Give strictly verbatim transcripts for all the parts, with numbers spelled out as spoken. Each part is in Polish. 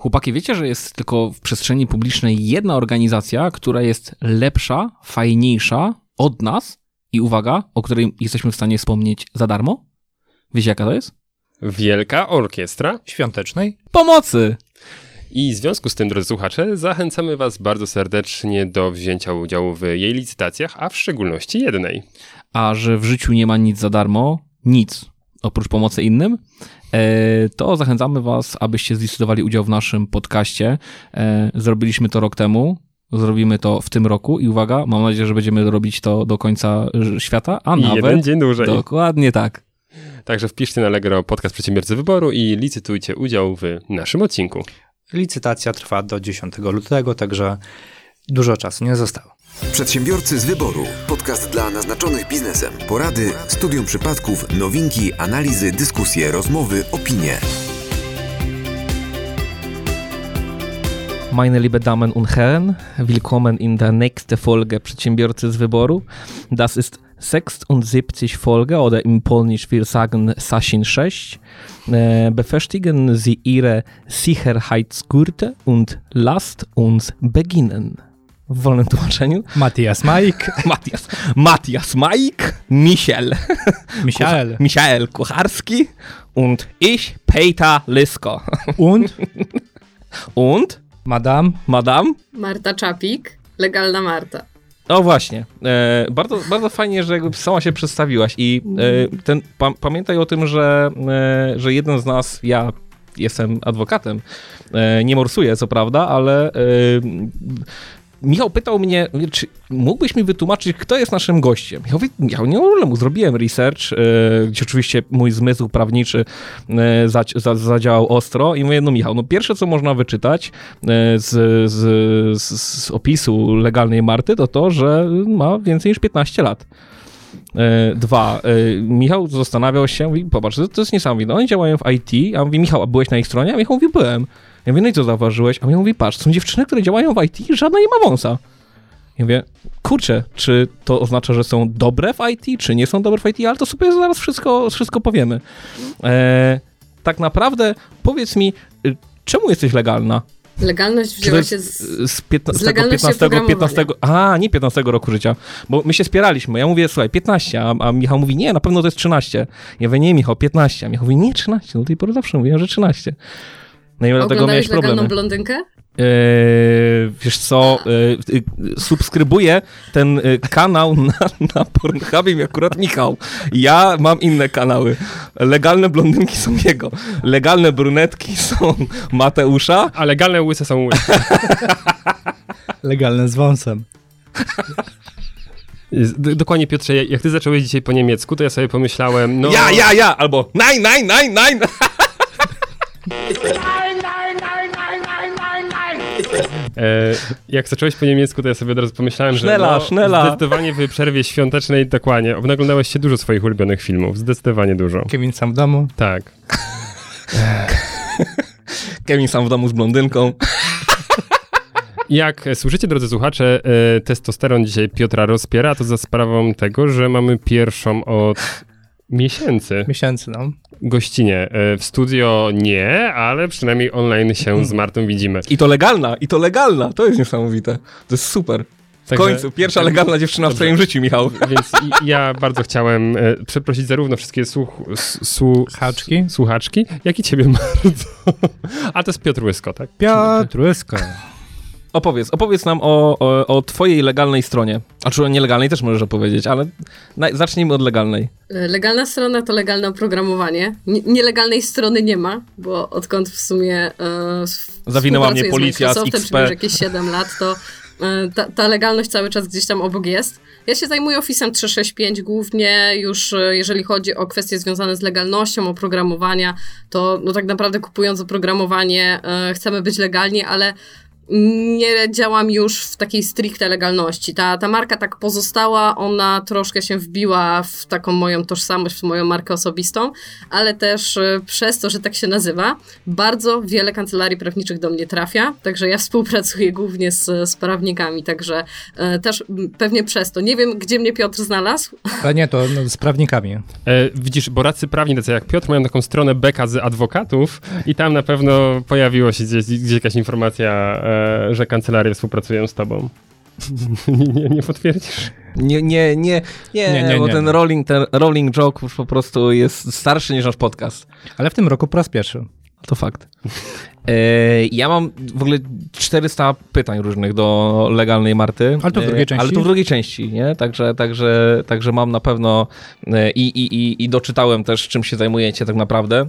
Chłopaki, wiecie, że jest tylko w przestrzeni publicznej jedna organizacja, która jest lepsza, fajniejsza od nas i uwaga, o której jesteśmy w stanie wspomnieć za darmo? Wiecie, jaka to jest? Wielka Orkiestra Świątecznej Pomocy! I w związku z tym, drodzy słuchacze, zachęcamy was bardzo serdecznie do wzięcia udziału w jej licytacjach, a w szczególności jednej. A że w życiu nie ma nic za darmo, nic, oprócz pomocy innym, to zachęcamy was, abyście zlicytowali udział w naszym podcaście. Zrobiliśmy to rok temu, zrobimy to w tym roku i uwaga, mam nadzieję, że będziemy robić to do końca świata, a I nawet... jeden dzień dłużej. Dokładnie tak. Także wpiszcie na Allegro podcast Przedsiębiorcy Wyboru i licytujcie udział w naszym odcinku. Licytacja trwa do dziesiątego lutego, także dużo czasu nie zostało. Przedsiębiorcy z Wyboru. Podcast dla naznaczonych biznesem. Porady, studium przypadków, nowinki, analizy, dyskusje, rozmowy, opinie. Meine liebe Damen und Herren, willkommen in der nächsten Folge Przedsiębiorcy z Wyboru. Das ist sechsundsiebzig Folge oder im Polnisch wir sagen Sasin sześć. Befestigen Sie Ihre Sicherheitsgurte und lasst uns beginnen. W wolnym tłumaczeniu. Matthias Majk. Matthias, Matthias Majk, Michael. Michael. Kuch- Michael Kucharski und ich, Peter Lisko. Und? Und? Madame? Madame? Marta Czapik, legalna Marta. O właśnie, e, bardzo, bardzo fajnie, że jakby sama się przedstawiłaś i e, ten, pa, pamiętaj o tym, że, e, że jeden z nas, ja jestem adwokatem, e, nie morsuję co prawda, ale e, Michał pytał mnie, czy mógłbyś mi wytłumaczyć, kto jest naszym gościem? Ja mówię, Michał, nie ma problemu, zrobiłem research, yy, gdzie oczywiście mój zmysł prawniczy yy, za, za, zadziałał ostro i mówię, no Michał, no pierwsze, co można wyczytać yy, z, z, z, z opisu legalnej Marty, to to, że ma więcej niż piętnaście lat. Yy, dwa, yy, Michał zastanawiał się, mówi, popatrz, to, to jest niesamowite, oni działają w I T, a mówi, Michał, a byłeś na ich stronie? A Michał mówi, byłem. Ja mówię, no i co zauważyłeś? A Michał mówi, patrz, są dziewczyny, które działają w I T, żadna nie ma wąsa. Ja mówię, kurczę, czy to oznacza, że są dobre w I T, czy nie są dobre w I T, ale to sobie zaraz wszystko, wszystko powiemy. E, tak naprawdę powiedz mi, czemu jesteś legalna? Legalność wzięła się z, z, piętna, z legalności piętnastego, piętnastego, a, nie piętnastego roku życia, bo my się spieraliśmy. Ja mówię, słuchaj, piętnaście, a, a Michał mówi, nie, na pewno to jest trzynaście. Ja mówię, nie, Michał, piętnaście. A Michał mówi, nie, trzynaście. No tej pory zawsze mówiłem, że trzynaście. No i dlatego miałeś problemy. Legalną blondynkę? Yy, wiesz co, yy, yy, subskrybuję ten yy, kanał na, na Pornhubie mi akurat Michał. Ja mam inne kanały. Legalne blondynki są jego. Legalne brunetki są Mateusza. A legalne łyse są łyse. Legalne z wąsem. Dokładnie, Piotrze, jak ty zacząłeś dzisiaj po niemiecku, to ja sobie pomyślałem, no... Ja, ja, ja, albo nein, nein, nein, nein. E, jak zacząłeś po niemiecku, to ja sobie od razu pomyślałem, sznela, że no, sznela. zdecydowanie w przerwie świątecznej, dokładnie, oglądałeś się dużo swoich ulubionych filmów, zdecydowanie dużo. Kevin sam w domu. Tak. Kevin sam w domu z blondynką. Jak słyszycie, drodzy słuchacze, e, testosteron dzisiaj Piotra rozpiera, to za sprawą tego, że mamy pierwszą od miesięcy. Miesięcy, no. Gościnie. W studio nie, ale przynajmniej online się z Martą widzimy. I to legalna, i to legalna. To jest niesamowite. To jest super. W Także, końcu, pierwsza tak, legalna dziewczyna dobrze. W twoim życiu, Michał. Więc i, ja bardzo chciałem e, przeprosić zarówno wszystkie słuch, słuchaczki, słuchaczki, jak i ciebie bardzo. A to jest Piotr Łysko, tak? Piotr Łysko. Opowiedz, opowiedz nam o, o, o twojej legalnej stronie. A czy o nielegalnej też możesz opowiedzieć, ale na, zacznijmy od legalnej. Legalna strona to legalne oprogramowanie. N- nielegalnej strony nie ma, bo odkąd w sumie e, zawinęła mnie policja z X P. Już jakieś siedem lat, to e, ta, ta legalność cały czas gdzieś tam obok jest. Ja się zajmuję Office'em trzysta sześćdziesiąt pięć głównie już, jeżeli chodzi o kwestie związane z legalnością oprogramowania, to no tak naprawdę kupując oprogramowanie e, chcemy być legalni, ale nie działam już w takiej stricte legalności. Ta, ta marka tak pozostała, ona troszkę się wbiła w taką moją tożsamość, w moją markę osobistą, ale też przez to, że tak się nazywa, bardzo wiele kancelarii prawniczych do mnie trafia, także ja współpracuję głównie z, z prawnikami, także e, też pewnie przez to. Nie wiem, gdzie mnie Piotr znalazł. Ale nie, to no, z prawnikami. E, widzisz, bo radcy prawni, tacy jak Piotr, mają taką stronę beka z adwokatów i tam na pewno pojawiło się gdzieś, gdzieś jakaś informacja, e, że kancelarie współpracują z tobą. nie, nie, nie potwierdzisz? Nie, nie, nie, nie, Nie, nie, bo nie. ten rolling, ten rolling joke już po prostu jest starszy niż nasz podcast. Ale w tym roku po raz pierwszy. To fakt. E, ja mam w ogóle czterysta pytań różnych do legalnej Marty. Ale to w drugiej E, części? Ale to w drugiej części, nie? Także, także, także mam na pewno e, i, i, i, i doczytałem też, czym się zajmujecie tak naprawdę.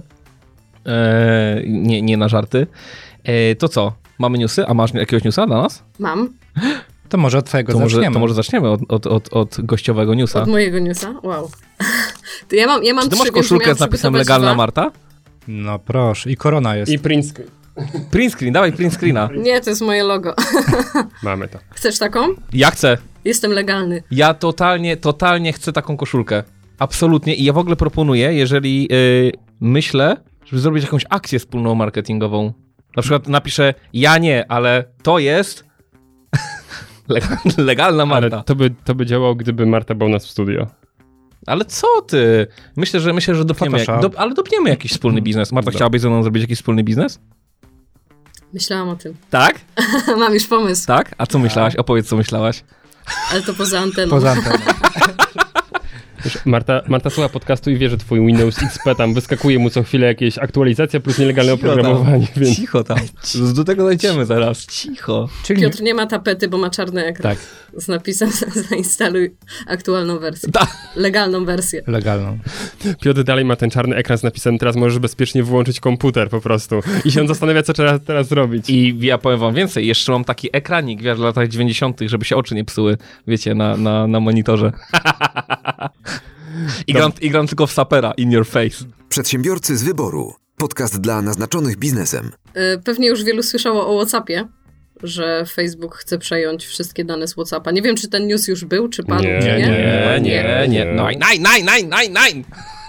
E, nie, nie na żarty. E, to co? Mamy newsy? A masz jakiegoś newsa dla nas? Mam. To może od twojego To może, zaczniemy. to może zaczniemy od, od, od, od gościowego newsa. Od mojego newsa? Wow. To ja mam, ja mam Czy ty trzy, masz więc koszulkę miałam z napisem przygotować Legalna dwa. Marta? No proszę. I korona jest. I print screen. Print screen, dawaj print screena. Nie, to jest moje logo. Mamy to. Chcesz taką? Ja chcę. Jestem legalny. Ja totalnie, totalnie chcę taką koszulkę. Absolutnie. I ja w ogóle proponuję, jeżeli yy, myślę, żeby zrobić jakąś akcję wspólną marketingową. Na przykład napiszę, ja nie, ale to jest legal- legalna Marta. Ale to by, to by działało, gdyby Marta była u nas w studio. Ale co ty? Myślę, że myślę, że dopniemy, jak, Photoshop. do, ale dopniemy jakiś wspólny biznes. Marta, chciałabyś ze mną zrobić jakiś wspólny biznes? Myślałam o tym. Tak? Mam już pomysł, Tak? A co myślałaś? Opowiedz, co myślałaś. ale to poza anteną. Poza anteną. Wiesz, Marta, Marta słucha podcastu i wie, że twój Windows X P tam wyskakuje mu co chwilę jakieś aktualizacja plus nielegalne Cicho tam. oprogramowanie, więc Cicho tam. Do tego dojdziemy zaraz. Cicho. Czyli Piotr nie ma tapety, bo ma czarny ekran. Tak. Z napisem zainstaluj aktualną wersję. Ta. Legalną wersję. legalną. Piotr dalej ma ten czarny ekran z napisem teraz możesz bezpiecznie wyłączyć komputer po prostu. I się on zastanawia, co trzeba teraz zrobić. I ja powiem wam więcej, jeszcze mam taki ekranik, wiesz, w latach dziewięćdziesiątych, żeby się oczy nie psuły, wiecie, na, na, na monitorze. I gram, I gram tylko w sapera, in your face. Przedsiębiorcy z wyboru. Podcast dla naznaczonych biznesem. Y, Pewnie już wielu słyszało o WhatsAppie, że Facebook chce przejąć wszystkie dane z WhatsAppa. Nie wiem, czy ten news już był, czy padł, Nie, czy nie. Nie, nie, nie. Nine, nine, nine, nine, nine.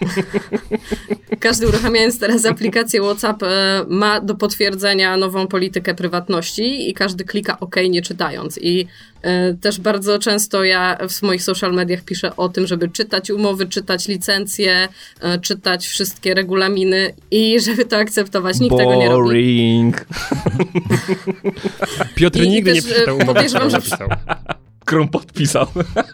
Każdy uruchamiając teraz aplikację WhatsApp e, ma do potwierdzenia nową politykę prywatności i każdy klika OK nie czytając. I e, też bardzo często ja w moich social mediach piszę o tym, żeby czytać umowy, czytać licencje, e, czytać wszystkie regulaminy i żeby to akceptować. Nikt tego nie robi. Boring. Piotr I- i nigdy też, nie przeczytał umowy, podejrzewam, którą że- napisał. Krum podpisał.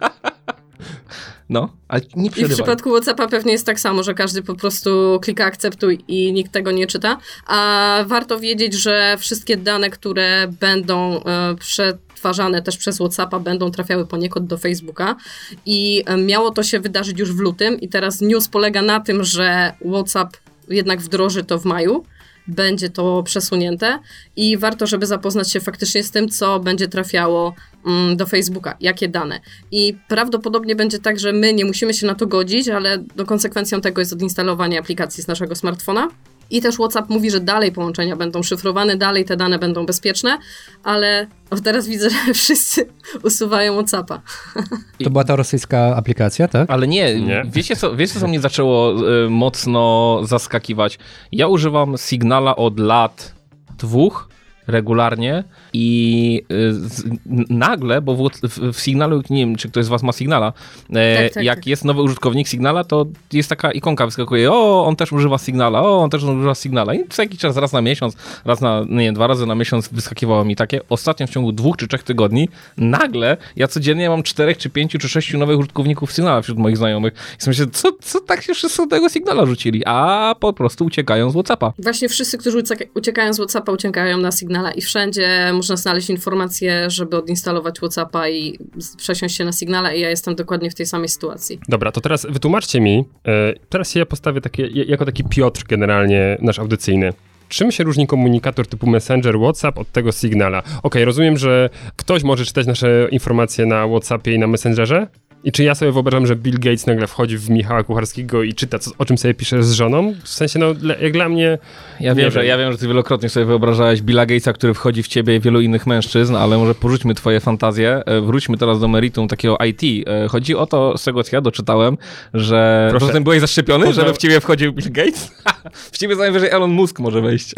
No, ale nie I w przerywaj. przypadku WhatsAppa pewnie jest tak samo, że każdy po prostu klika akceptuj i nikt tego nie czyta. A warto wiedzieć, że wszystkie dane, które będą e, przetwarzane też przez WhatsAppa, będą trafiały poniekąd do Facebooka. I e, miało to się wydarzyć już w lutym i teraz news polega na tym, że WhatsApp jednak wdroży to w maju. Będzie to przesunięte i warto, żeby zapoznać się faktycznie z tym, co będzie trafiało mm, do Facebooka, jakie dane. I prawdopodobnie będzie tak, że my nie musimy się na to godzić, ale no, konsekwencją tego jest odinstalowanie aplikacji z naszego smartfona. I też WhatsApp mówi, że dalej połączenia będą szyfrowane, dalej te dane będą bezpieczne, ale o, teraz widzę, że wszyscy usuwają WhatsAppa. To była ta rosyjska aplikacja, tak? Ale nie, Nie. Wiecie, co, wiecie co mnie zaczęło y, mocno zaskakiwać? Ja używam Signala od lat dwóch regularnie i y, z, n- nagle, bo w, w, w Signalu, nie wiem, czy ktoś z was ma Signala, e, Tak, tak, jak tak. jest nowy użytkownik Signala, to jest taka ikonka wyskakuje, o, on też używa Signala, o, on też używa Signala i co jakiś czas, raz na miesiąc, raz na, nie, dwa razy na miesiąc wyskakiwało mi takie. Ostatnio w ciągu dwóch czy trzech tygodni nagle ja codziennie mam czterech, czy pięciu, czy sześciu nowych użytkowników Signala wśród moich znajomych. I myślę, co, co tak się wszyscy do tego Signala rzucili? A po prostu uciekają z WhatsAppa. Właśnie wszyscy, którzy ucieka- uciekają z WhatsAppa, uciekają na Signala i wszędzie można znaleźć informacje, żeby odinstalować WhatsAppa i z- przesiąść się na Signala i ja jestem dokładnie w tej samej sytuacji. Dobra, to teraz wytłumaczcie mi, e, teraz się ja postawię takie, jako taki Piotr generalnie, nasz audycyjny. Czym się różni komunikator typu Messenger, WhatsApp od tego Signala? Okej, rozumiem, że ktoś może czytać nasze informacje na WhatsAppie i na Messengerze, I czy ja sobie wyobrażam, że Bill Gates nagle wchodzi w Michała Kucharskiego i czyta, co, o czym sobie pisze z żoną? W sensie, no, jak dla mnie... Ja wiem, że, ja wiem, że ty wielokrotnie sobie wyobrażałeś Billa Gatesa, który wchodzi w ciebie i wielu innych mężczyzn, ale może porzućmy twoje fantazje. Wróćmy teraz do meritum takiego I T. Chodzi o to, z tego co ja doczytałem, że... Proszę. Poza tym byłeś zaszczepiony, Poza... żeby w ciebie wchodził Bill Gates? W ciebie najwyżej Elon Musk może wejść.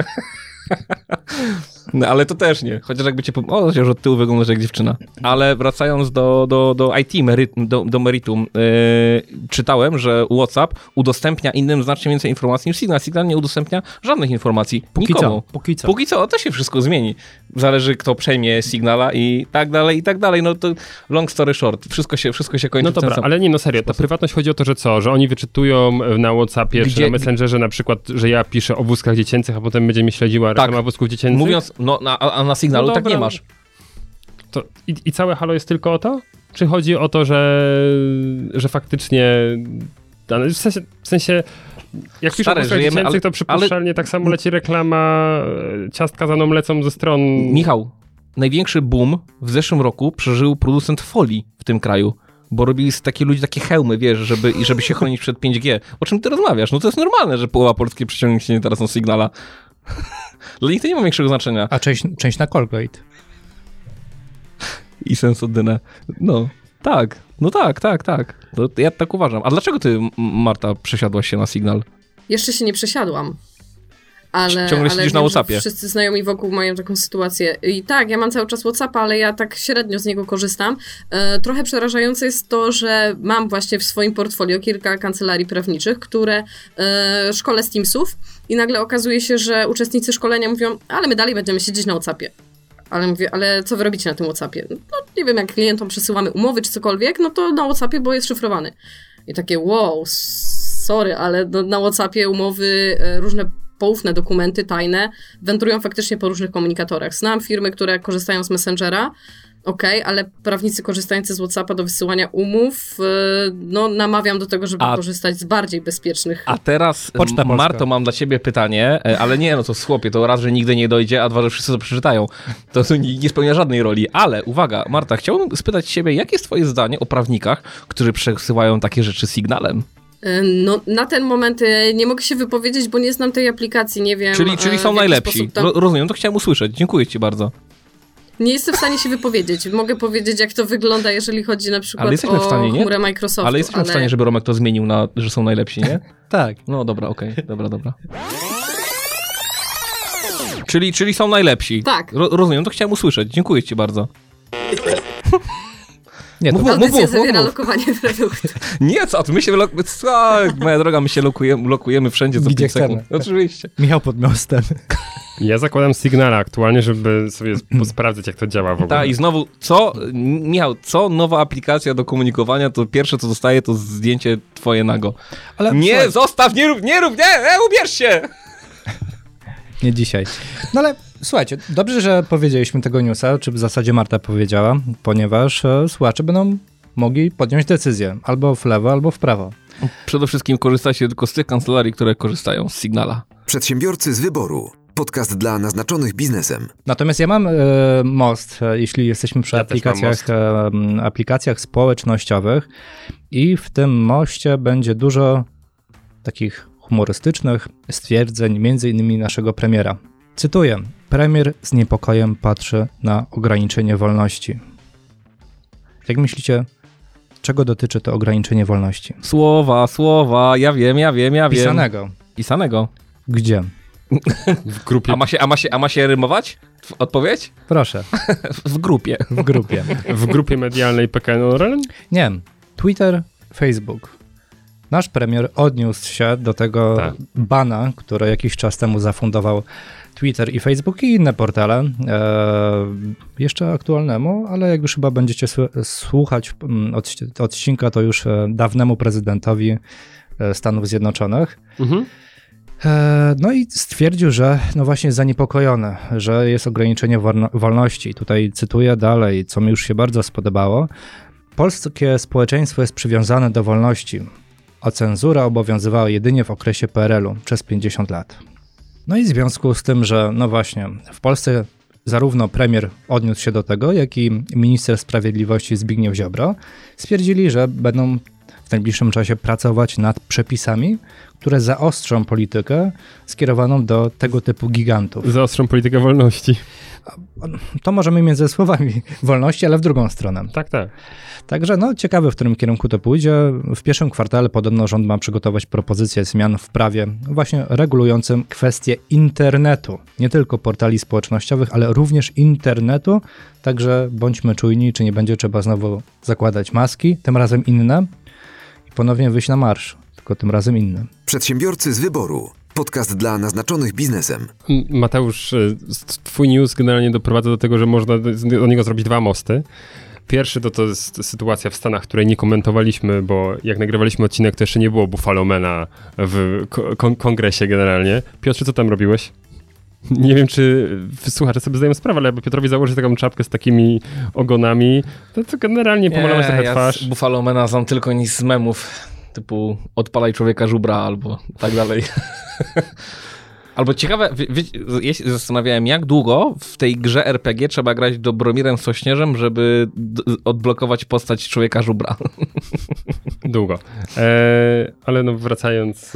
No ale to też nie. Chociaż jakby cię... O, chociaż od tyłu wyglądasz jak dziewczyna. Ale wracając do, do, do I T, meri, do, do meritum, yy, czytałem, że WhatsApp udostępnia innym znacznie więcej informacji niż Signal. Signal nie udostępnia żadnych informacji Póki nikomu. co, póki co. Póki co, to się wszystko zmieni. Zależy, kto przejmie Signala i tak dalej, i tak dalej. No to long story short. Wszystko się, wszystko się kończy No w ten dobra, sam ale nie, no serio, ta prywatność chodzi o to, że co? Że oni wyczytują na WhatsAppie Gdzie- czy na Messengerze na przykład, że ja piszę o wózkach dziecięcych, a potem będzie mi śledziła Tak. reklama wózków dziecięcych? Mówiąc, no, na, a na Signalu No tak dobra. nie masz. To i, I całe halo jest tylko o to? Czy chodzi o to, że, że faktycznie... dane- W sensie, w sensie jak piszę o Stary, wózkach żyjemy, dziecięcych, ale- to przypuszczalnie tak samo leci reklama, e, ciastka za mną lecą ze stron... Michał, największy boom w zeszłym roku przeżył producent folii w tym kraju, bo robili z takie ludzi takie hełmy, wiesz, żeby, i żeby się chronić przed pięć G. O czym ty rozmawiasz? No to jest normalne, że połowa Polski przeciągnie się teraz na Signala. Dla nich to nie ma większego znaczenia. A część, część na Colgate. I Sensodyne. No, tak. No tak, tak, tak. To ja tak uważam. A dlaczego ty, M- Marta, przesiadłaś się na Signal? Jeszcze się nie przesiadłam. Ale, Ciągle ale siedzisz wiem, na że WhatsAppie. Wszyscy znajomi wokół mają taką sytuację. I tak, ja mam cały czas WhatsAppa, ale ja tak średnio z niego korzystam. E, trochę przerażające jest to, że mam właśnie w swoim portfolio kilka kancelarii prawniczych, które e, szkolę z Teamsów i nagle okazuje się, że uczestnicy szkolenia mówią, ale my dalej będziemy siedzieć na WhatsAppie. Ale mówię, ale co wy robicie na tym WhatsAppie? No nie wiem, jak klientom przesyłamy umowy czy cokolwiek, no to na WhatsAppie, bo jest szyfrowany. I takie wow, sorry, ale no, na WhatsAppie umowy, e, różne poufne dokumenty, tajne, wędrują faktycznie po różnych komunikatorach. Znam firmy, które korzystają z Messengera, okej, okay, ale prawnicy korzystający z WhatsAppa do wysyłania umów, e, no namawiam do tego, żeby A- korzystać z bardziej bezpiecznych. A teraz, Poczta M- Polska. Marto, mam dla ciebie pytanie, e, ale nie, no to chłopie, to raz, że nigdy nie dojdzie, a dwa, że wszyscy to przeczytają. To, to nie, nie spełnia żadnej roli. Ale uwaga, Marta, chciałbym spytać ciebie, jakie jest twoje zdanie o prawnikach, którzy przesyłają takie rzeczy Signalem? No, na ten moment e, nie mogę się wypowiedzieć, bo nie znam tej aplikacji, nie wiem. Czyli, czyli e, są w jaki najlepsi. sposób tam- Ro, rozumiem, to chciałem usłyszeć. Dziękuję ci bardzo. Nie jestem w stanie się wypowiedzieć. Mogę powiedzieć, jak to wygląda, jeżeli chodzi na przykład Ale jesteśmy o w stanie, nie? chmurę Microsoftu. Ale jesteśmy w stanie, żeby Romek to zmienił na, że są najlepsi, nie? Tak. No dobra, okej, dobra, dobra. Czyli, czyli są najlepsi. Tak. Ro, rozumiem, to chciałem usłyszeć. Dziękuję ci bardzo. Nie, to Mów, mów, Audycja mów, zawiera mów. lokowanie produktu. Nie, co, ty, my się lokujemy, moja droga, my się lokujemy, lokujemy wszędzie co Gdzie pięć sekund. chcemy. Oczywiście. Michał pod mostem. Ja zakładam Signala aktualnie, żeby sobie sp- sprawdzić, jak to działa w ogóle. Tak, i znowu, co, Michał, co nowa aplikacja do komunikowania, to pierwsze, co dostaje, to zdjęcie twoje nago. Ale Nie, słuchaj, zostaw, nie rób, nie rób, nie, e, ubierz się! nie dzisiaj. No ale słuchajcie, dobrze, że powiedzieliśmy tego newsa, czy w zasadzie Marta powiedziała, ponieważ e, słuchacze będą mogli podjąć decyzję albo w lewo, albo w prawo. Przede wszystkim korzystajcie tylko z tych kancelarii, które korzystają z Signala. Przedsiębiorcy z wyboru. Podcast dla naznaczonych biznesem. Natomiast ja mam e, most, e, jeśli jesteśmy przy Ja też mam aplikacjach, e, m, aplikacjach społecznościowych i w tym moście będzie dużo takich humorystycznych stwierdzeń, między innymi naszego premiera. Cytuję. Premier z niepokojem patrzy na ograniczenie wolności. Jak myślicie, czego dotyczy to ograniczenie wolności? Słowa, słowa, ja wiem, ja wiem, ja wiem. Pisanego. Pisanego. Gdzie? W grupie, A ma się, a ma się, a ma się rymować? Odpowiedź? Proszę, W grupie. w grupie. w grupie medialnej P K N O R L? Nie, Twitter, Facebook. Nasz premier odniósł się do tego Tak. bana, który jakiś czas temu zafundował Twitter i Facebook i inne portale, e, jeszcze aktualnemu, ale jak już chyba będziecie sły- słuchać mm, odci- odcinka, to już e, dawnemu prezydentowi e, Stanów Zjednoczonych. Mhm. E, No i stwierdził, że no właśnie jest zaniepokojony, że jest ograniczenie wolno- wolności. Tutaj cytuję dalej, co mi już się bardzo spodobało. Polskie społeczeństwo jest przywiązane do wolności, a cenzura obowiązywała jedynie w okresie P R L u przez pięćdziesiąt lat. No i w związku z tym, że no właśnie w Polsce zarówno premier odniósł się do tego, jak i minister sprawiedliwości Zbigniew Ziobro stwierdzili, że będą w najbliższym czasie pracować nad przepisami, które zaostrzą politykę skierowaną do tego typu gigantów. Zaostrzą politykę wolności. To możemy między słowami wolności, ale w drugą stronę. Tak, tak. Także no, ciekawe, w którym kierunku to pójdzie. W pierwszym kwartale podobno rząd ma przygotować propozycje zmian w prawie właśnie regulującym kwestie internetu. Nie tylko portali społecznościowych, ale również internetu. Także bądźmy czujni, czy nie będzie trzeba znowu zakładać maski, tym razem inne, i ponownie wyjść na marsz, tylko tym razem inne. Przedsiębiorcy z wyboru. Podcast dla naznaczonych biznesem. Mateusz, twój news generalnie doprowadza do tego, że można do niego zrobić dwa mosty. Pierwszy to, to jest sytuacja w Stanach, której nie komentowaliśmy, bo jak nagrywaliśmy odcinek, to jeszcze nie było Buffalomana w kon- kongresie generalnie. Piotrze, co tam robiłeś? Nie wiem, czy słuchacze sobie zdają sprawę, ale jakby Piotrowi założyć taką czapkę z takimi ogonami, to, to generalnie pomalować trochę ja twarz. Buffalomana znam tylko nic z memów, typu odpalaj człowieka żubra albo tak dalej. Albo ciekawe, wie, wie, ja się zastanawiałem, jak długo w tej grze er pe gie trzeba grać Dobromirem Sośnierzem, żeby d- odblokować postać człowieka żubra. Długo. E, ale no wracając, e,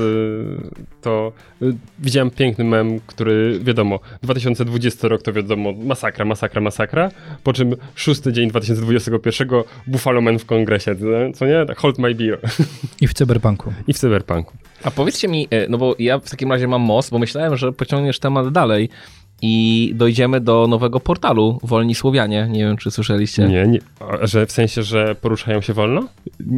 to e, widziałem piękny mem, który wiadomo, dwa tysiące dwudziesty rok to wiadomo, masakra, masakra, masakra, po czym szósty dzień dwa tysiące dwudziestego pierwszego Buffalo Man w kongresie, co nie? Hold my beer. I w cyberpunku. I w cyberpunku. A powiedzcie mi, no bo ja w takim razie mam most, bo myślałem, że pociągniesz temat dalej i dojdziemy do nowego portalu Wolni Słowianie. Nie wiem, czy słyszeliście. Nie, nie. A, że w sensie, że poruszają się wolno?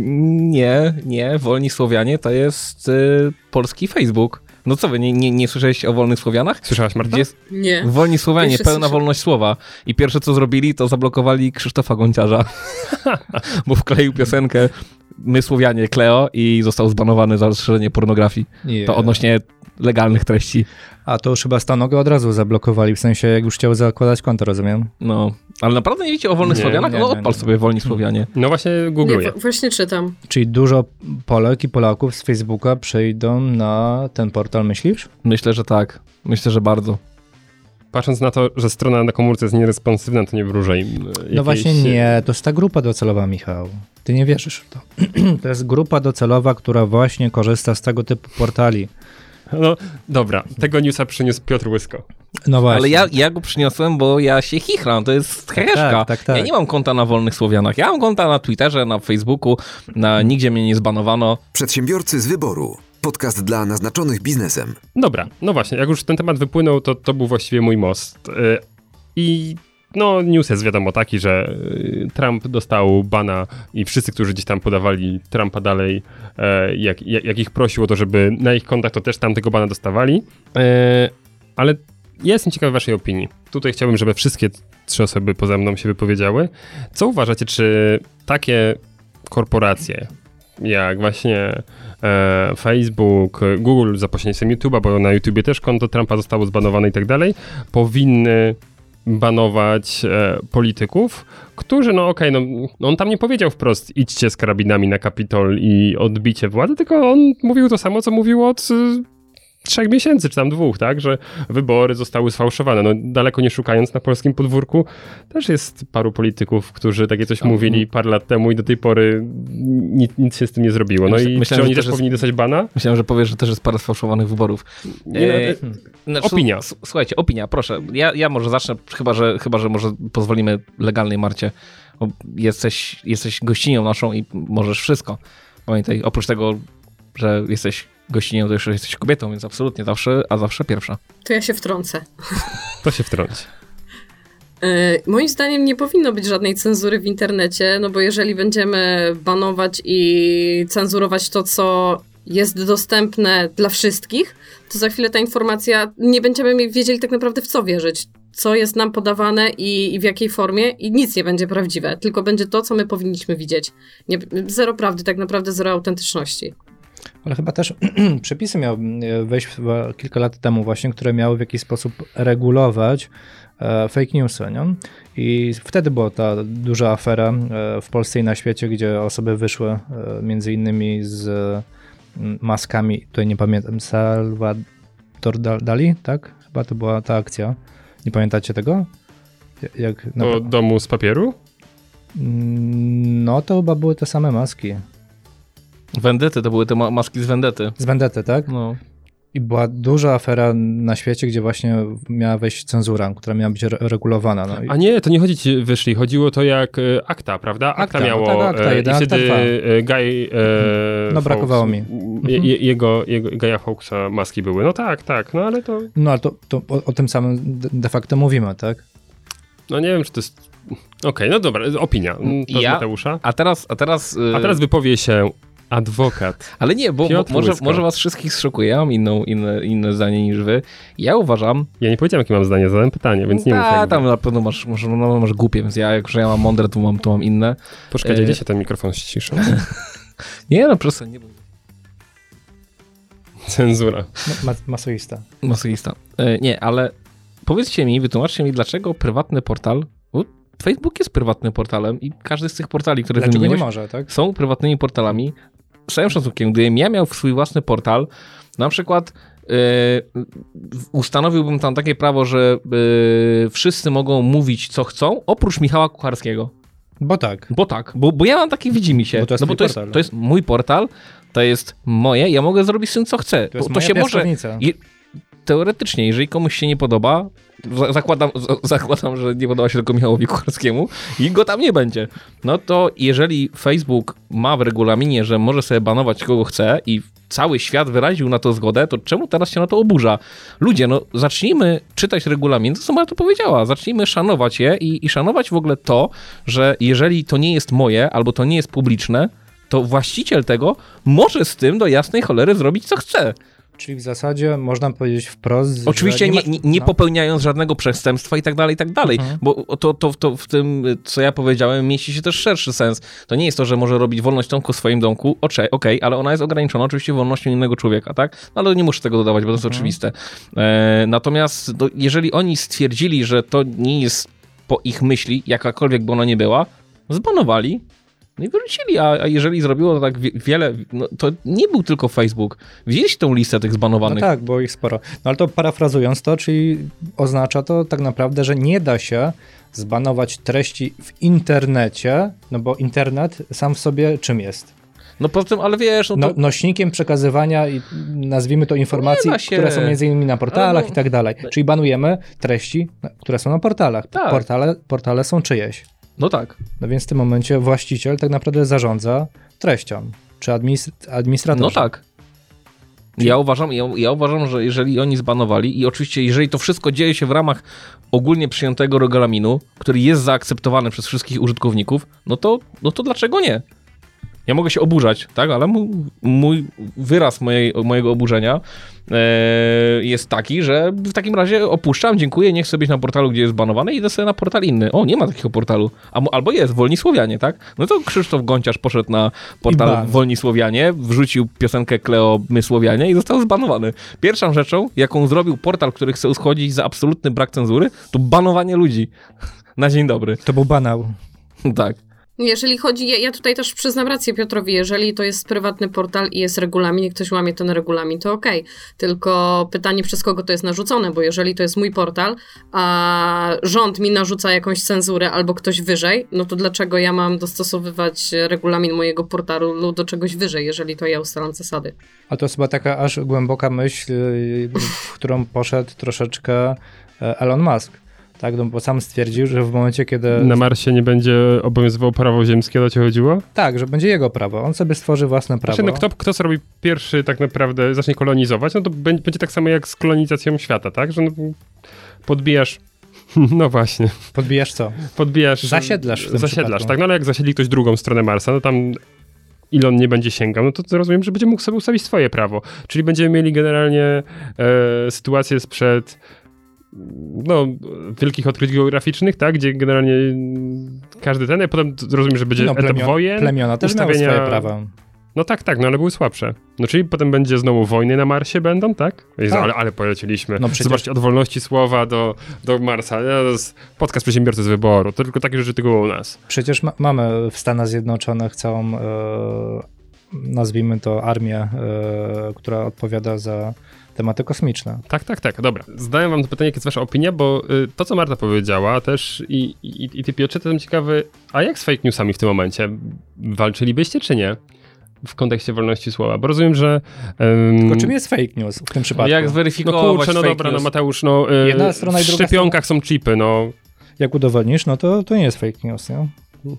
Nie, nie. Wolni Słowianie to jest y, polski Facebook. No co wy, nie, nie, nie słyszeliście o Wolnych Słowianach? Słyszałaś, Marta? Gdzie jest Nie. Wolni Słowianie, Pierwszy pełna słyszę. wolność słowa. I pierwsze co zrobili, to zablokowali Krzysztofa Gonciarza, bo wkleił piosenkę My Słowianie, Kleo, i został zbanowany za rozszerzenie pornografii. Nie. To odnośnie legalnych treści. A to już chyba Stanogę od razu zablokowali, w sensie jak już chciał zakładać konto, rozumiem? No, ale naprawdę nie wiecie o Wolnych Nie, Słowianach? nie, No nie, odpal nie. sobie Wolni Słowianie. No właśnie Nie, googluję. w- właśnie czytam. Czyli dużo Polek i Polaków z Facebooka przejdą na ten portal, myślisz? Myślę, że tak. Myślę, że bardzo. Patrząc na to, że strona na komórce jest nieresponsywna, to nie wróżę im No jakiejś... właśnie nie, to jest ta grupa docelowa, Michał. Ty nie wierzysz w to. To jest grupa docelowa, która właśnie korzysta z tego typu portali. No dobra, tego newsa przyniósł Piotr Łysko. No właśnie. Ale ja, ja go przyniosłem, bo ja się chichram, to jest heheszka. tak, tak, tak. Ja nie mam konta na Wolnych Słowianach. Ja mam konta na Twitterze, na Facebooku, na nigdzie mnie nie zbanowano. Przedsiębiorcy z wyboru. Podcast dla naznaczonych biznesem. Dobra, no właśnie, jak już ten temat wypłynął, to to był właściwie mój most. Yy, I no news jest wiadomo taki, że yy, Trump dostał bana i wszyscy, którzy gdzieś tam podawali Trumpa dalej, yy, jak, jak, jak ich prosił o to, żeby na ich kontach, to też tam tego bana dostawali. Yy, ale ja jestem ciekawy waszej opinii. Tutaj chciałbym, żeby wszystkie trzy osoby poza mną się wypowiedziały. Co uważacie, czy takie korporacje, jak właśnie e, Facebook, Google za pośrednictwem YouTube'a, bo na YouTubie też konto Trumpa zostało zbanowane i tak dalej, powinny banować e, polityków, którzy, no okej, okay, no, no on tam nie powiedział wprost idźcie z karabinami na Kapitol i odbicie władzy, tylko on mówił to samo, co mówił od y, trzech miesięcy, czy tam dwóch, tak, że wybory zostały sfałszowane. No daleko nie szukając, na polskim podwórku też jest paru polityków, którzy takie coś Mhm. mówili parę lat temu i do tej pory nic, nic się z tym nie zrobiło. No Myślę- i myślałem, czy oni że też też jest- powinni dostać bana? Myślałem, że powiesz, że też jest parę sfałszowanych wyborów. Nie, no, E, to- znaczy, opinia. s- Słuchajcie, opinia, proszę. Ja, ja może zacznę, chyba że, chyba, że może pozwolimy legalnej Marcie. Bo jesteś, jesteś gościnią naszą i możesz wszystko. Pamiętaj, oprócz tego, że jesteś gościnią, to jeszcze jesteś kobietą, więc absolutnie zawsze, a zawsze pierwsza. To ja się wtrącę. To się wtrąci. Yy, moim zdaniem nie powinno być żadnej cenzury w internecie, no bo jeżeli będziemy banować i cenzurować to, co jest dostępne dla wszystkich, to za chwilę ta informacja, nie będziemy mi- wiedzieli tak naprawdę w co wierzyć, co jest nam podawane i, i w jakiej formie i nic nie będzie prawdziwe, tylko będzie to, co my powinniśmy widzieć. Nie, zero prawdy, tak naprawdę zero autentyczności. Ale chyba też przepisy miały wejść chyba kilka lat temu właśnie, które miały w jakiś sposób regulować e, fake newsy, nie? I wtedy była ta duża afera e, w Polsce i na świecie, gdzie osoby wyszły e, między innymi z mm, maskami, tutaj nie pamiętam, Salvador Dali, tak? Chyba to była ta akcja. Nie pamiętacie tego? Jak na... O domu z papieru? No to chyba były te same maski. Vendety, to były te ma- maski z Vendety. Z Vendety, tak? No. I była duża afera na świecie, gdzie właśnie miała wejść cenzura, która miała być re- regulowana. No i... A nie, to nie chodzi ci wyszli, chodziło to jak e, akta, prawda? Akta, Akta, miało, no tak, akta, e, jeden, i akta wtedy dwa. e, Guy e, No, brakowało Fawkes, mi. Je, je, jego, jego, Guy'a Fawkesa maski były. No tak, tak, no ale to... No ale to, to o, o tym samym de, de facto mówimy, tak? No nie wiem, czy to jest... Okej, okay, no dobra, opinia. To Ja? z Mateusza. A teraz... A teraz, yy... A teraz wypowie się adwokat. Ale nie, bo, bo Piotr może, Łyska. może was wszystkich zszokuje, ja mam inną, inne, inne zdanie niż wy. Ja uważam... Ja nie powiedziałem, jakie mam zdanie, zadałem pytanie, więc nie mów. A, jakby. tam na pewno masz, może, no, masz głupie, więc ja, jak że ja mam mądre, to mam, to mam inne. Poczekajcie, E- gdzie się ten mikrofon ściszy? Nie no, przestań, nie bądź Cenzura. Ma, masoista. masochista. E, nie, ale powiedzcie mi, wytłumaczcie mi, dlaczego prywatny portal... Bo Facebook jest prywatnym portalem i każdy z tych portali, które Dlaczego nie wymieniłeś, może, tak? są prywatnymi portalami. Z całym szacunkiem, gdybym ja miał swój własny portal, na przykład yy, ustanowiłbym tam takie prawo, że yy, wszyscy mogą mówić, co chcą, oprócz Michała Kucharskiego. Bo tak. Bo tak, bo, bo ja mam takie widzimisię. Bo to jest no bo twój to jest, portal. to jest mój portal, to jest moje, ja mogę zrobić z tym, co chcę. To jest to moja się może. piaskownica. I, teoretycznie, jeżeli komuś się nie podoba, za- zakładam, za- zakładam, że nie podoba się tylko Michałowi Kucharskiemu i go tam nie będzie. No to jeżeli Facebook ma w regulaminie, że może sobie banować kogo chce i cały świat wyraził na to zgodę, to czemu teraz się na to oburza? Ludzie, no zacznijmy czytać regulamin, to co Marta powiedziała, zacznijmy szanować je i, i szanować w ogóle to, że jeżeli to nie jest moje albo to nie jest publiczne, to właściciel tego może z tym do jasnej cholery zrobić co chce. Czyli w zasadzie można powiedzieć wprost, Oczywiście że nie, ma- nie, nie no. popełniając żadnego przestępstwa i tak dalej, i tak dalej, Mhm. bo to, to, to w tym, co ja powiedziałem, mieści się też szerszy sens. To nie jest to, że może robić wolność Tomku w swoim domku, okej, okay, ale ona jest ograniczona oczywiście wolnością innego człowieka, tak? No ale nie muszę tego dodawać, bo to jest Mhm. oczywiste. E, natomiast no, jeżeli oni stwierdzili, że to nie jest po ich myśli, jakakolwiek by ona nie była, zbanowali, no i wrócili, a, a jeżeli zrobiło to tak wie, wiele, no, to nie był tylko Facebook. Widzieliście tą listę tych No zbanowanych? tak, było ich sporo. No ale to parafrazując to, czyli oznacza to tak naprawdę, że nie da się zbanować treści w internecie, no bo internet sam w sobie czym jest? No poza tym, ale wiesz, no to... No, nośnikiem przekazywania i nazwijmy to informacji, Nie da się. które są między innymi na portalach Ale no- i tak dalej. Czyli banujemy treści, które są na portalach. Tak. Portale, portale są czyjeś. No tak. No więc w tym momencie właściciel tak naprawdę zarządza treścią, czy administ- administrator. No tak. Ja uważam, ja, ja uważam, że jeżeli oni zbanowali i oczywiście jeżeli to wszystko dzieje się w ramach ogólnie przyjętego regulaminu, który jest zaakceptowany przez wszystkich użytkowników, no to, no to dlaczego nie? Ja mogę się oburzać, tak? Ale mój, mój wyraz mojej, mojego oburzenia e, jest taki, że w takim razie opuszczam, dziękuję, nie chcę być na portalu, gdzie jest banowany i idę sobie na portal inny. O, nie ma takiego portalu. A, albo jest, Wolni Słowianie, tak? No to Krzysztof Gonciarz poszedł na portal ban. Wolni Słowianie, wrzucił piosenkę Kleo My Słowianie i został zbanowany. Pierwszą rzeczą, jaką zrobił portal, który chce uschodzić za absolutny brak cenzury, to banowanie ludzi. Na dzień dobry. To był banał. Tak. Jeżeli chodzi, ja, ja tutaj też przyznam rację Piotrowi, jeżeli to jest prywatny portal i jest regulamin i ktoś łamie ten regulamin, to okej. Okay. Tylko pytanie, przez kogo to jest narzucone, bo jeżeli to jest mój portal, a rząd mi narzuca jakąś cenzurę albo ktoś wyżej, no to dlaczego ja mam dostosowywać regulamin mojego portalu do czegoś wyżej, jeżeli to ja ustalam zasady? A to jest chyba taka aż głęboka myśl, yy, w którą poszedł troszeczkę Elon Musk. Tak, no bo sam stwierdził, że w momencie, kiedy... Na Marsie nie będzie obowiązywało prawo ziemskie, o co chodziło? Tak, że będzie jego prawo. On sobie stworzy własne prawo. Znaczy, no kto, kto zrobi pierwszy tak naprawdę, zacznie kolonizować, no to będzie, będzie tak samo jak z kolonizacją świata, tak? Że no, podbijasz... No właśnie. Podbijasz co? Podbijasz... Zasiedlasz w tym Zasiedlasz, przypadku. tak? No ale jak zasiedli ktoś drugą stronę Marsa, no tam Elon nie będzie sięgał, no to rozumiem, że będzie mógł sobie ustawić swoje prawo. Czyli będziemy mieli generalnie e, sytuację sprzed no, wielkich odkryć geograficznych, tak, gdzie generalnie każdy ten, a potem rozumiem, że będzie No, etap plemion, wojen. plemiona też miały ustawienia- swoje prawa. No tak, tak, no ale były słabsze. No czyli potem będzie znowu wojny na Marsie będą, tak? Jezu, Tak. Ale, ale polecieliśmy. No przecież- Zobaczcie, od wolności słowa do, do Marsa. No, to jest podcast przedsiębiorcy z wyboru. To tylko takie rzeczy tylko u nas. Przecież ma, mamy w Stanach Zjednoczonych całą, e, nazwijmy to, armię, e, która odpowiada za tematy kosmiczne. Tak, tak, tak, dobra. Zadałem wam to pytanie, jaka jest wasza opinia, bo y, to, co Marta powiedziała też i, i, i ty, Piotrze, to jestem ciekawy, a jak z fake newsami w tym momencie? Walczylibyście czy nie? W kontekście wolności słowa, bo rozumiem, że... Um, Tylko czym jest fake news w tym przypadku? Jak no zweryfikować kurczę, no fake dobra, news? no Mateusz, no y, Jedna strona i w druga szczepionkach są chipy, no. Jak udowodnisz, no to, to nie jest fake news, nie?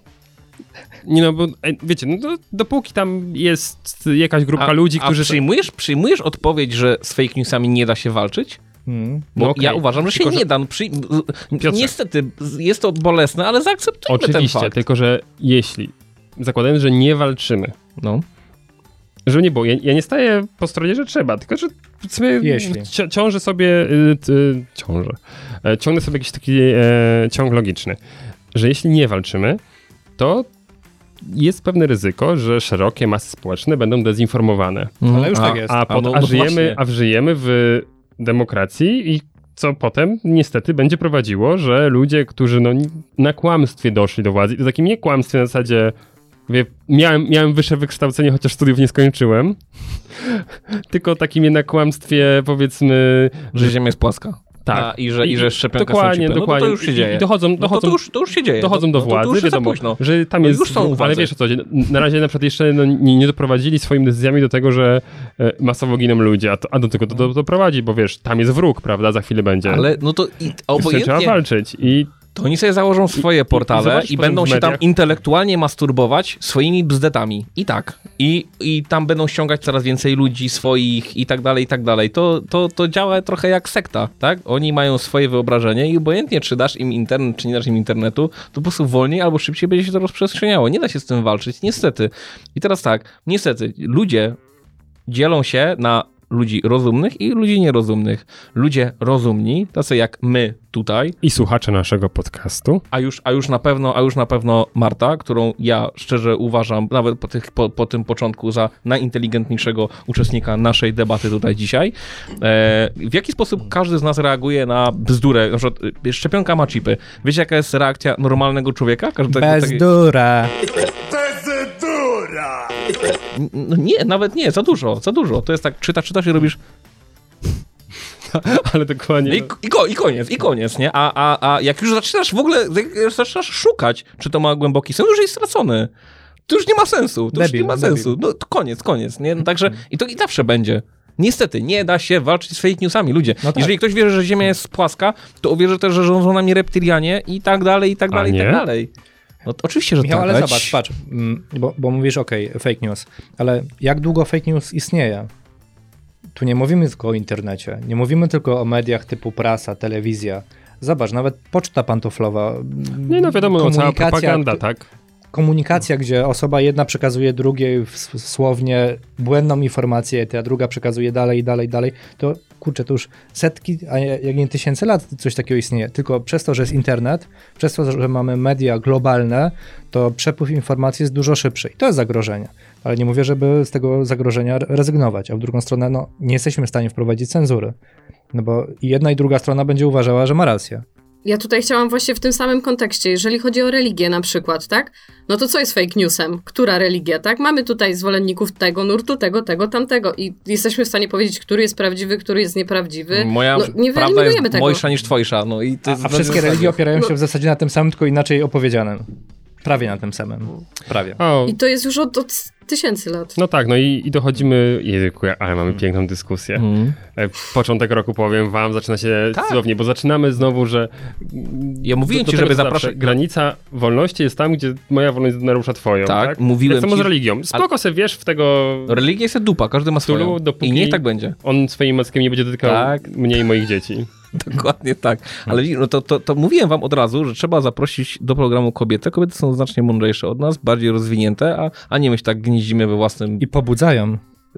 Nie no, bo e, wiecie, no to dopóki tam jest jakaś grupka a, ludzi, a którzy... przyjmujesz, przyjmujesz odpowiedź, że z fake newsami nie da się walczyć? Hmm. Bo No okej. ja uważam, że się Tylko, że- nie da. No przy... Piotrze. Niestety, jest to bolesne, ale zaakceptujmy ten Oczywiście, fakt. tylko że jeśli, zakładając, że nie walczymy, No. żeby nie było, ja, ja nie staję po stronie, że trzeba, tylko że sobie Jeśli. ci- ciążę sobie, y, y, ciążę, e, ciągnę sobie jakiś taki e, ciąg logiczny, że jeśli nie walczymy, to jest pewne ryzyko, że szerokie masy społeczne będą dezinformowane. Ale już a, tak jest. A, pod, no- a, no żyjemy, właśnie. a żyjemy w demokracji i co potem niestety będzie prowadziło, że ludzie, którzy no, na kłamstwie doszli do władzy, to takim nie kłamstwie na zasadzie wie, miałem, miałem wyższe wykształcenie, chociaż studiów nie skończyłem, tylko takim jednak kłamstwie, powiedzmy, Że Ziemia jest płaska. tak. A, i, że, I że szczepionka dokładnie, są chipy. dokładnie. No to, to już się I, dzieje. I dochodzą, No dochodzą, to, to, już, to już się dzieje. dochodzą do no, władzy, to, to już wiadomo, jest za późno. że tam No jest, już są u ale władzy. wiesz o co chodzi, na razie na przykład jeszcze no, nie, nie doprowadzili swoimi decyzjami do tego, że e, masowo giną ludzie, a, to, a do tego to, to, to prowadzi, bo wiesz, tam jest wróg, prawda, za chwilę będzie. Ale no to i, Z tym trzeba obojętnie, walczyć i to oni sobie założą swoje portale zobaczysz i, potem będą w się tam mediach. intelektualnie masturbować swoimi bzdetami. I tak. I, I tam będą ściągać coraz więcej ludzi swoich i tak dalej, i tak dalej. To, to, to działa trochę jak sekta, tak? Oni mają swoje wyobrażenie i obojętnie, czy dasz im internet, czy nie dasz im internetu, to po prostu wolniej albo szybciej będzie się to rozprzestrzeniało. Nie da się z tym walczyć, niestety. I teraz tak, niestety, ludzie dzielą się na ludzi rozumnych i ludzi nierozumnych. Ludzie rozumni, tacy jak my tutaj, i słuchacze naszego podcastu. a już, a już na pewno, a już na pewno Marta, którą ja szczerze uważam, nawet po, tych, po, po tym początku, za najinteligentniejszego uczestnika naszej debaty tutaj dzisiaj. E, w jaki sposób każdy z nas reaguje na bzdurę? Na przykład e, szczepionka ma chipy. Wiecie, jaka jest reakcja normalnego człowieka? Każdy, taki- Bezdura. No nie, nawet nie, za dużo, za dużo. To jest tak, czytasz, czytasz i robisz Ale dokładnie. i, i, ko, i koniec, i koniec, nie? A, a, a jak już zaczynasz w ogóle, jak już zaczynasz szukać, czy to ma głęboki sens, już jest stracony. To już nie ma sensu, to już Debil, nie ma debil. sensu. No to koniec, koniec, nie? No, także i to i zawsze będzie. Niestety, nie da się walczyć z fake newsami, ludzie. No tak. Jeżeli ktoś wierzy, że Ziemia jest płaska, to uwierzy też, że rządzą nami reptylianie i tak dalej, i tak A dalej, i nie? tak dalej. No to oczywiście, że Michał, tak. ale ale zobacz, patrz, mm, bo, bo mówisz, okej, fake news, ale jak długo fake news istnieje? Tu nie mówimy tylko o internecie, nie mówimy tylko o mediach typu prasa, telewizja. Zobacz, nawet poczta pantoflowa. Nie no wiadomo, no, cała komunikacja, propaganda, tak? Komunikacja, gdzie osoba jedna przekazuje drugiej w- słownie błędną informację, ta druga przekazuje dalej, dalej, dalej, to kurczę, to już setki, a jak nie tysięcy lat coś takiego istnieje. Tylko przez to, że jest internet, przez to, że mamy media globalne, to przepływ informacji jest dużo szybszy. I to jest zagrożenie. Ale nie mówię, żeby z tego zagrożenia rezygnować. A w drugą stronę, no, nie jesteśmy w stanie wprowadzić cenzury. No bo i jedna i druga strona będzie uważała, że ma rację. Ja tutaj chciałam właśnie w tym samym kontekście, jeżeli chodzi o religię na przykład, tak? No to co jest fake newsem? Która religia, tak? Mamy tutaj zwolenników tego nurtu, tego, tego, tamtego i jesteśmy w stanie powiedzieć, który jest prawdziwy, który jest nieprawdziwy. Moja no, nie prawda wyeliminujemy jest tego. mojsza niż twojsza. No i to A, jest a wszystkie zasadzie. religie opierają się No. w zasadzie na tym samym, tylko inaczej opowiedzianym. Prawie na tym samym. Prawie. O, I to jest już od, od tysięcy lat. no tak, no i, i dochodzimy, jejku, ale mamy piękną dyskusję. Mhm. E, Początek roku, powiem wam, zaczyna się Tak. cudownie, bo zaczynamy znowu, że Ja mówiłem do ci, tego, żeby co zawsze, zapraszać. granica wolności jest tam, gdzie moja wolność narusza twoją, Tak, tak? mówiłem Tak samo ci- z religią. Spoko se wiesz w tego, Religia jest dupa, każdy ma swoją. Cthulhu, dopóki- I niech tak będzie. on swoim mackiem nie będzie dotykał Tak. mnie i moich dzieci. Dokładnie tak. Ale no to, to, to mówiłem wam od razu, że trzeba zaprosić do programu kobiety. Kobiety są znacznie mądrzejsze od nas, bardziej rozwinięte, a, a nie my się tak gnieździmy we własnym... I pobudzają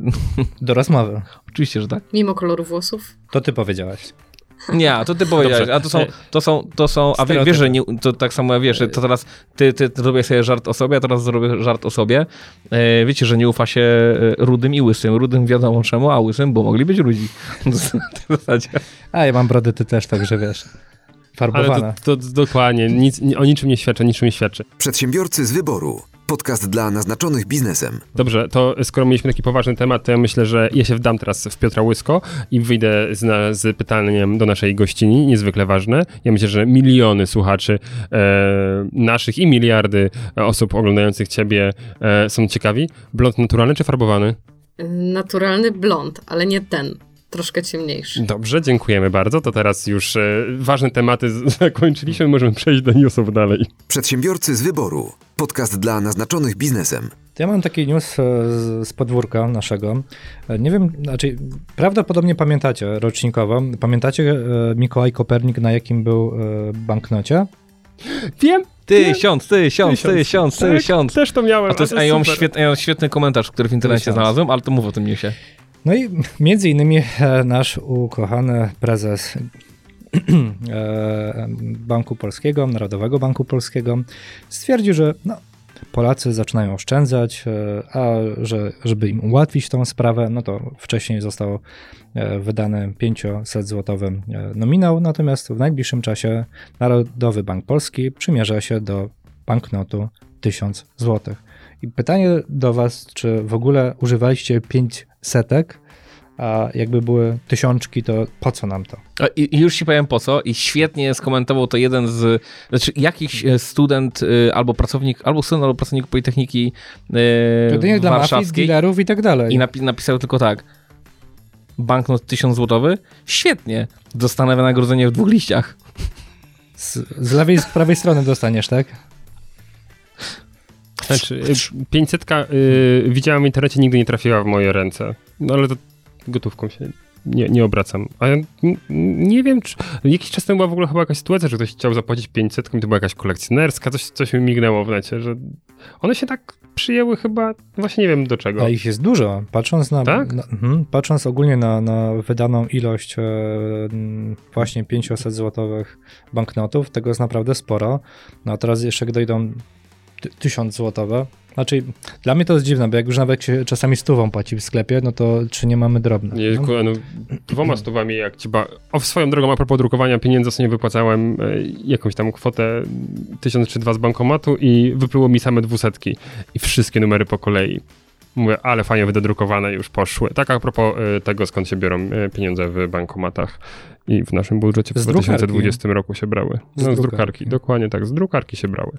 do rozmowy. Oczywiście, że tak. Mimo koloru włosów. To ty powiedziałaś. Nie, a to ty powiedziałeś, a to są, to są, to są, a wie- wiesz, że nie, to tak samo ja wiesz, to teraz ty, ty, ty zrobię sobie żart o sobie, a teraz zrobię żart o sobie. E, wiecie, że nie ufa się e, rudym i łysym. Rudym wiadomo czemu, a łysym, bo mogli być rudzi. W zasadzie. A ja mam brodę, ty też, także wiesz. Ale Farbowana. to, to dokładnie, nic, o niczym nie świadczy, niczym nie świadczy. Przedsiębiorcy z wyboru. Podcast dla naznaczonych biznesem. Dobrze, to skoro mieliśmy taki poważny temat, to ja myślę, że ja się wdam teraz w Piotra Łysko i wyjdę z, na, z pytaniem do naszej gościni, niezwykle ważne. Ja myślę, że miliony słuchaczy e, naszych i miliardy osób oglądających ciebie e, są ciekawi. Blond naturalny czy farbowany? Naturalny blond, ale nie ten. Troszkę ciemniejszy. Dobrze, dziękujemy bardzo. To teraz już e, ważne tematy z- zakończyliśmy, możemy przejść do newsów dalej. Przedsiębiorcy z wyboru. Podcast dla naznaczonych biznesem. Ja mam taki news e, z, z podwórka naszego. E, Nie wiem, znaczy prawdopodobnie pamiętacie rocznikowo. Pamiętacie e, Mikołaj Kopernik, na jakim był e, banknocie? Wiem! Tysiąc, tysiąc, tysiąc, Tak, tysiąc. też to miałem. A to jest, a ja mam świetny, ja mam świetny komentarz, który w internecie Tysiąc. znalazłem, ale to mów o tym newsie. No i między innymi e, nasz ukochany prezes e, Banku Polskiego, Narodowego Banku Polskiego stwierdził, że no, Polacy zaczynają oszczędzać, e, a że, żeby im ułatwić tą sprawę, no to wcześniej został e, wydany pięćset złotowy e, nominał, natomiast w najbliższym czasie Narodowy Bank Polski przymierza się do banknotu tysiąc złotych. I pytanie do was, czy w ogóle używaliście pięć setek, a jakby były tysiączki, to po co nam to? A I, I już ci powiem po co. I świetnie skomentował to jeden z... Znaczy jakiś e, student y, albo pracownik, albo student, albo pracownik Politechniki y, To nie dla mafii, warszawskiej. dealerów i tak dalej. I napi- napisał tylko tak. Banknot tysiąc złotowy? Świetnie. Dostanę wynagrodzenie w dwóch liściach. Z, z lewej i z prawej strony dostaniesz, tak? Znaczy, pięćsetka y, widziałem w internecie, nigdy nie trafiła w moje ręce. No ale to gotówką się nie, nie obracam. A ja n- nie wiem, czy... Jakiś czas temu była w ogóle chyba jakaś sytuacja, że ktoś chciał zapłacić pięćset, i to była jakaś kolekcjonerska, coś, coś mi mignęło w necie, że one się tak przyjęły chyba, właśnie nie wiem do czego. A ich jest dużo. Patrząc na, Tak? na mhm, patrząc ogólnie na, na wydaną ilość e, m, właśnie pięćset złotowych banknotów, tego jest naprawdę sporo. No a teraz jeszcze jak dojdą ty, tysiąc złotowe. Znaczy, dla mnie to jest dziwne, bo jak już nawet się czasami stówą płaci w sklepie, no to czy nie mamy drobnych? Nie, no? ku- no, dwoma stówami jak ci ba... O, swoją drogą, a propos drukowania pieniędzy, sobie wypłacałem e, jakąś tam kwotę, tysiąc czy dwa z bankomatu i wypłyło mi same dwusetki i wszystkie numery po kolei. Mówię, ale fajnie wydrukowane już poszły. Tak a propos e, tego, skąd się biorą e, pieniądze w bankomatach i w naszym budżecie w Z dwa tysiące dwudziestym roku się brały. Z No, z drukarki. drukarki, dokładnie tak, z drukarki się brały.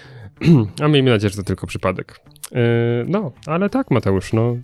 A miejmy nadzieję, że to tylko przypadek. E, no, ale tak, Mateusz, no.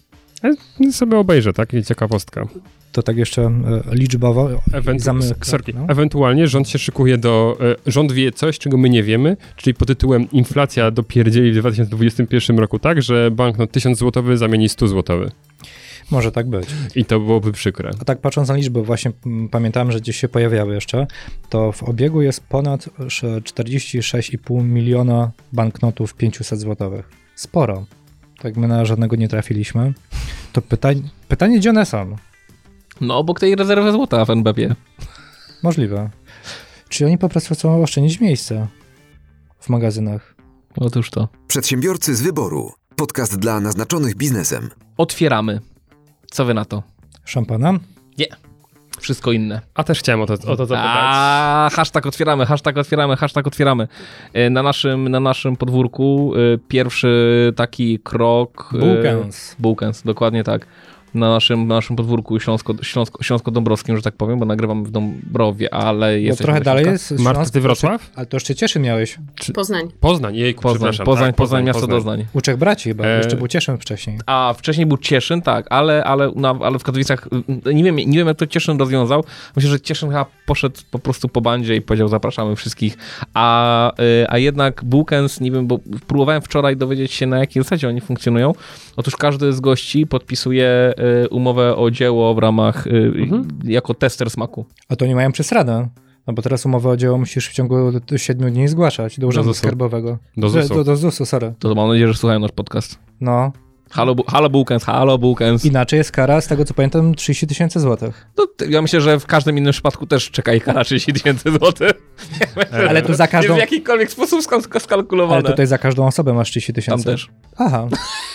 E, sobie obejrzę, tak? I ciekawostka. To tak jeszcze e, liczbowo Ewentu- zamyka. sorki. No. Ewentualnie rząd się szykuje do... E, rząd wie coś, czego my nie wiemy, czyli pod tytułem inflacja dopierdzieli w dwa tysiące dwudziestym pierwszym roku tak, że banknot tysiąc złotowy zamieni sto złotowy. Może tak być. I to byłoby przykre. A tak patrząc na liczby, właśnie mm, pamiętałem, że gdzieś się pojawiały jeszcze, to w obiegu jest ponad sz- czterdzieści sześć i pół miliona banknotów pięćset złotowych. Sporo. Tak my na żadnego nie trafiliśmy. To pytań, pytanie, gdzie one są? No obok tej rezerwy złota w N B P. Możliwe. Czy oni po prostu chcą oszczędzić miejsce w magazynach? Otóż to. Przedsiębiorcy z wyboru. Podcast dla naznaczonych biznesem. Otwieramy. Co wy na to? Szampana? Wszystko inne. A też chciałem o to, o to zapytać. A hashtag otwieramy, hashtag otwieramy, hashtag otwieramy. E, Na naszym, na naszym podwórku e, pierwszy taki krok... e, Bułkens. Bułkens, dokładnie tak. Na naszym, na naszym podwórku śląsko, śląsko, śląsko-dąbrowskim, że tak powiem, bo nagrywam w Dąbrowie, ale No jest... trochę dalej jest. Marta, Śląsk, ty Wrocław? Ale to już cię Cieszyn miałeś. Poznań. Poznań, jejku, Poznań, przepraszam. Poznań, tak, Poznań, miasto Doznań. U Trzech Braci chyba, E, jeszcze był Cieszyn wcześniej. A wcześniej był Cieszyn, tak, ale, ale, no, ale w Katowicach, nie wiem, nie wiem jak to Cieszyn rozwiązał. Myślę, że Cieszyn chyba poszedł po prostu po bandzie i powiedział zapraszamy wszystkich, a, y, a jednak Bułkens, nie wiem, bo próbowałem wczoraj dowiedzieć się na jakiej zasadzie oni funkcjonują. Otóż każdy z gości podpisuje y, umowę o dzieło w ramach, y, Mhm. jako tester smaku. A to nie mają przesradę. No bo teraz umowę o dzieło musisz w ciągu siedmiu dni zgłaszać do Urzędu Z U S u. Skarbowego. Do Z U S u. Do, do Z U S u, sorry. To mam nadzieję, że słuchają nasz podcast. No. Halo, Bu- halo Bułkens, halo Bułkens. Inaczej jest kara, z tego co pamiętam, trzydzieści tysięcy złotych. No, t- ja myślę, że w każdym innym przypadku też czeka ich kara trzydzieści tysięcy złotych. Ale tu za każdą... Jest w jakikolwiek sposób sk- skalkulowane. Ale tutaj za każdą osobę masz trzydzieści Tam tysięcy. też. Aha.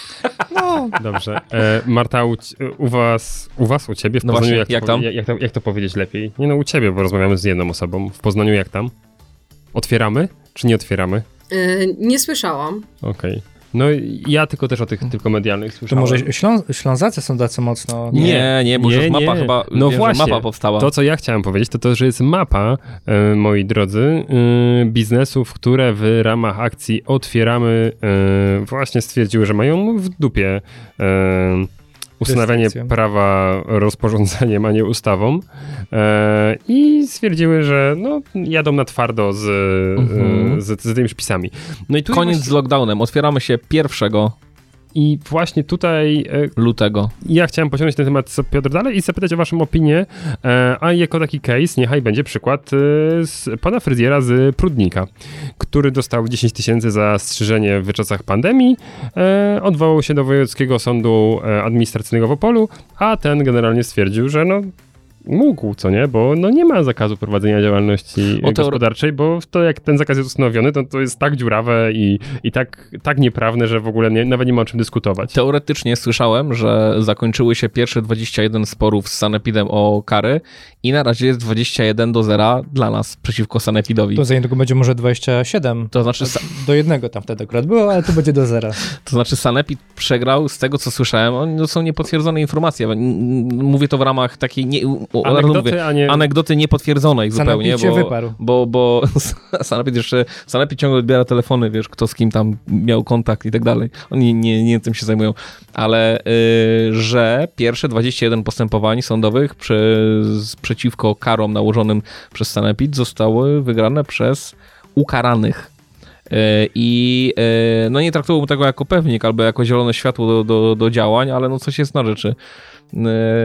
No. Dobrze. E, Marta, u, c- u was, u was, u ciebie w No Poznaniu, właśnie, jak, jak to, tam? Jak, jak, to, jak to powiedzieć lepiej? Nie no, u ciebie, bo rozmawiamy z jedną osobą. W Poznaniu jak tam? Otwieramy, czy nie otwieramy? Yy, nie słyszałam. Okej. Okay. No ja tylko też o tych tylko medialnych To słyszałem. może Ślą- Ślązacy są tacy mocno... Nie, nie, bo nie, już mapa nie. chyba, no wiem, właśnie, że mapa powstała. To, co ja chciałem powiedzieć, to to, że jest mapa, e, moi drodzy, e, biznesów, które w ramach akcji Otwieramy e, właśnie stwierdziły, że mają w dupie e, ustanawianie Restrykcje. prawa rozporządzeniem, a nie ustawą e, i stwierdziły, że no, jadą na twardo z, Mhm. e, z, z tymi przepisami. No i tu Koniec właśnie, z lockdownem. Otwieramy się pierwszego i właśnie tutaj e, lutego. ja chciałem pociągnąć ten temat, co Piotr dalej i zapytać o waszą opinię, e, a jako taki case niechaj będzie przykład e, z pana fryzjera z Prudnika, który dostał dziesięć tysięcy za strzyżenie w czasach pandemii, e, odwołał się do Wojewódzkiego Sądu e, Administracyjnego w Opolu, a ten generalnie stwierdził, że no mógł, co nie, bo no nie ma zakazu prowadzenia działalności O, to- gospodarczej, bo to jak ten zakaz jest ustanowiony, to to jest tak dziurawe i, i tak, tak nieprawne, że w ogóle nie, nawet nie ma o czym dyskutować. Teoretycznie słyszałem, że zakończyły się pierwsze dwadzieścia jeden sporów z Sanepidem o kary i na razie jest dwadzieścia jeden do zera dla nas przeciwko Sanepidowi. To za niedługo będzie może dwadzieścia siedem. To znaczy, sa- Do jednego tam wtedy akurat było, ale to będzie do zera. to znaczy Sanepid przegrał, z tego co słyszałem, on- to są niepotwierdzone informacje. N- n- Mówię to w ramach takiej, nie, o, od razu mówię, Anegdoty, a nie... anegdoty niepotwierdzonej zupełnie, Sanepid się bo, wyparł. bo, bo Sanepid jeszcze, Sanepid ciągle odbiera telefony, wiesz, kto z kim tam miał kontakt i tak dalej. Oni nie, nie tym się zajmują, ale y, że pierwsze dwadzieścia jeden postępowań sądowych przez, przeciwko karom nałożonym przez Sanepid zostały wygrane przez ukaranych. Y, I y, no nie traktowałbym tego jako pewnik albo jako zielone światło do, do, do działań, ale no coś jest na rzeczy. Yy,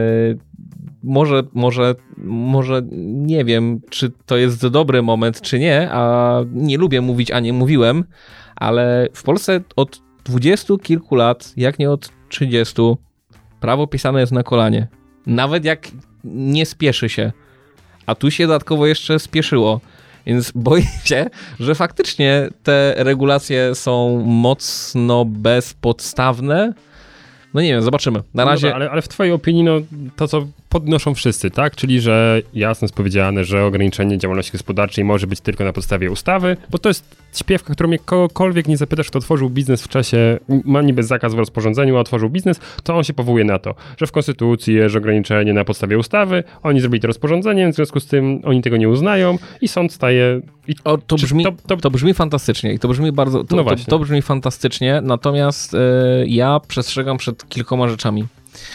może, może, może nie wiem, czy to jest dobry moment, czy nie, a nie lubię mówić, a nie mówiłem, ale w Polsce od dwudziestu kilku lat, jak nie od trzydziestu, prawo pisane jest na kolanie. Nawet jak nie spieszy się, a tu się dodatkowo jeszcze spieszyło. Więc boję się, że faktycznie te regulacje są mocno bezpodstawne. No nie wiem, zobaczymy. Na No razie... dobra, ale, ale w twojej opinii, no to co podnoszą wszyscy, tak? Czyli, że jasno jest powiedziane, że ograniczenie działalności gospodarczej może być tylko na podstawie ustawy, bo to jest śpiewka, którą mnie kogokolwiek nie zapytasz, kto otworzył biznes w czasie, ma niby zakaz w rozporządzeniu, a otworzył biznes, to on się powołuje na to, że w Konstytucji jest ograniczenie na podstawie ustawy, oni zrobili to rozporządzenie, w związku z tym oni tego nie uznają i sąd staje... I, O, to, czy brzmi, to, to, to brzmi fantastycznie i to brzmi bardzo, to, No to, właśnie. to brzmi fantastycznie, natomiast e, ja przestrzegam przed kilkoma rzeczami.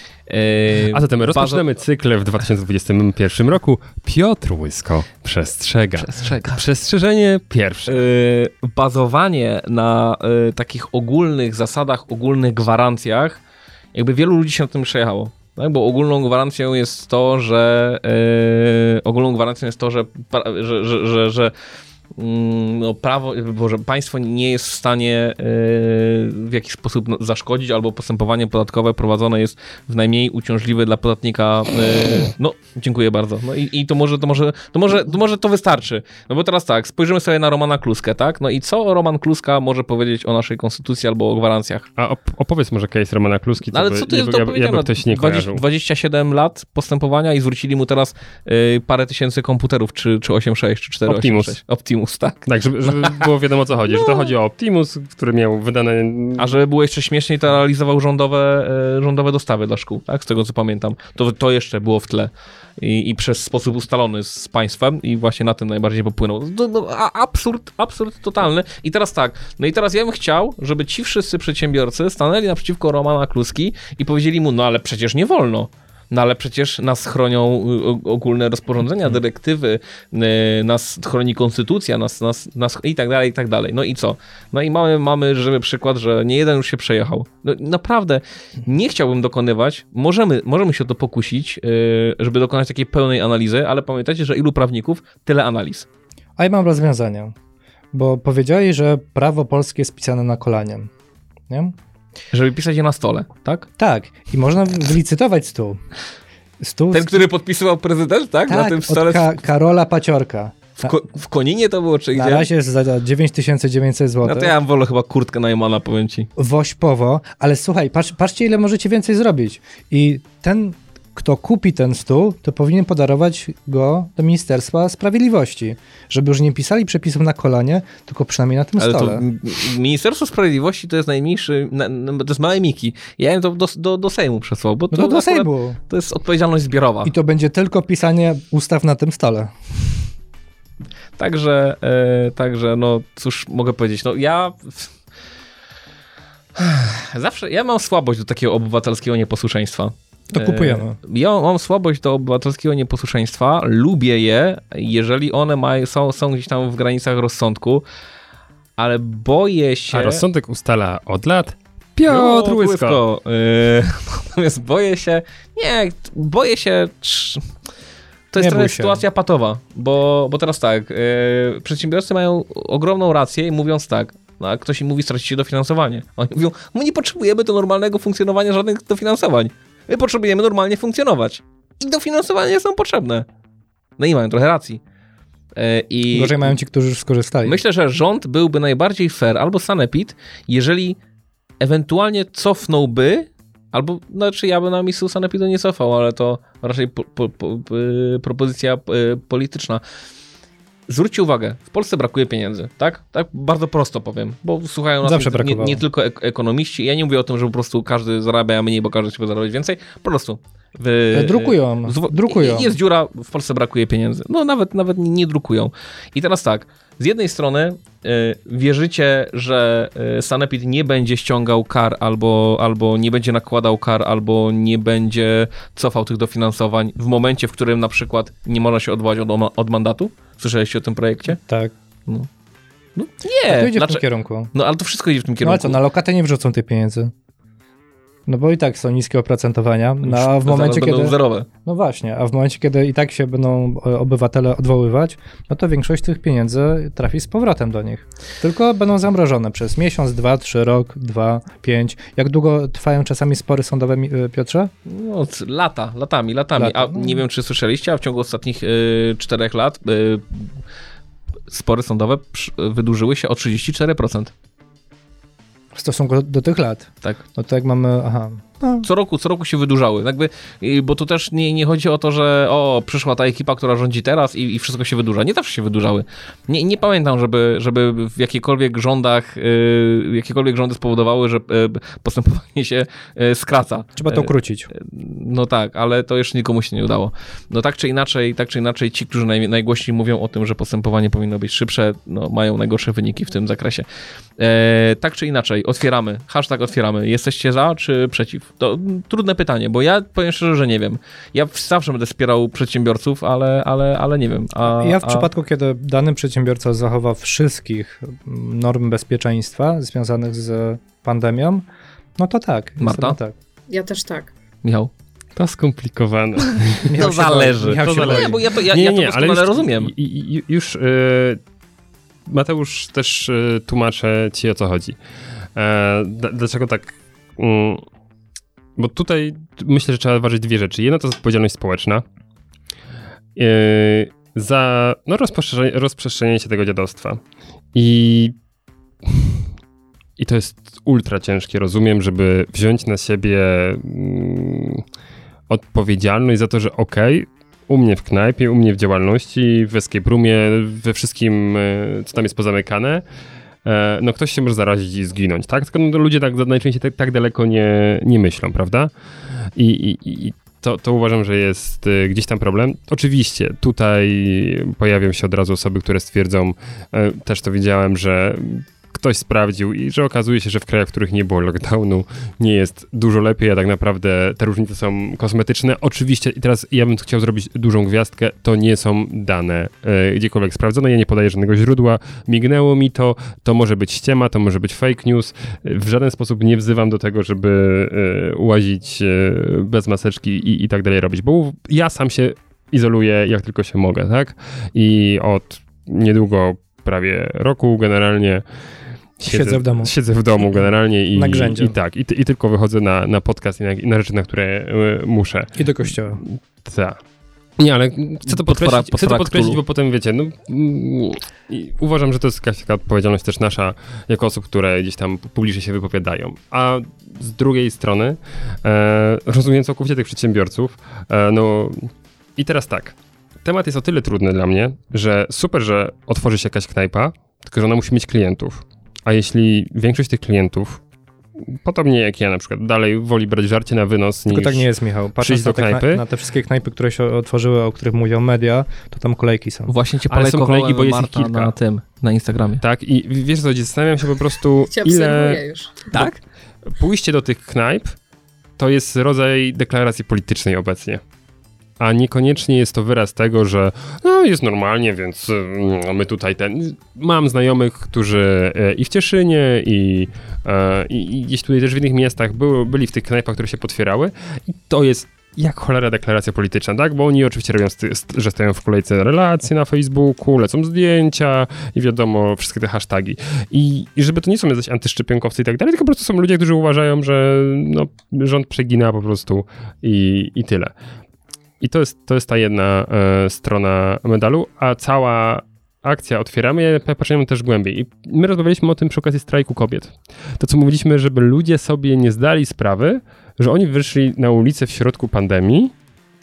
E, A zatem bazo- rozpoczynamy cykl w dwa tysiące dwudziestym pierwszym roku. Piotr Łysko przestrzega. Przestrzega. Przestrzeżenie pierwsze. E, bazowanie na e, takich ogólnych zasadach, ogólnych gwarancjach, jakby wielu ludzi się na tym przejechało. Tak? Bo ogólną gwarancją jest to, że e, ogólną gwarancją jest to, że, pra- że, że, że, że no, prawo, Boże, państwo nie jest w stanie e, w jakiś sposób no, zaszkodzić, albo postępowanie podatkowe prowadzone jest w najmniej uciążliwy dla podatnika. E, no, dziękuję bardzo. No i, i to może, to może, to może, to może to wystarczy. No bo teraz tak, spojrzymy sobie na Romana Kluskę, tak? No i co Roman Kluska może powiedzieć o naszej konstytucji albo o gwarancjach? A op- opowiedz może case Romana Kluski, No, ale by, co to jest jakby, do jakby, powiedzenia? jakby ktoś nie kojarzył. dwadzieścia siedem lat postępowania i zwrócili mu teraz y, parę tysięcy komputerów, czy, czy osiem sześć, czy cztery Optimus. osiem sześć. Optimus, tak. Tak, żeby, żeby było wiadomo o co chodzi, że to chodzi o Optimus, który miał wydane... A żeby było jeszcze śmieszniej, to realizował rządowe, e, rządowe dostawy dla szkół, tak? Z tego co pamiętam. To, to jeszcze było w tle. I, I przez sposób ustalony z państwem i właśnie na tym najbardziej popłynął. No, no, a, absurd, absurd totalny. I teraz tak, no i teraz ja bym chciał, żeby ci wszyscy przedsiębiorcy stanęli naprzeciwko Romana Kluski i powiedzieli mu, no ale przecież nie wolno. No ale przecież nas chronią y, ogólne rozporządzenia, dyrektywy, y, nas chroni konstytucja, nas, nas, nas i tak dalej, i tak dalej. No i co? No i mamy, mamy żywy przykład, że nie jeden już się przejechał. No, naprawdę nie chciałbym dokonywać, możemy, możemy się o to pokusić, y, żeby dokonać takiej pełnej analizy, ale pamiętajcie, że ilu prawników, tyle analiz. A ja mam rozwiązanie, bo powiedzieli, że prawo polskie jest pisane na kolanie. Nie? Żeby pisać je na stole, tak? Tak, i można wylicytować stół. Stół Ten, który podpisywał prezydent, tak? tak, na tym stole od Ka- Karola Paciorka. w, ko- w Koninie to było, czy Na gdzie? razie jest za dziewięć tysięcy dziewięćset No złotych. to ja wolę chyba kurtkę Najmana, powiem ci. Wośpowo, ale słuchaj, patrz, patrzcie ile możecie więcej zrobić. I ten kto kupi ten stół, to powinien podarować go do Ministerstwa Sprawiedliwości, żeby już nie pisali przepisów na kolanie, tylko przynajmniej na tym Ale stole. to Ministerstwo Sprawiedliwości to jest najmniejszy, na, to jest małe miki. Ja bym to do, do, do Sejmu przesłał, bo No to, to do akurat Sejmu. to jest odpowiedzialność zbiorowa. I to będzie tylko pisanie ustaw na tym stole. Także, e, także, no cóż mogę powiedzieć, no ja zawsze, ja mam słabość do takiego obywatelskiego nieposłuszeństwa. To kupujemy. Ja mam słabość do obywatelskiego nieposłuszeństwa, lubię je, jeżeli one mają, są, są gdzieś tam w granicach rozsądku, ale boję się... A rozsądek ustala od lat Piotr No, Łysko. Yy, natomiast boję się, nie, boję się... To jest Nie trochę bój się. sytuacja patowa, bo, bo teraz tak, yy, przedsiębiorcy mają ogromną rację i mówiąc tak, no, a ktoś im mówi, stracicie dofinansowanie. Oni mówią, my nie potrzebujemy do normalnego funkcjonowania żadnych dofinansowań. My potrzebujemy normalnie funkcjonować. I dofinansowania są potrzebne. No i mają trochę racji. Yy, i Gorzej mają ci, którzy już skorzystali. Myślę, że rząd byłby najbardziej fair, albo Sanepid, jeżeli ewentualnie cofnąłby, albo, znaczy ja bym na miejscu Sanepidu nie cofał, ale to raczej po, po, po, propozycja polityczna. Zwróćcie uwagę, w Polsce brakuje pieniędzy, tak? Tak bardzo prosto powiem, bo słuchają nas Zawsze nie, nie, brakowało. nie tylko ek- ekonomiści. Ja nie mówię o tym, że po prostu każdy zarabia mniej, bo każdy chce zarabiać więcej. Po prostu. W, Drukują, zwo- drukują. Jest dziura, w Polsce brakuje pieniędzy. No nawet, nawet nie drukują. I teraz tak, z jednej strony y, wierzycie, że y, Sanepid nie będzie ściągał kar, albo, albo nie będzie nakładał kar, albo nie będzie cofał tych dofinansowań w momencie, w którym na przykład nie można się odwołać od, od mandatu? Słyszeliście o tym projekcie? Tak. No, no To nie. idzie w Znaczy, tym kierunku. no ale to wszystko idzie w tym No kierunku. ale co, na lokatę nie wrzucą tych pieniędzy. No bo i tak są niskie oprocentowania, no, a w momencie, będą kiedy... zerowe. No właśnie, a w momencie, kiedy i tak się będą e, obywatele odwoływać, no to większość tych pieniędzy trafi z powrotem do nich. Tylko będą zamrożone przez miesiąc, dwa, trzy, rok, dwa, pięć. Jak długo trwają czasami spory sądowe, mi- e, Piotrze? No, c- lata, latami, latami. Lata, A no. nie wiem, czy słyszeliście, a w ciągu ostatnich y, czterech lat y, spory sądowe przy, wydłużyły się o trzydzieści cztery procent. W stosunku do, do tych lat. Tak. No to jak mamy, aha, no, Co roku, co roku się wydłużały. Jakby, y, bo tu też nie, nie chodzi o to, że o, przyszła ta ekipa, która rządzi teraz i, i wszystko się wydłuża. Nie zawsze się wydłużały. Nie, nie pamiętam, żeby, żeby w jakichkolwiek rządach, y, jakiekolwiek rządy spowodowały, że y, postępowanie się y, skraca. trzeba to ukrócić. No tak, ale to jeszcze nikomu się nie udało. No tak czy inaczej, tak czy inaczej ci, którzy naj, najgłośniej mówią o tym, że postępowanie powinno być szybsze, no mają najgorsze wyniki w tym zakresie. E, tak czy inaczej, otwieramy. Hashtag otwieramy. Jesteście za czy przeciw? To mm, trudne pytanie, bo ja powiem szczerze, że nie wiem. Ja zawsze będę wspierał przedsiębiorców, ale, ale, ale nie wiem. A, Ja w a... przypadku, kiedy dany przedsiębiorca zachowa wszystkich norm bezpieczeństwa związanych z pandemią, no to tak. Marta? niestety Tak. Ja też tak. Michał. To skomplikowane. Michał To się zależy. boi, Michał To się zależy. boi. Nie, bo ja to, ja, nie, ja to nie, doskonale ale już, rozumiem. i- i- już y, Mateusz też y, tłumaczę ci, o co chodzi. E, d- dlaczego tak? Mm, bo tutaj myślę, że trzeba ważyć dwie rzeczy. Jedna to jest odpowiedzialność społeczna y, za no, rozprzestrzenie, rozprzestrzenienie się tego dziadostwa. I, I to jest ultra ciężkie, rozumiem, żeby wziąć na siebie mm, odpowiedzialność za to, że okej, u mnie w knajpie, u mnie w działalności, w escape roomie, we wszystkim, e, co tam jest pozamykane, e, no ktoś się może zarazić i zginąć, tak? Tylko no, ludzie tak najczęściej tak, tak daleko nie, nie myślą, prawda? I, i, i to, to uważam, że jest e, gdzieś tam problem. Oczywiście tutaj pojawią się od razu osoby, które stwierdzą, e, też to widziałem, że ktoś sprawdził i że okazuje się, że w krajach, w których nie było lockdownu, nie jest dużo lepiej, a tak naprawdę te różnice są kosmetyczne. Oczywiście, i teraz ja bym chciał zrobić dużą gwiazdkę, to nie są dane e, gdziekolwiek sprawdzone, ja nie podaję żadnego źródła, mignęło mi to, to może być ściema, to może być fake news, w żaden sposób nie wzywam do tego, żeby e, łazić e, bez maseczki i, i tak dalej robić, bo ja sam się izoluję jak tylko się mogę, tak? I od niedługo prawie roku generalnie Siedzę w domu. Siedzę w domu generalnie i, Na grzędzie. i tak, i, i tylko wychodzę na, na podcast i na, i na rzeczy, na które y, muszę. I do kościoła. Tak. Nie, ale chcę to podkreślić, Potwora- chcę to podkreślić, Cthulhu. bo potem wiecie, no mm, i uważam, że to jest jakaś taka odpowiedzialność też nasza, jako osób, które gdzieś tam publicznie się wypowiadają. A z drugiej strony, e, rozumiem całkowicie tych przedsiębiorców, e, no i teraz tak, temat jest o tyle trudny dla mnie, że super, że otworzy się jakaś knajpa, tylko że ona musi mieć klientów. A jeśli większość tych klientów, podobnie jak ja na przykład, dalej woli brać żarcie na wynos Tylko niż... tak nie jest, Michał. Patrząc do na te, knajpy. kna- na te wszystkie knajpy, które się otworzyły, o których mówią media, to tam kolejki są. Właśnie cię Ale są polajkowałem, kolejki, bo jest ich Marta, kilka. na tym, na Instagramie. Tak, i wiesz co, zastanawiam się po prostu, Cię ile obserwuję już. Tak? pójście do tych knajp to jest rodzaj deklaracji politycznej obecnie. A niekoniecznie jest to wyraz tego, że no jest normalnie, więc mm, my tutaj ten... Mam znajomych, którzy e, i w Cieszynie, i, e, i, i gdzieś tutaj też w innych miastach były, byli w tych knajpach, które się potwierały i to jest jak cholera deklaracja polityczna, tak? Bo oni oczywiście robią, st- st- że stoją w kolejce relacje na Facebooku, lecą zdjęcia i wiadomo, wszystkie te hasztagi. I, i żeby to nie są jacyś antyszczepionkowcy i tak dalej, tylko po prostu są ludzie, którzy uważają, że no, rząd przegina po prostu i, i tyle. I to jest, to jest ta jedna e, strona medalu, a cała akcja Otwieramy, ja patrzyłem też głębiej. I my rozmawialiśmy o tym przy okazji strajku kobiet. To, co mówiliśmy, żeby ludzie sobie nie zdali sprawy, że oni wyszli na ulicę w środku pandemii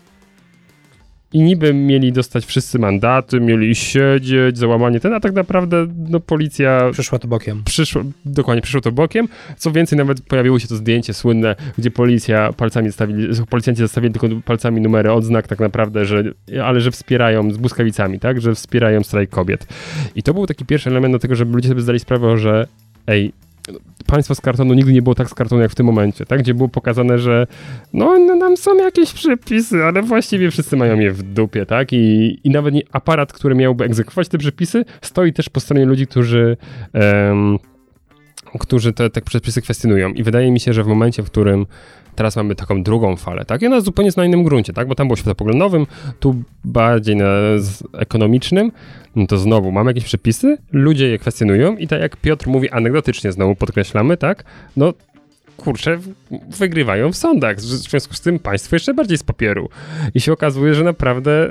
i niby mieli dostać wszyscy mandaty, mieli siedzieć, załamanie ten, a tak naprawdę no, policja Przyszła to bokiem. przyszło, dokładnie, przyszło to bokiem. Co więcej, nawet pojawiło się to zdjęcie słynne, gdzie policja palcami zostawili, policjanci zostawili tylko palcami numery odznak tak naprawdę, że, ale że wspierają z błyskawicami, tak, że wspierają strajk kobiet. I to był taki pierwszy element do tego, żeby ludzie sobie zdali sprawę, że ej, państwo z kartonu nigdy nie było tak z kartonu jak w tym momencie, tak? Gdzie było pokazane, że no, no tam są jakieś przepisy, ale właściwie wszyscy mają je w dupie, tak? I, i nawet nie, aparat, który miałby egzekwować te przepisy, stoi też po stronie ludzi, którzy um, którzy te, te przepisy kwestionują. I wydaje mi się, że w momencie, w którym teraz mamy taką drugą falę, tak? I ona zupełnie jest na innym gruncie, tak? Bo tam było światopoglądowym, tu bardziej na z ekonomicznym, no to znowu mamy jakieś przepisy, ludzie je kwestionują i tak jak Piotr mówi anegdotycznie, znowu podkreślamy, tak? No kurczę, wygrywają w sądach. W związku z tym państwo jeszcze bardziej z papieru. I się okazuje, że naprawdę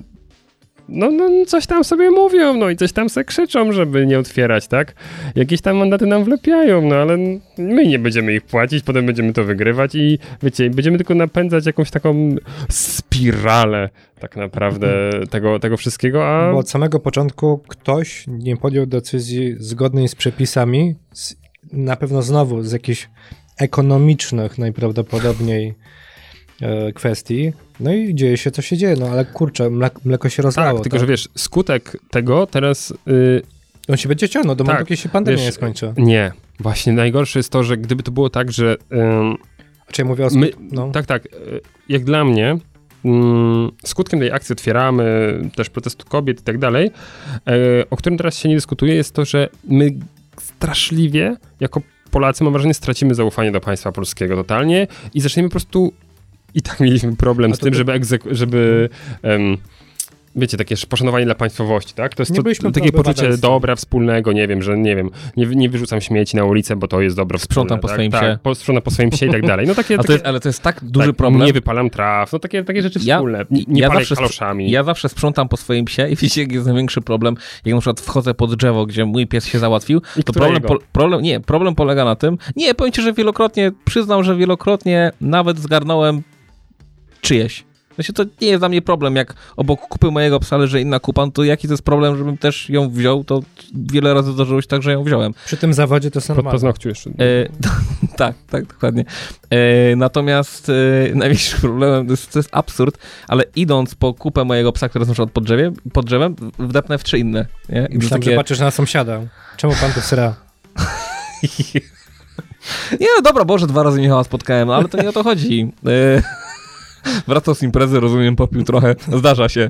no, no coś tam sobie mówią, no i coś tam se krzyczą, żeby nie otwierać, tak? Jakieś tam mandaty nam wlepiają, no ale my nie będziemy ich płacić, potem będziemy to wygrywać i wiecie, będziemy tylko napędzać jakąś taką spiralę tak naprawdę tego, tego wszystkiego, a... Bo od samego początku ktoś nie podjął decyzji zgodnej z przepisami, z, na pewno znowu z jakichś ekonomicznych najprawdopodobniej e, kwestii, no i dzieje się, co się dzieje, no ale kurczę, mleko, mleko się rozlało. Tak, tylko tak? że wiesz, skutek tego teraz... Yy, On się będzie ciągnął do tak, momentu, kiedy się pandemia wiesz, nie skończy. Nie, właśnie najgorsze jest to, że gdyby to było tak, że... Yy, Czy ja mówię o my, skut... no. Tak, tak, yy, jak dla mnie... Mm, skutkiem tej akcji Otwieramy, też protestu kobiet i tak dalej, yy, o którym teraz się nie dyskutuje, jest to, że my straszliwie jako Polacy, mam wrażenie, stracimy zaufanie do państwa polskiego totalnie i zaczniemy po prostu i tak mieliśmy problem A z to tym, ty- żeby, egzeku- żeby um, wiecie, takie poszanowanie dla państwowości, tak? To jest Nie to, byliśmy takie poczucie obywatelstwem. dobra wspólnego, nie wiem, że nie wiem, nie, nie wyrzucam śmieci na ulicę, bo to jest dobro Sprzątam wspólne, po tak? swoim tak, psie. Po, sprzątam po swoim psie i tak dalej. No takie, A to takie jest, ale to jest tak duży tak, problem. nie wypalam traw, no takie, takie rzeczy Ja- wspólne. Nie, nie ja palę zawsze- kaloszami. Ja zawsze sprzątam po swoim psie i wiecie, jaki jest największy problem? Jak na przykład wchodzę pod drzewo, gdzie mój pies się załatwił, I to problem, którego? po, problem, nie, problem polega na tym, nie, powiem ci, że wielokrotnie, przyznam, że wielokrotnie nawet zgarnąłem czyjeś. Znaczy, to nie jest dla mnie problem, jak obok kupy mojego psa leży inna kupa, no to jaki to jest problem, żebym też ją wziął, to wiele razy zdarzyło się tak, że ją wziąłem. Przy tym zawodzie to jest Pod normalne. paznokciu jeszcze. E, tak, tak, dokładnie. E, natomiast e, największym problemem to jest, to jest absurd, ale idąc po kupę mojego psa, który jest na przykład pod, drzewie, pod drzewem, wdepnę w trzy inne. Nie? I to Myślałem, takie... że patrzysz na sąsiada. Czemu pan tu sra? Nie, no dobra, Boże, dwa razy Michała spotkałem, no ale to nie o to chodzi. E, wracał z imprezy, rozumiem, popił trochę, zdarza się.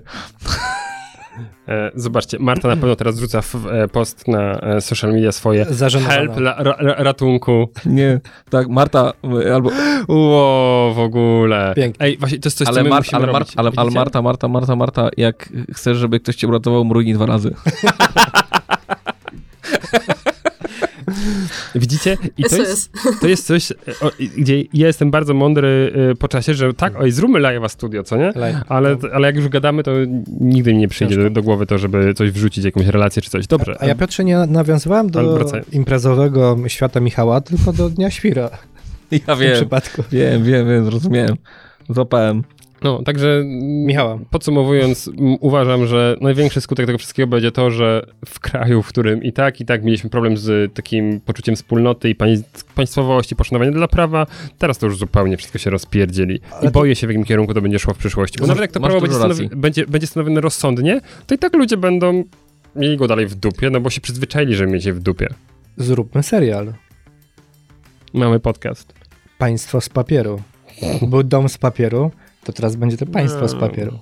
E, zobaczcie, Marta na pewno teraz wrzuca w, e, post na e, social media swoje Zażenowana. help, la, ra, ra, ratunku. Nie, tak, Marta, e, albo... Ło, w ogóle. Pięknie. Ej, właśnie to jest coś, Ale, co my Mar- musimy ale, Mar- robić. ale, ale Widzicie? Marta, Marta, Marta, Marta, jak chcesz, żeby ktoś cię uratował, mrugnij dwa razy. Widzicie? I to S O S. jest, to jest coś, o, gdzie ja jestem bardzo mądry y, po czasie, że tak, oj, zróbmy live'a studio, co nie? Live. Ale, ale jak już gadamy, to nigdy mi nie przyjdzie do, Ciężko. do głowy to, żeby coś wrzucić, jakąś relację czy coś. Dobrze. A ja, Piotrze, nie nawiązywałem Ale do wracając. imprezowego świata Michała, tylko do Dnia Świra Ja w tym wiem, przypadku. wiem, wiem, wiem, zrozumiałem. Złapałem. No, także Michała. podsumowując, m, uważam, że największy skutek tego wszystkiego będzie to, że w kraju, w którym i tak, i tak mieliśmy problem z takim poczuciem wspólnoty i pań, państwowości, poszanowania dla prawa, teraz to już zupełnie wszystko się rozpierdzieli. Ale I to- boję się, w jakim kierunku to będzie szło w przyszłości. Bo Masz- nawet jak to masz prawo będzie, dużo stanowi, racji. będzie, będzie stanowione rozsądnie, to i tak ludzie będą mieli go dalej w dupie, no bo się przyzwyczaili, że mieć je w dupie. Zróbmy serial. Mamy podcast. Państwo z papieru. Był dom z papieru, to teraz będzie to państwo z papieru.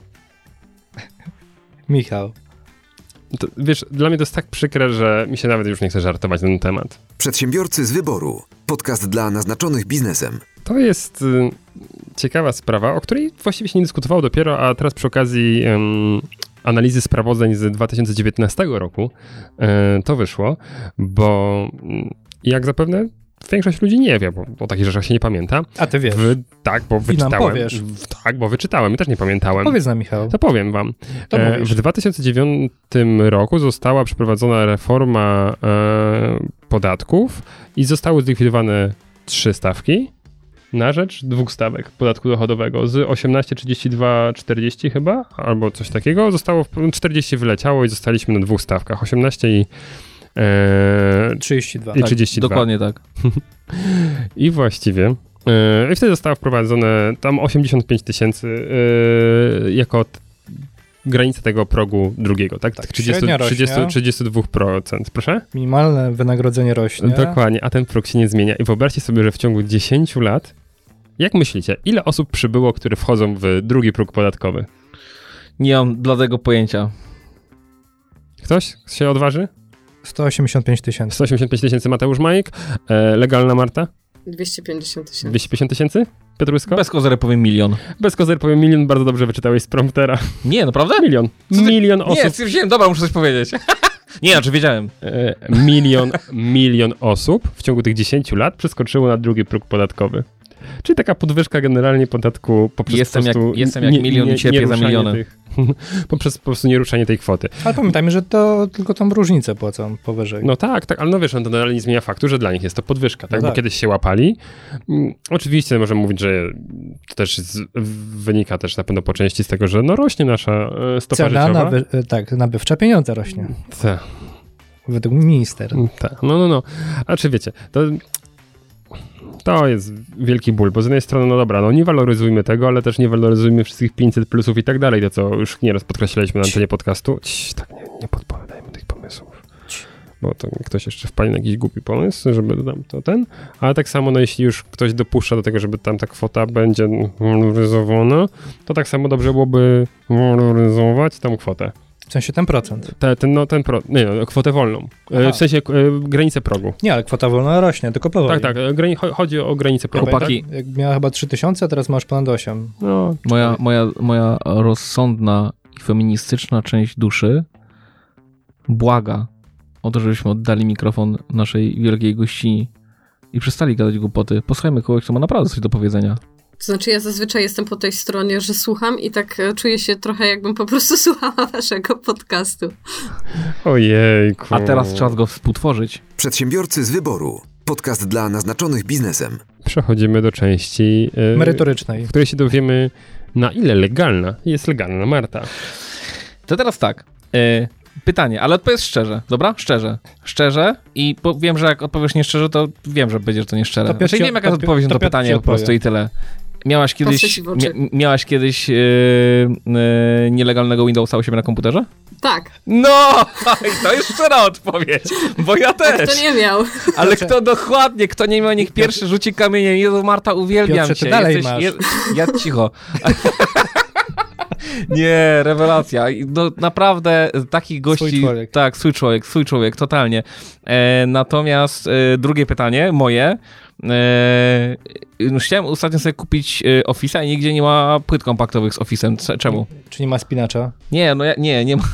Michał. To, wiesz, dla mnie to jest tak przykre, że mi się nawet już nie chce żartować na ten temat. Przedsiębiorcy z wyboru. Podcast dla naznaczonych biznesem. To jest y, ciekawa sprawa, o której właściwie się nie dyskutowało dopiero, a teraz przy okazji ym, analizy sprawozdań z dwa tysiące dziewiętnastego roku y, to wyszło, bo y, jak zapewne większość ludzi nie wie, bo o takich rzeczach się nie pamięta. A ty wiesz. W, tak, bo nam wyczytałem. powiesz. W, tak, bo wyczytałem i też nie pamiętałem. Powiedz nam, Michał. To powiem wam. To E, mówisz. w dwa tysiące dziewiątym roku została przeprowadzona reforma e, podatków i zostały zlikwidowane trzy stawki na rzecz dwóch stawek podatku dochodowego. Z osiemnaście, trzydzieści dwa, czterdzieści chyba, albo coś takiego. Zostało, czterdzieści wyleciało i zostaliśmy na dwóch stawkach. osiemnaście i, e, trzydzieści dwa. i trzydzieści dwa. Dokładnie tak. I właściwie. Yy, I wtedy zostało wprowadzone tam osiemdziesiąt pięć tysięcy yy, jako t- granica tego progu drugiego, tak? Tak, trzydzieści, średnia rośnie. trzydzieści, trzydzieści dwa procent, proszę? Minimalne wynagrodzenie rośnie. Dokładnie, a ten próg się nie zmienia. I wyobraźcie sobie, że w ciągu dziesięć lat, jak myślicie, ile osób przybyło, które wchodzą w drugi próg podatkowy? Nie mam bladego pojęcia. Ktoś się odważy? sto osiemdziesiąt pięć tysięcy. sto osiemdziesiąt pięć tysięcy Mateusz Majek, e, legalna Marta? dwieście pięćdziesiąt tysięcy. dwieście pięćdziesiąt tysięcy? Piotrusko? Bez kozery powiem milion. Bez kozer powiem milion, bardzo dobrze wyczytałeś z promptera. Nie, naprawdę? Milion. Co ty- Milion osób. Nie, stwierdziłem, dobra, muszę coś powiedzieć. Nie, znaczy wiedziałem. E, milion, milion osób w ciągu tych dziesięciu lat przeskoczyło na drugi próg podatkowy. Czyli taka podwyżka generalnie podatku poprzez Jestem po jak- prostu jestem jak milion i cierpię za nieruszanie miliony. Tych, poprzez po prostu nieruszanie tej kwoty. Ale pamiętajmy, że to tylko tą różnicę płacą powyżej. No tak, tak, ale no wiesz, no to nadal nie zmienia faktu, że dla nich jest to podwyżka, tak? No Bo tak. kiedyś się łapali. Mm, Oczywiście możemy mówić, że to też z, wynika też na pewno po części z tego, że no rośnie nasza e, stopa Cena życiowa. naby, tak, nabywcza pieniądza rośnie. Tak. Według minister. Tak, no, no, no. A czy wiecie, to, to jest wielki ból, bo z jednej strony, no dobra, no nie waloryzujmy tego, ale też nie waloryzujmy wszystkich pięćset plusów i tak dalej, to co już nieraz podkreślaliśmy na antenie podcastu. Cii, tak, nie, nie podpowiadajmy tych pomysłów. Bo to ktoś jeszcze wpali na jakiś głupi pomysł, żeby tam to ten, ale tak samo, no jeśli już ktoś dopuszcza do tego, żeby tam ta kwota będzie waloryzowana, to tak samo dobrze byłoby waloryzować tą kwotę. W sensie ten procent. Te, ten, no, ten pro, nie, no, kwotę wolną. E, Aha. w sensie e, granicę progu. Nie, ale kwota wolna rośnie, tylko powoli. Tak, tak, e, grani- cho- chodzi o granicę progu. Chłopaki. Tak? Jak miała chyba trzy tysiące, teraz masz ponad osiem. No, Moja, moja, moja rozsądna i feministyczna część duszy błaga o to, żebyśmy oddali mikrofon naszej wielkiej gościni i przestali gadać głupoty. Posłuchajmy kogoś, kto ma naprawdę coś do powiedzenia. To znaczy ja zazwyczaj jestem po tej stronie, że słucham i tak e, czuję się trochę jakbym po prostu słuchała waszego podcastu. ojejku. A teraz czas go współtworzyć. Przedsiębiorcy z wyboru. Podcast dla naznaczonych biznesem. Przechodzimy do części, e, Merytorycznej. w której się dowiemy, na ile legalna jest legalna Marta. To teraz tak. E, pytanie, ale odpowiedz szczerze, dobra? Szczerze. Szczerze i po, wiem, że jak odpowiesz nieszczerze, to wiem, że będzie to nieszczere. To Piotr Znaczy, ci- wiem, jaka to jest Pi- odpowiedź na to to Piotr pytanie ci po prostu odpowie. i tyle. Miałaś kiedyś, Patrzę ci w oczy. mia, miałaś kiedyś e, e, nielegalnego Windowsa u siebie na komputerze? Tak, No! I to jest szczera odpowiedź, bo ja a też. kto nie miał? Ale Piotrze- kto dokładnie, kto nie miał, niech pierwszy rzuci kamieniem. Jezu, Marta, uwielbiam Piotrze, ty cię. dalej Jesteś, masz. Je, ja cicho. Nie, rewelacja. I No, naprawdę takich gości... Swój człowiek. Tak, swój człowiek, swój człowiek, totalnie. E, natomiast e, drugie pytanie, moje. E, już chciałem ostatnio sobie kupić e, Office'a i nigdzie nie ma płyt kompaktowych z Office'em. C- Czemu? Czy nie ma spinacza? Nie, no ja, nie, nie ma.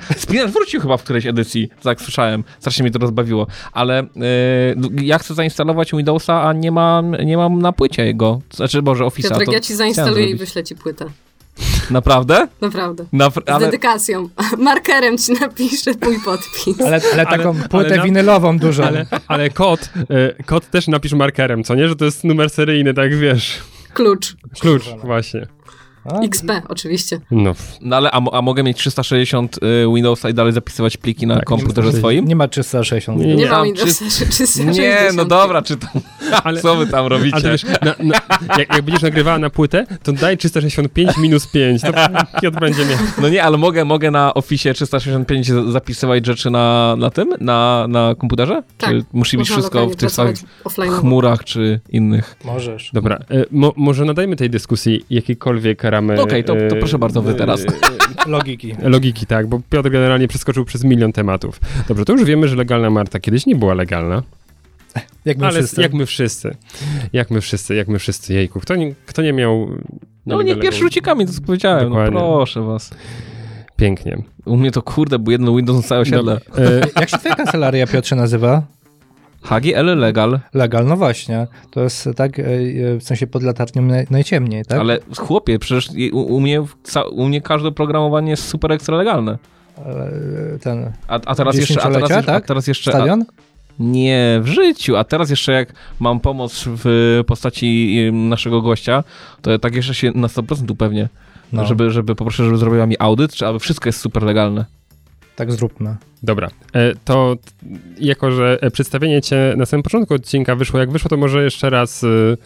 Spinacz wrócił chyba w którejś edycji, tak słyszałem. Strasznie mnie to rozbawiło. Ale yy, ja chcę zainstalować Windowsa, a nie mam, nie mam na płycie jego. Znaczy, Boże, Office'a. Piotrek, to ja ci zainstaluję i wyślę ci płytę. Naprawdę? Naprawdę. Napra- Z ale... dedykacją. Markerem ci napiszę mój podpis. Ale, ale taką Ale- płytę ale na- winylową dużą. Ale, ale kod, y, kod też napisz markerem, co nie? Że to jest numer seryjny, tak wiesz. Klucz. Klucz, właśnie. A, X P oczywiście. No, No ale, a, mo- a mogę mieć trzysta sześćdziesiąt y, Windowsa i dalej zapisywać pliki na Tak, komputerze swoim? nie ma trzysta sześćdziesiąt. Nie, Nie, nie, ma tam Windowsa trzysta Nie, sześćdziesiąt. no dobra, czy tam... Ale- Co wy tam robicie? ale to wiesz, na, na, jak, jak będziesz nagrywała na płytę, to daj trzysta sześćdziesiąt pięć minus pięć, to Piotr będzie miał. No nie, ale mogę, mogę na Office trzysta sześćdziesiąt pięć z- zapisywać rzeczy na, na tym? Na, na komputerze? Tak, Czy musi być można wszystko lokalnie w tych samych pracować offline'owo. chmurach czy innych? Możesz. Dobra, y, mo, może nadajmy tej dyskusji jakiekolwiek ramy... Okej, to- to proszę bardzo, wy teraz. Logiki. Logiki, tak, bo Piotr generalnie przeskoczył przez milion tematów. Dobrze, to już wiemy, że legalna Marta kiedyś nie była legalna, Jak my ale wszyscy. jak my wszyscy. Jak my wszyscy, jak my wszyscy, jejku. Kto nie, kto nie miał... No nie pierwszy rzucikami, to co powiedziałem, no Dokładnie. proszę was. Pięknie. U mnie to kurde, bo jedno Windows na całe osiedle. Dobra, y, Jak się twoja kancelaria, Piotrze, nazywa? H G L Legal, Legal, no właśnie. To jest tak, e, e, w sensie pod latarnią naj, najciemniej, tak? ale chłopie, przecież u, u, mnie, w ca- u mnie każde oprogramowanie jest super ekstra legalne. E, Ten A, a teraz jeszcze... A teraz, dziesięciolecia, jeszcze- a tak? teraz jeszcze a, stadion? Nie, w życiu. A teraz jeszcze jak mam pomoc w postaci ym, naszego gościa, to ja tak jeszcze się na sto procent upewnię, No, żeby, żeby poproszę, żeby zrobiła mi audyt, czy aby wszystko jest super legalne. tak zróbmy. Dobra, e, to t- jako, że e, przedstawienie cię na samym początku odcinka wyszło jak wyszło, to może jeszcze raz, y,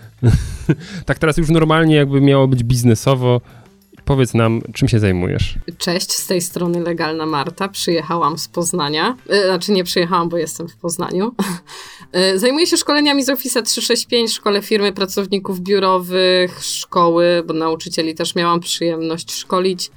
tak teraz już normalnie jakby miało być biznesowo, powiedz nam, czym się zajmujesz. Cześć, z tej strony Legalna Marta. Przyjechałam z Poznania. E, Znaczy nie przyjechałam, bo jestem w Poznaniu. E, Zajmuję się szkoleniami z Office trzysta sześćdziesiąt pięć, szkole firmy pracowników biurowych, szkoły, bo nauczycieli też miałam przyjemność szkolić.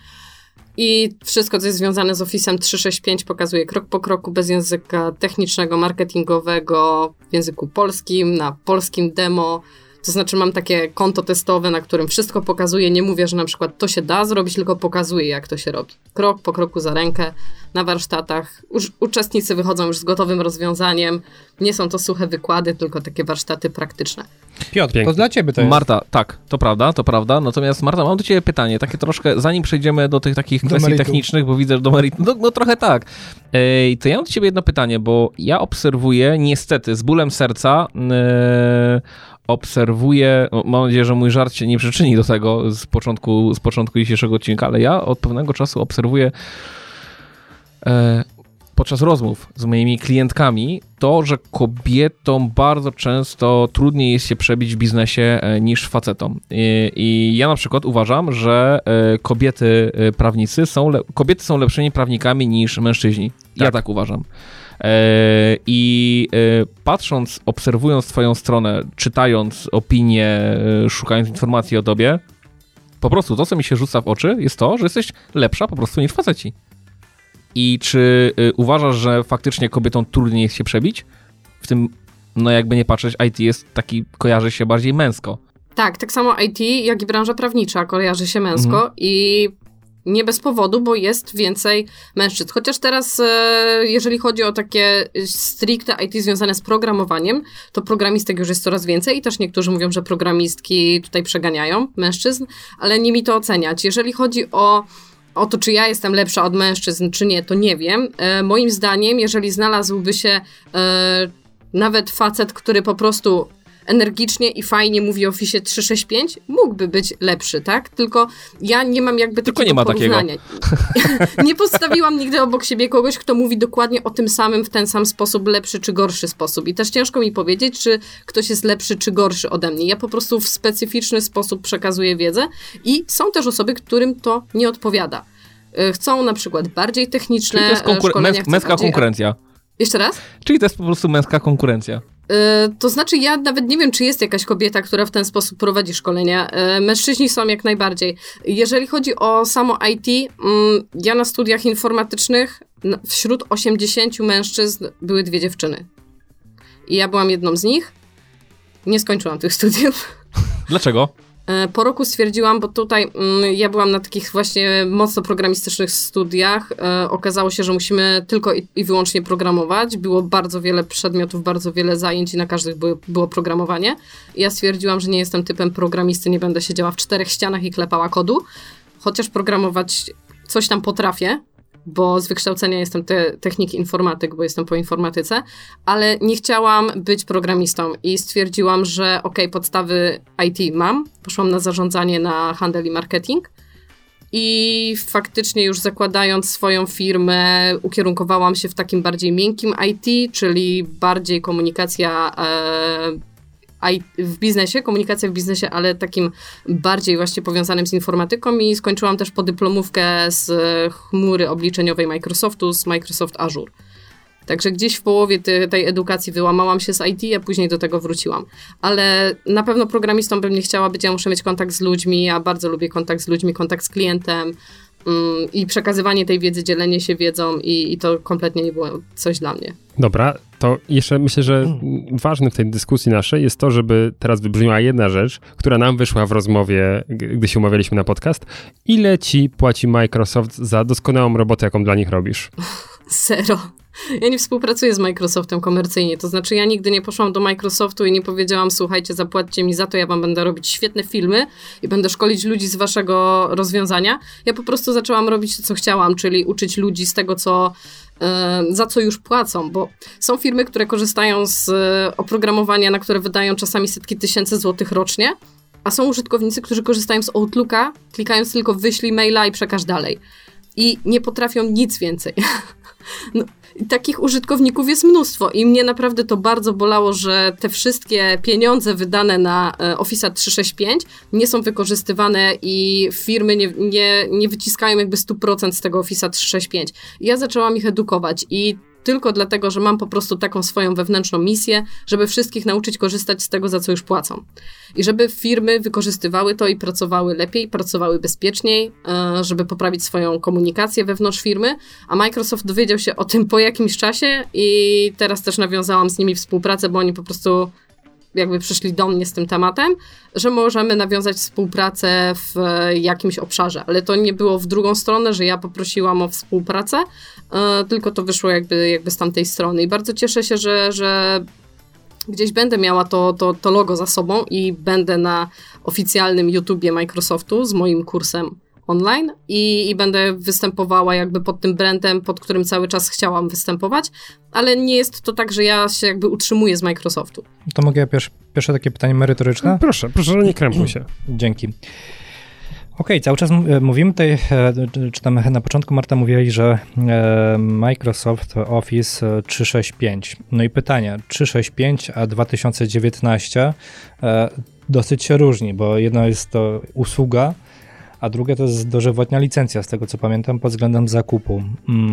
I wszystko, co jest związane z Office'em trzysta sześćdziesiąt pięć pokazuję krok po kroku, bez języka technicznego, marketingowego, w języku polskim, na polskim demo. To znaczy mam takie konto testowe, na którym wszystko pokazuję. Nie mówię, że na przykład to się da zrobić, tylko pokazuję, jak to się robi. Krok po kroku za rękę na warsztatach. Uż- uczestnicy wychodzą już z gotowym rozwiązaniem. Nie są to suche wykłady, tylko takie warsztaty praktyczne. Piotr, Pięknie. to dla ciebie to jest. Marta, tak, to prawda, to prawda. Natomiast Marta, mam do ciebie pytanie, takie troszkę, zanim przejdziemy do tych takich Do kwestii meritum. technicznych, bo widzę, że do meritum, no, no trochę tak. Ej, to ja mam do ciebie jedno pytanie, bo ja obserwuję, niestety, z bólem serca, e, obserwuję, no, mam nadzieję, że mój żart się nie przyczyni do tego z początku, z początku dzisiejszego odcinka, ale ja od pewnego czasu obserwuję e, podczas rozmów z moimi klientkami to, że kobietom bardzo często trudniej jest się przebić w biznesie e, niż facetom. I, I ja na przykład uważam, że e, kobiety e, prawnicy są, le- kobiety są lepszymi prawnikami niż mężczyźni. Ja Tak. tak uważam. E, I e, patrząc, obserwując twoją stronę, czytając opinie, e, szukając informacji o tobie, po prostu to, co mi się rzuca w oczy, jest to, że jesteś lepsza po prostu niż faceci. I czy y, uważasz, że faktycznie kobietom trudniej jest się przebić? W tym, no jakby nie patrzeć, I T jest taki, kojarzy się bardziej męsko. Tak, tak samo I T, jak i branża prawnicza kojarzy się męsko Mhm. i nie bez powodu, bo jest więcej mężczyzn. Chociaż teraz, e, jeżeli chodzi o takie stricte I T związane z programowaniem, to programistek już jest coraz więcej i też niektórzy mówią, że programistki tutaj przeganiają mężczyzn, ale nie mi to oceniać. Jeżeli chodzi o O to, czy ja jestem lepsza od mężczyzn, czy nie, to nie wiem. E, moim zdaniem, jeżeli znalazłby się e, nawet facet, który po prostu energicznie i fajnie mówi o Office trzysta sześćdziesiąt pięć, mógłby być lepszy, tak? Tylko ja nie mam jakby Tylko takiego nie ma takiego. porównania. Nie postawiłam nigdy obok siebie kogoś, kto mówi dokładnie o tym samym, w ten sam sposób, lepszy czy gorszy sposób. I też ciężko mi powiedzieć, czy ktoś jest lepszy czy gorszy ode mnie. Ja po prostu w specyficzny sposób przekazuję wiedzę i są też osoby, którym to nie odpowiada. Y, Chcą na przykład bardziej techniczne Czyli to jest konkuren- szkolenia, męs- chcą męska bardziej- konkurencja. Jeszcze raz? Czyli to jest po prostu męska konkurencja. Y, To znaczy, ja nawet nie wiem, czy jest jakaś kobieta, która w ten sposób prowadzi szkolenia. Y, Mężczyźni są jak najbardziej. Jeżeli chodzi o samo I T, mm, ja na studiach informatycznych n- wśród osiemdziesięciu mężczyzn były dwie dziewczyny. I ja byłam jedną z nich. Nie skończyłam tych studiów. Dlaczego? Po roku stwierdziłam, bo tutaj mm, ja byłam na takich właśnie mocno programistycznych studiach. E, okazało się, że musimy tylko i, i wyłącznie programować. Było bardzo wiele przedmiotów, bardzo wiele zajęć i na każdych było, było programowanie. I ja stwierdziłam, że nie jestem typem programisty, nie będę siedziała w czterech ścianach i klepała kodu. Chociaż programować coś tam potrafię, bo z wykształcenia jestem te, technik informatyk, bo jestem po informatyce, ale nie chciałam być programistą i stwierdziłam, że okej, okay, podstawy I T mam. Poszłam na zarządzanie, na handel i marketing i faktycznie już zakładając swoją firmę ukierunkowałam się w takim bardziej miękkim I T, czyli bardziej komunikacja e, w biznesie, komunikacja w biznesie, ale takim bardziej właśnie powiązanym z informatyką i skończyłam też podyplomówkę z chmury obliczeniowej Microsoftu, z Microsoft Azure. Także gdzieś w połowie te, tej edukacji wyłamałam się z I T, a później do tego wróciłam. Ale na pewno programistą bym nie chciała być, ja muszę mieć kontakt z ludźmi, ja bardzo lubię kontakt z ludźmi, kontakt z klientem mm, i przekazywanie tej wiedzy, dzielenie się wiedzą i, i to kompletnie nie było coś dla mnie. Dobra, to jeszcze myślę, że hmm. ważne w tej dyskusji naszej jest to, żeby teraz wybrzmiała jedna rzecz, która nam wyszła w rozmowie, gdy się umawialiśmy na podcast. Ile ci płaci Microsoft za doskonałą robotę, jaką dla nich robisz? Zero. Ja nie współpracuję z Microsoftem komercyjnie, to znaczy ja nigdy nie poszłam do Microsoftu i nie powiedziałam, słuchajcie, zapłaćcie mi za to, ja wam będę robić świetne filmy i będę szkolić ludzi z waszego rozwiązania. Ja po prostu zaczęłam robić to, co chciałam, czyli uczyć ludzi z tego, co za co już płacą, bo są firmy, które korzystają z oprogramowania, na które wydają czasami setki tysięcy złotych rocznie, a są użytkownicy, którzy korzystają z Outlooka, klikając tylko wyślij maila i przekaż dalej. I nie potrafią nic więcej. No, takich użytkowników jest mnóstwo i mnie naprawdę to bardzo bolało, że te wszystkie pieniądze wydane na Office'a trzysta sześćdziesiąt pięć nie są wykorzystywane i firmy nie, nie, nie wyciskają jakby sto procent z tego Office'a trzysta sześćdziesiąt pięć. I ja zaczęłam ich edukować i tylko dlatego, że mam po prostu taką swoją wewnętrzną misję, żeby wszystkich nauczyć korzystać z tego, za co już płacą. I żeby firmy wykorzystywały to i pracowały lepiej, pracowały bezpieczniej, żeby poprawić swoją komunikację wewnątrz firmy, a Microsoft dowiedział się o tym po jakimś czasie i teraz też nawiązałam z nimi współpracę, bo oni po prostu jakby przyszli do mnie z tym tematem, że możemy nawiązać współpracę w jakimś obszarze, ale to nie było w drugą stronę, że ja poprosiłam o współpracę, tylko to wyszło jakby, jakby z tamtej strony i bardzo cieszę się, że, że gdzieś będę miała to, to, to logo za sobą i będę na oficjalnym YouTubie Microsoftu z moim kursem online i, i będę występowała jakby pod tym brandem, pod którym cały czas chciałam występować, ale nie jest to tak, że ja się jakby utrzymuję z Microsoftu. To mogę ja pierwsze, pierwsze takie pytanie merytoryczne? Proszę, proszę, nie krępuj się. Dzięki. Okej, okay, cały czas mówimy tutaj, czy tam na początku Marta mówiłaś, że Microsoft Office trzysta sześćdziesiąt pięć. No i pytanie, trzysta sześćdziesiąt pięć a dwa tysiące dziewiętnaście dosyć się różni, bo jedno jest to usługa, a druga to jest dożywotnia licencja, z tego co pamiętam, pod względem zakupu.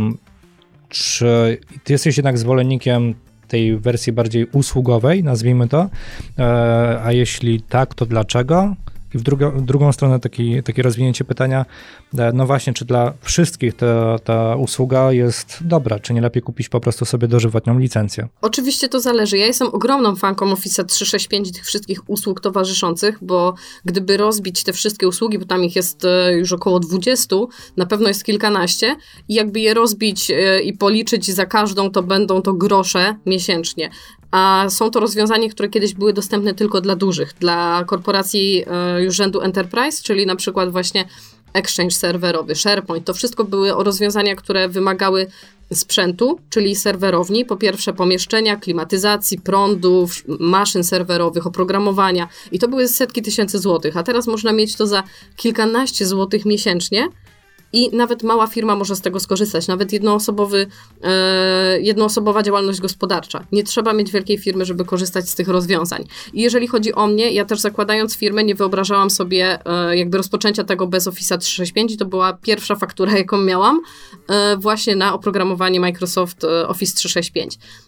Czy ty jesteś jednak zwolennikiem tej wersji bardziej usługowej, nazwijmy to, a jeśli tak, to dlaczego? I w drugą, drugą stronę taki, takie rozwinięcie pytania, no właśnie, czy dla wszystkich ta, ta usługa jest dobra, czy nie lepiej kupić po prostu sobie dożywotnią licencję? Oczywiście to zależy. Ja jestem ogromną fanką Office'a trzysta sześćdziesiąt pięć i tych wszystkich usług towarzyszących, bo gdyby rozbić te wszystkie usługi, bo tam ich jest już około dwudziestu, na pewno jest kilkanaście i jakby je rozbić i policzyć za każdą, to będą to grosze miesięcznie. A są to rozwiązania, które kiedyś były dostępne tylko dla dużych, dla korporacji już rzędu Enterprise, czyli na przykład właśnie Exchange serwerowy, SharePoint. To wszystko były rozwiązania, które wymagały sprzętu, czyli serwerowni, po pierwsze pomieszczenia, klimatyzacji, prądu, maszyn serwerowych, oprogramowania i to były setki tysięcy złotych, a teraz można mieć to za kilkanaście złotych miesięcznie i nawet mała firma może z tego skorzystać, nawet jednoosobowy, e, jednoosobowa działalność gospodarcza. Nie trzeba mieć wielkiej firmy, żeby korzystać z tych rozwiązań. I jeżeli chodzi o mnie, ja też zakładając firmę nie wyobrażałam sobie e, jakby rozpoczęcia tego bez Office'a trzysta sześćdziesiąt pięć i to była pierwsza faktura, jaką miałam e, właśnie na oprogramowanie Microsoft Office trzysta sześćdziesiąt pięć.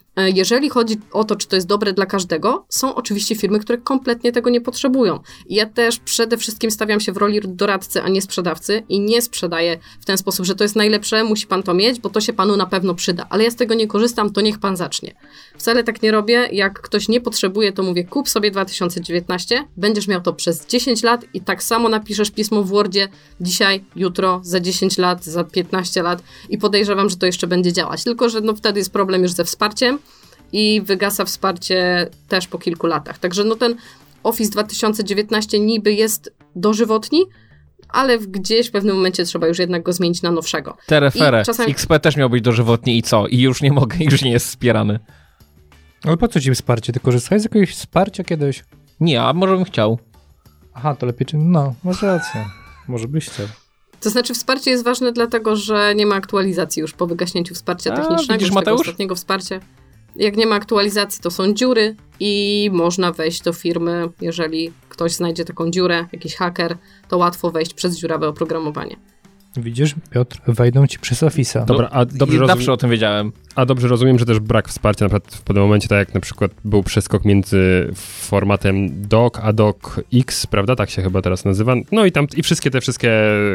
Jeżeli chodzi o to, czy to jest dobre dla każdego, są oczywiście firmy, które kompletnie tego nie potrzebują. I ja też przede wszystkim stawiam się w roli doradcy, a nie sprzedawcy i nie sprzedaję w ten sposób, że to jest najlepsze, musi pan to mieć, bo to się panu na pewno przyda. Ale ja z tego nie korzystam, to niech pan zacznie. Wcale tak nie robię. Jak ktoś nie potrzebuje, to mówię, kup sobie dwa tysiące dziewiętnaście, będziesz miał to przez dziesięć lat i tak samo napiszesz pismo w Wordzie dzisiaj, jutro, za dziesięć lat, za piętnaście lat i podejrzewam, że to jeszcze będzie działać. Tylko że no wtedy jest problem już ze wsparciem i wygasa wsparcie też po kilku latach. Także no ten Office dwa tysiące dziewiętnaście niby jest dożywotni, ale w gdzieś w pewnym momencie trzeba już jednak go zmienić na nowszego. Terefere, czasami... X P też miał być dożywotni i co? I już nie mogę, już nie jest wspierany. Ale po co ci wsparcie? Ty korzystałeś z jakiegoś wsparcia kiedyś? Nie, a może bym chciał. Aha, to lepiej, czy... no, masz rację. Może byś chciał. To znaczy wsparcie jest ważne dlatego, że nie ma aktualizacji już po wygaśnięciu wsparcia A, technicznego, widzisz, tego Mateusz? ostatniego wsparcia. Jak nie ma aktualizacji, to są dziury i można wejść do firmy, jeżeli ktoś znajdzie taką dziurę, jakiś haker, to łatwo wejść przez dziurawe oprogramowanie. Widzisz, Piotr, wejdą ci przez Office'a. Dobra, a dobrze, I rozum... zawsze o tym wiedziałem. a dobrze rozumiem, że też brak wsparcia na przykład w pewnym momencie, tak jak na przykład był przeskok między formatem doc a docx, prawda? Tak się chyba teraz nazywa. No i tam i wszystkie te wszystkie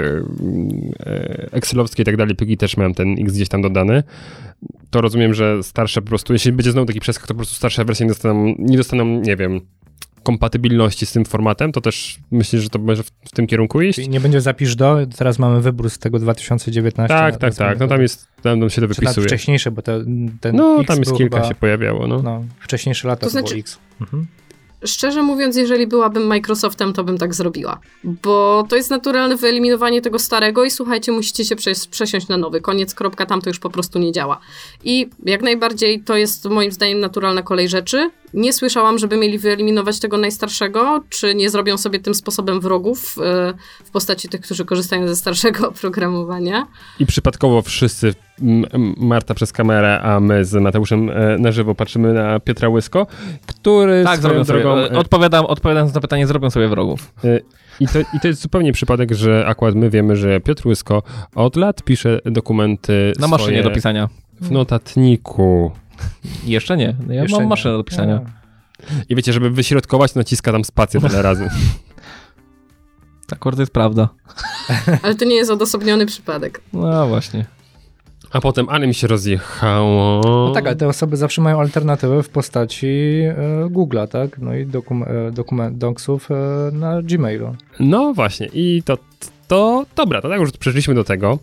e, excelowskie i tak dalej pliki też miałem ten X gdzieś tam dodany. To rozumiem, że starsze po prostu, jeśli będzie znowu taki przeskok, to po prostu starsze wersje nie dostaną, nie dostaną, nie wiem, kompatybilności z tym formatem, to też myślisz, że to może w, w tym kierunku iść? Czyli nie będzie zapisz do, teraz mamy wybór z tego dwa tysiące dziewiętnaście. Tak, tak, tak, no tam jest, tam się to Czy wypisuje. wcześniejsze, bo te, ten No, X tam jest był kilka chyba, się pojawiało, no. no. Wcześniejsze lata To to, znaczy- było X. Mhm. Szczerze mówiąc, jeżeli byłabym Microsoftem, to bym tak zrobiła. Bo to jest naturalne wyeliminowanie tego starego i słuchajcie, musicie się przes- przesiąść na nowy. Koniec, kropka, tam to już po prostu nie działa. I jak najbardziej to jest moim zdaniem naturalna kolej rzeczy. Nie słyszałam, żeby mieli wyeliminować tego najstarszego, czy nie zrobią sobie tym sposobem wrogów yy, w postaci tych, którzy korzystają ze starszego oprogramowania. I przypadkowo wszyscy, m, m, Marta przez kamerę, a my z Mateuszem e, na żywo patrzymy na Piotra Łysko, który Tak, swoją zrobią drogą... sobie. Odpowiadam, odpowiadając na pytanie, zrobią sobie wrogów. e, I to, I to jest zupełnie przypadek, że akurat my wiemy, że Piotr Łysko od lat pisze dokumenty Na maszynie swoje do pisania. w notatniku. Jeszcze nie. Ja Jeszcze mam nie. maszynę do pisania. I wiecie, żeby wyśrodkować, to naciska tam spację tyle razy. Akurat to jest prawda. Ale to nie jest odosobniony przypadek. No właśnie. A potem, ale mi się rozjechało. No tak, ale te osoby zawsze mają alternatywę w postaci e, Google'a, tak? No i dokum, e, dokument, docsów e, na Gmailu. No właśnie, i to, to dobra, to tak już przeszliśmy do tego.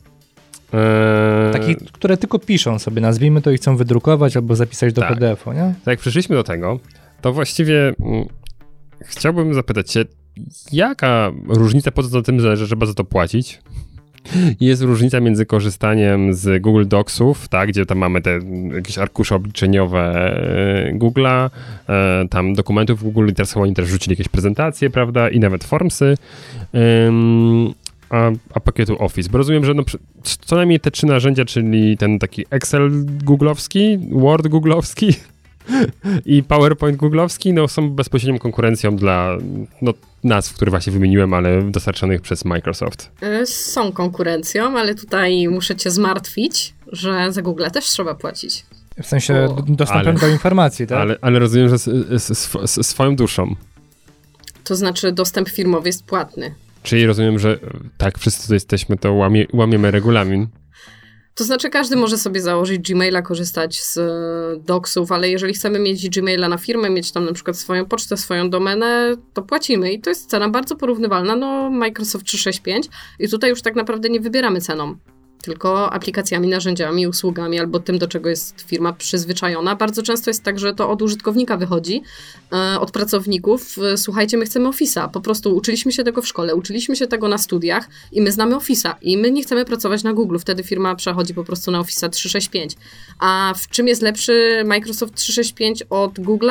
Eee, Takich, które tylko piszą sobie, nazwijmy to i chcą wydrukować albo zapisać do Tak. P D F-u, nie? Tak jak przeszliśmy do tego, to właściwie mm, chciałbym zapytać się, jaka różnica poza tym, że, że trzeba za to płacić? Jest różnica między korzystaniem z Google Docsów, tak, gdzie tam mamy te jakieś arkusze obliczeniowe e, Google'a, e, tam dokumentów Google i teraz chyba oni też rzucili jakieś prezentacje, prawda, i nawet Formsy, ym, a, a pakietu Office, bo rozumiem, że no, co najmniej te trzy narzędzia, czyli ten taki Excel googlowski, Word googlowski i PowerPoint googlowski, no są bezpośrednią konkurencją dla no, nazw, które właśnie wymieniłem, ale dostarczonych przez Microsoft. Y, Są konkurencją, ale tutaj muszę cię zmartwić, że za Google też trzeba płacić. W sensie O, d- dostępem ale- do informacji, tak? Ale, ale rozumiem, że z, z, z, z swoją duszą. To znaczy dostęp firmowy jest płatny. Czyli rozumiem, że tak, wszyscy tu jesteśmy, to łamie, łamiemy regulamin. To znaczy każdy może sobie założyć Gmaila, korzystać z e, docsów, ale jeżeli chcemy mieć Gmaila na firmę, mieć tam na przykład swoją pocztę, swoją domenę, to płacimy i to jest cena bardzo porównywalna, no Microsoft trzysta sześćdziesiąt pięć i tutaj już tak naprawdę nie wybieramy ceną, tylko aplikacjami, narzędziami, usługami albo tym, do czego jest firma przyzwyczajona. Bardzo często jest tak, że to od użytkownika wychodzi, e, od pracowników. E, słuchajcie, my chcemy Office'a. Po prostu uczyliśmy się tego w szkole, uczyliśmy się tego na studiach i my znamy Office'a i my nie chcemy pracować na Google. Wtedy firma przechodzi po prostu na Office'a trzysta sześćdziesiąt pięć. A w czym jest lepszy Microsoft trzysta sześćdziesiąt pięć od Google'a?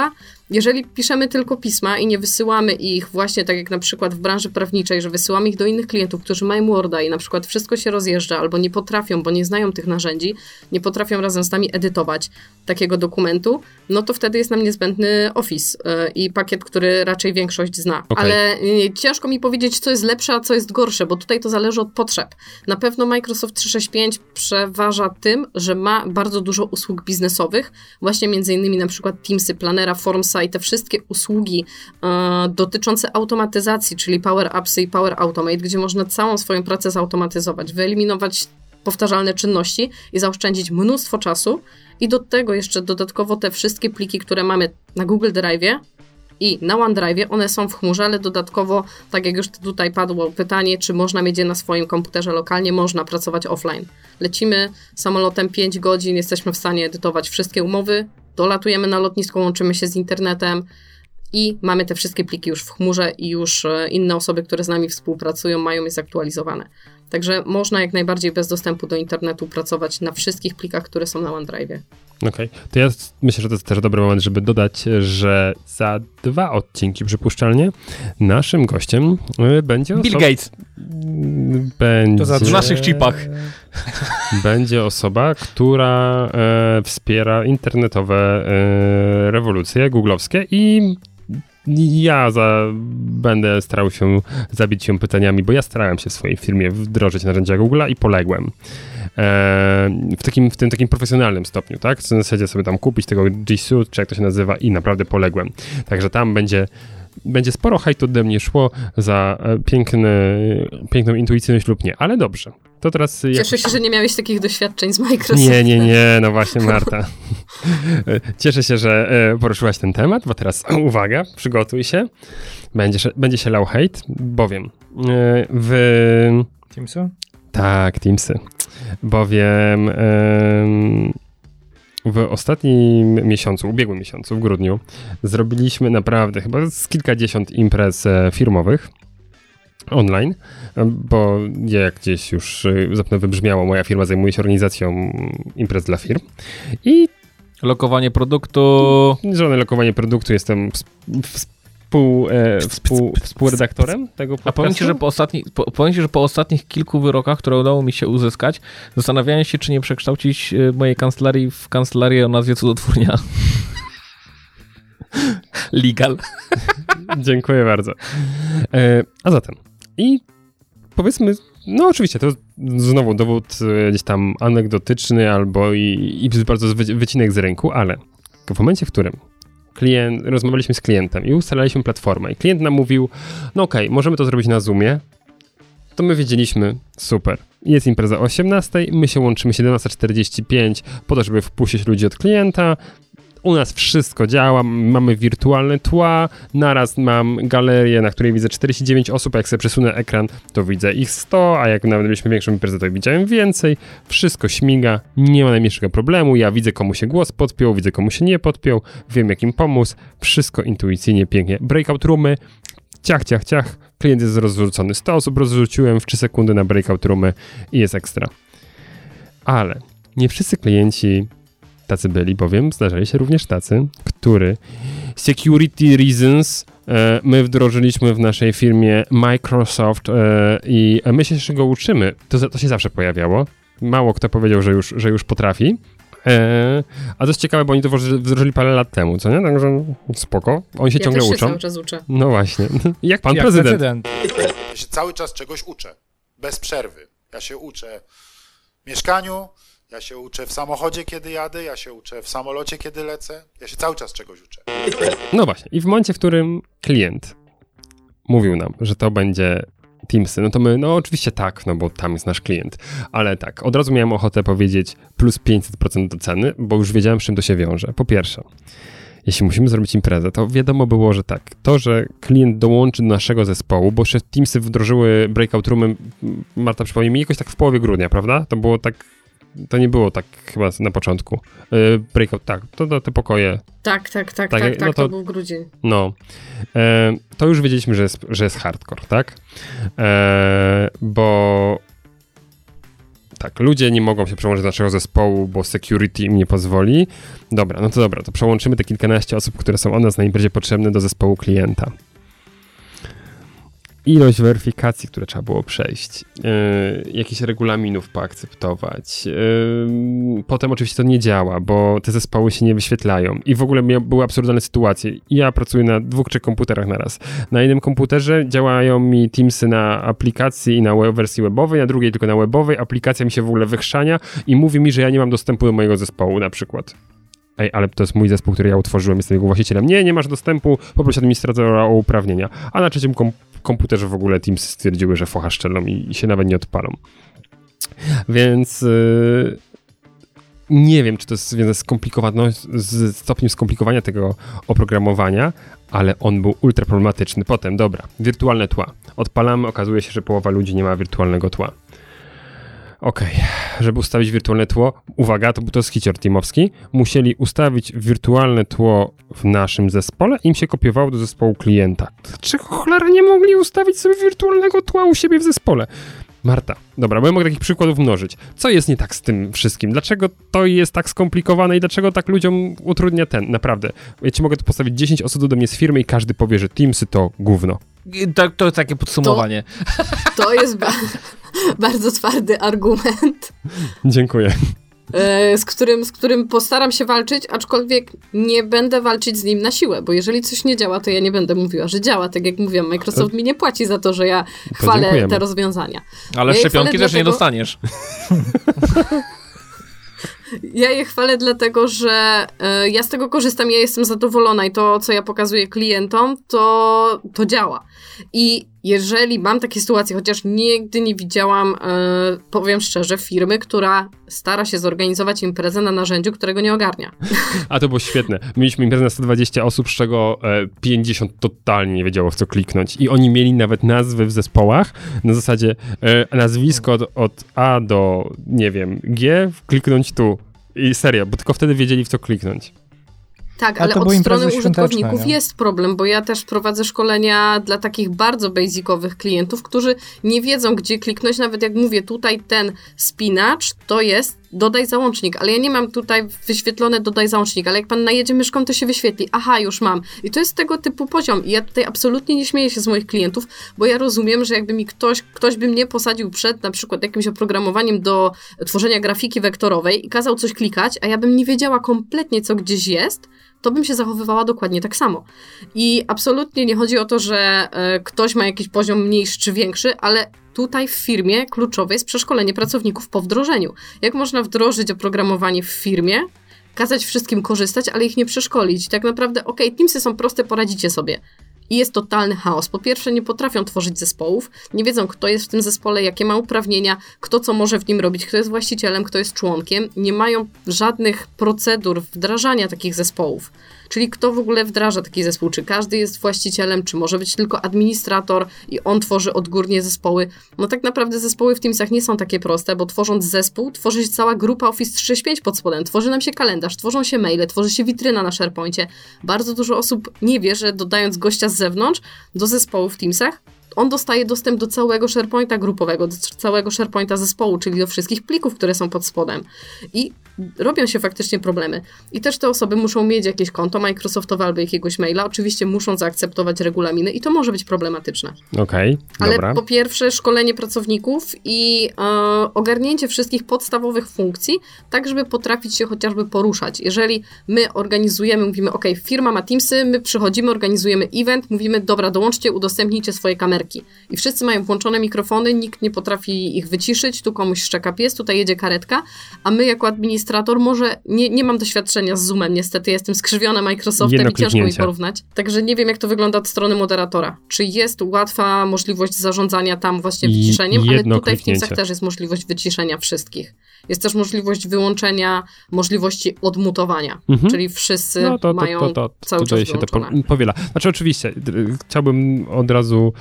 jeżeli piszemy tylko pisma i nie wysyłamy ich właśnie tak jak na przykład w branży prawniczej, że wysyłamy ich do innych klientów, którzy mają Worda i na przykład wszystko się rozjeżdża albo nie potrafią, bo nie znają tych narzędzi, nie potrafią razem z nami edytować takiego dokumentu, no to wtedy jest nam niezbędny Office yy, i pakiet, który raczej większość zna. Okay. Ale yy, ciężko mi powiedzieć, co jest lepsze, a co jest gorsze, bo tutaj to zależy od potrzeb. Na pewno Microsoft trzysta sześćdziesiąt pięć przeważa tym, że ma bardzo dużo usług biznesowych, właśnie między innymi na przykład Teamsy, Planera, Formsa i te wszystkie usługi e, dotyczące automatyzacji, czyli Power Appsy i Power Automate, gdzie można całą swoją pracę zautomatyzować, wyeliminować powtarzalne czynności i zaoszczędzić mnóstwo czasu i do tego jeszcze dodatkowo te wszystkie pliki, które mamy na Google Drive'ie i na OneDrive'ie, one są w chmurze, ale dodatkowo, tak jak już tutaj padło pytanie, czy można mieć je na swoim komputerze lokalnie, można pracować offline. Lecimy samolotem pięć godzin, jesteśmy w stanie edytować wszystkie umowy, dolatujemy na lotnisko, łączymy się z internetem i mamy te wszystkie pliki już w chmurze i już inne osoby, które z nami współpracują, mają je zaktualizowane. Także można jak najbardziej bez dostępu do internetu pracować na wszystkich plikach, które są na OneDrive'ie. Okej, okay. To ja myślę, że to jest też dobry moment, żeby dodać, że za dwa odcinki przypuszczalnie naszym gościem będzie Bill oso- Gates. Będzie... To za w naszych chipach. Będzie osoba, która e, wspiera internetowe e, rewolucje googlowskie i ja za, będę starał się zabić się pytaniami, bo ja starałem się w swojej firmie wdrożyć narzędzia Google'a i poległem. E, w, takim, w tym takim profesjonalnym stopniu, tak? W zasadzie sobie tam kupić tego G Suite, czy jak to się nazywa i naprawdę poległem. Także tam będzie Będzie sporo hejtu ode mnie szło za piękny, piękną intuicyjność lub nie, ale dobrze. To teraz Cieszę jakoś... się, że nie miałeś takich doświadczeń z Microsoftem. Nie, nie, nie, no właśnie Marta. Cieszę się, że poruszyłaś ten temat, bo teraz uwaga, przygotuj się. Będzie, będzie się lał hejt, bowiem w... Teamsy? Tak, Teamsy. Bowiem... Ym... W ostatnim miesiącu, ubiegłym miesiącu, w grudniu, zrobiliśmy naprawdę chyba z kilkadziesiąt imprez firmowych online, bo jak gdzieś już zapewne wybrzmiało, moja firma zajmuje się organizacją imprez dla firm i lokowanie produktu. Żadne lokowanie produktu, jestem Współ, e, współ, współredaktorem tego podcastu. A powiem ci, że po, ostatni, po, powiem ci, że po ostatnich kilku wyrokach, które udało mi się uzyskać, zastanawiałem się, czy nie przekształcić mojej kancelarii w kancelarię o nazwie Cudotwórnia. Legal. Dziękuję bardzo. E, a zatem, i powiedzmy, no oczywiście, to znowu dowód gdzieś tam anegdotyczny albo i, i bardzo wycinek z ręku, ale w momencie, w którym Klient, rozmawialiśmy z klientem i ustalaliśmy platformę i klient nam mówił, no okej, okay, możemy to zrobić na Zoomie, to my wiedzieliśmy, super, jest impreza o osiemnastej, my się łączymy siedemnasta czterdzieści pięć po to, żeby wpuścić ludzi od klienta, u nas wszystko działa, mamy wirtualne tła, naraz mam galerię, na której widzę czterdzieści dziewięć osób, a jak sobie przesunę ekran, to widzę ich sto, a jak nawet mieliśmy większą imprezę, to widziałem więcej, wszystko śmiga, nie ma najmniejszego problemu, ja widzę, komu się głos podpiął, widzę, komu się nie podpiął, wiem, jak im pomóc, wszystko intuicyjnie, pięknie. Breakout roomy, ciach, ciach, ciach, klient jest rozrzucony, sto osób rozrzuciłem w trzy sekundy na breakout roomy i jest ekstra. Ale nie wszyscy klienci tacy byli, bowiem zdarzali się również tacy, który security reasons e, my wdrożyliśmy w naszej firmie Microsoft e, i my się jeszcze go uczymy. To, to się zawsze pojawiało. Mało kto powiedział, że już, że już potrafi. E, a to jest ciekawe, bo oni to wdrożyli parę lat temu, co nie? Także spoko. Oni się ja ciągle też się uczą. cały czas uczę. No właśnie. Jak pan Jak prezydent. prezydent. Ja się cały czas czegoś uczę. Bez przerwy. Ja się uczę w mieszkaniu, ja się uczę w samochodzie, kiedy jadę, ja się uczę w samolocie, kiedy lecę. Ja się cały czas czegoś uczę. No właśnie. I w momencie, w którym klient mówił nam, że to będzie Teamsy, no to my, no oczywiście tak, no bo tam jest nasz klient. Ale tak, od razu miałem ochotę powiedzieć plus pięćset procent do ceny, bo już wiedziałem, z czym to się wiąże. Po pierwsze, jeśli musimy zrobić imprezę, to wiadomo było, że tak, to, że klient dołączy do naszego zespołu, bo jeszcze Teamsy wdrożyły breakout roomy, Marta przypomnij mi, jakoś tak w połowie grudnia, prawda? To było tak, to nie było tak chyba na początku. Yy, breakout, tak, to, to te pokoje. Tak, tak, tak, tak, tak, tak no to, to, to był grudzień. No, e, to już wiedzieliśmy, że jest, że jest hardcore, tak? E, bo tak, ludzie nie mogą się przełączyć do naszego zespołu, bo security im nie pozwoli. Dobra, no to dobra, to przełączymy te kilkanaście osób, które są od nas najbardziej potrzebne do zespołu klienta. Ilość weryfikacji, które trzeba było przejść, yy, jakichś regulaminów poakceptować. Yy, potem oczywiście to nie działa, bo te zespoły się nie wyświetlają. I w ogóle mia- były absurdalne sytuacje. Ja pracuję na dwóch, trzech komputerach naraz. Na jednym komputerze działają mi Teamsy na aplikacji i na web- wersji webowej, na drugiej tylko na webowej. Aplikacja mi się w ogóle wychrzania i mówi mi, że ja nie mam dostępu do mojego zespołu na przykład. Ej, ale to jest mój zespół, który ja utworzyłem, jestem jego właścicielem. Nie, nie masz dostępu, poproś administratora o uprawnienia. A na trzecim kom- komputerze w ogóle Teams stwierdziły, że focha szczelną i, i się nawet nie odpalą. Więc yy, nie wiem, czy to jest związane z skomplikowaną- z stopniem skomplikowania tego oprogramowania, ale on był ultra problematyczny. Potem, dobra, wirtualne tła. Odpalamy, okazuje się, że połowa ludzi nie ma wirtualnego tła. Okej, okay. Żeby ustawić wirtualne tło, uwaga, to był to skicior teamowski, musieli ustawić wirtualne tło w naszym zespole i im się kopiowało do zespołu klienta. Dlaczego cholera nie mogli ustawić sobie wirtualnego tła u siebie w zespole? Marta, dobra, bo ja mogę takich przykładów mnożyć. Co jest nie tak z tym wszystkim? Dlaczego to jest tak skomplikowane i dlaczego tak ludziom utrudnia ten? Naprawdę, ja ci mogę tu postawić dziesięć osób do mnie z firmy i każdy powie, że Teamsy to gówno. To, to jest takie podsumowanie. To, to jest ba- bardzo twardy argument. Dziękuję. Z którym, z którym postaram się walczyć, aczkolwiek nie będę walczyć z nim na siłę, bo jeżeli coś nie działa, to ja nie będę mówiła, że działa. Tak jak mówiłam, Microsoft mi nie płaci za to, że ja chwalę dziękujemy. te rozwiązania. Ale ja szczepionki też dlatego... nie dostaniesz. Ja je chwalę dlatego, że y, ja z tego korzystam, ja jestem zadowolona i to, co ja pokazuję klientom, to, to działa. I jeżeli mam takie sytuacje, chociaż nigdy nie widziałam, y, powiem szczerze, firmy, która stara się zorganizować imprezę na narzędziu, którego nie ogarnia. A to było świetne. Mieliśmy imprezę na sto dwadzieścia osób, z czego e, pięćdziesiąt totalnie nie wiedziało, w co kliknąć. I oni mieli nawet nazwy w zespołach na zasadzie e, nazwisko od, od A do, nie wiem, G, kliknąć tu. I serio, bo tylko wtedy wiedzieli, w co kliknąć. Tak, A ale to od były strony imprezy użytkowników świąteczne, nie? jest problem, bo ja też prowadzę szkolenia dla takich bardzo basicowych klientów, którzy nie wiedzą, gdzie kliknąć. Nawet jak mówię, tutaj ten spinacz to jest dodaj załącznik, ale ja nie mam tutaj wyświetlone dodaj załącznik, ale jak pan najedzie myszką, to się wyświetli. Aha, już mam. I to jest tego typu poziom. I ja tutaj absolutnie nie śmieję się z moich klientów, bo ja rozumiem, że jakby mi ktoś, ktoś by mnie posadził przed na przykład jakimś oprogramowaniem do tworzenia grafiki wektorowej i kazał coś klikać, a ja bym nie wiedziała kompletnie, co gdzieś jest, to bym się zachowywała dokładnie tak samo. I absolutnie nie chodzi o to, że y, ktoś ma jakiś poziom mniejszy czy większy, ale tutaj w firmie kluczowe jest przeszkolenie pracowników po wdrożeniu. Jak można wdrożyć oprogramowanie w firmie, kazać wszystkim korzystać, ale ich nie przeszkolić. Tak naprawdę, okej, okay, Teamsy są proste, poradzicie sobie. I jest totalny chaos. Po pierwsze, nie potrafią tworzyć zespołów, nie wiedzą, kto jest w tym zespole, jakie ma uprawnienia, kto co może w nim robić, kto jest właścicielem, kto jest członkiem. Nie mają żadnych procedur wdrażania takich zespołów. Czyli kto w ogóle wdraża taki zespół? Czy każdy jest właścicielem, czy może być tylko administrator i on tworzy odgórnie zespoły? No tak naprawdę zespoły w Teamsach nie są takie proste, bo tworząc zespół, tworzy się cała grupa Office trzysta sześćdziesiąt pięć pod spodem, tworzy nam się kalendarz, tworzą się maile, tworzy się witryna na SharePoincie. Bardzo dużo osób nie wie, że dodając gościa z zewnątrz do zespołu w Teamsach, on dostaje dostęp do całego SharePointa grupowego, do całego SharePointa zespołu, czyli do wszystkich plików, które są pod spodem. I robią się faktycznie problemy. I też te osoby muszą mieć jakieś konto Microsoftowe albo jakiegoś maila. Oczywiście muszą zaakceptować regulaminy i to może być problematyczne. Okej, okay, Ale dobra. po pierwsze szkolenie pracowników i e, ogarnięcie wszystkich podstawowych funkcji, tak żeby potrafić się chociażby poruszać. Jeżeli my organizujemy, mówimy, ok, firma ma Teamsy, my przychodzimy, organizujemy event, mówimy, dobra, dołączcie, udostępnijcie swoje kamerki. I wszyscy mają włączone mikrofony, nikt nie potrafi ich wyciszyć, tu komuś szczeka pies, tutaj jedzie karetka, a my jako administrator może, nie, nie mam doświadczenia z Zoomem, niestety jestem skrzywiona Microsoftem Jedno i ciężko mi kliknięcie. porównać. Także nie wiem, jak to wygląda od strony moderatora. Czy jest łatwa możliwość zarządzania tam właśnie wyciszeniem, ale Jedno tutaj w kliknięcie. Teamsach też jest możliwość wyciszenia wszystkich. Jest też możliwość wyłączenia, możliwości odmutowania, Mhm. czyli wszyscy No to, to, mają to, to, to cały tutaj czas się to wyłączone. po, powiela. Znaczy oczywiście, d- chciałbym od razu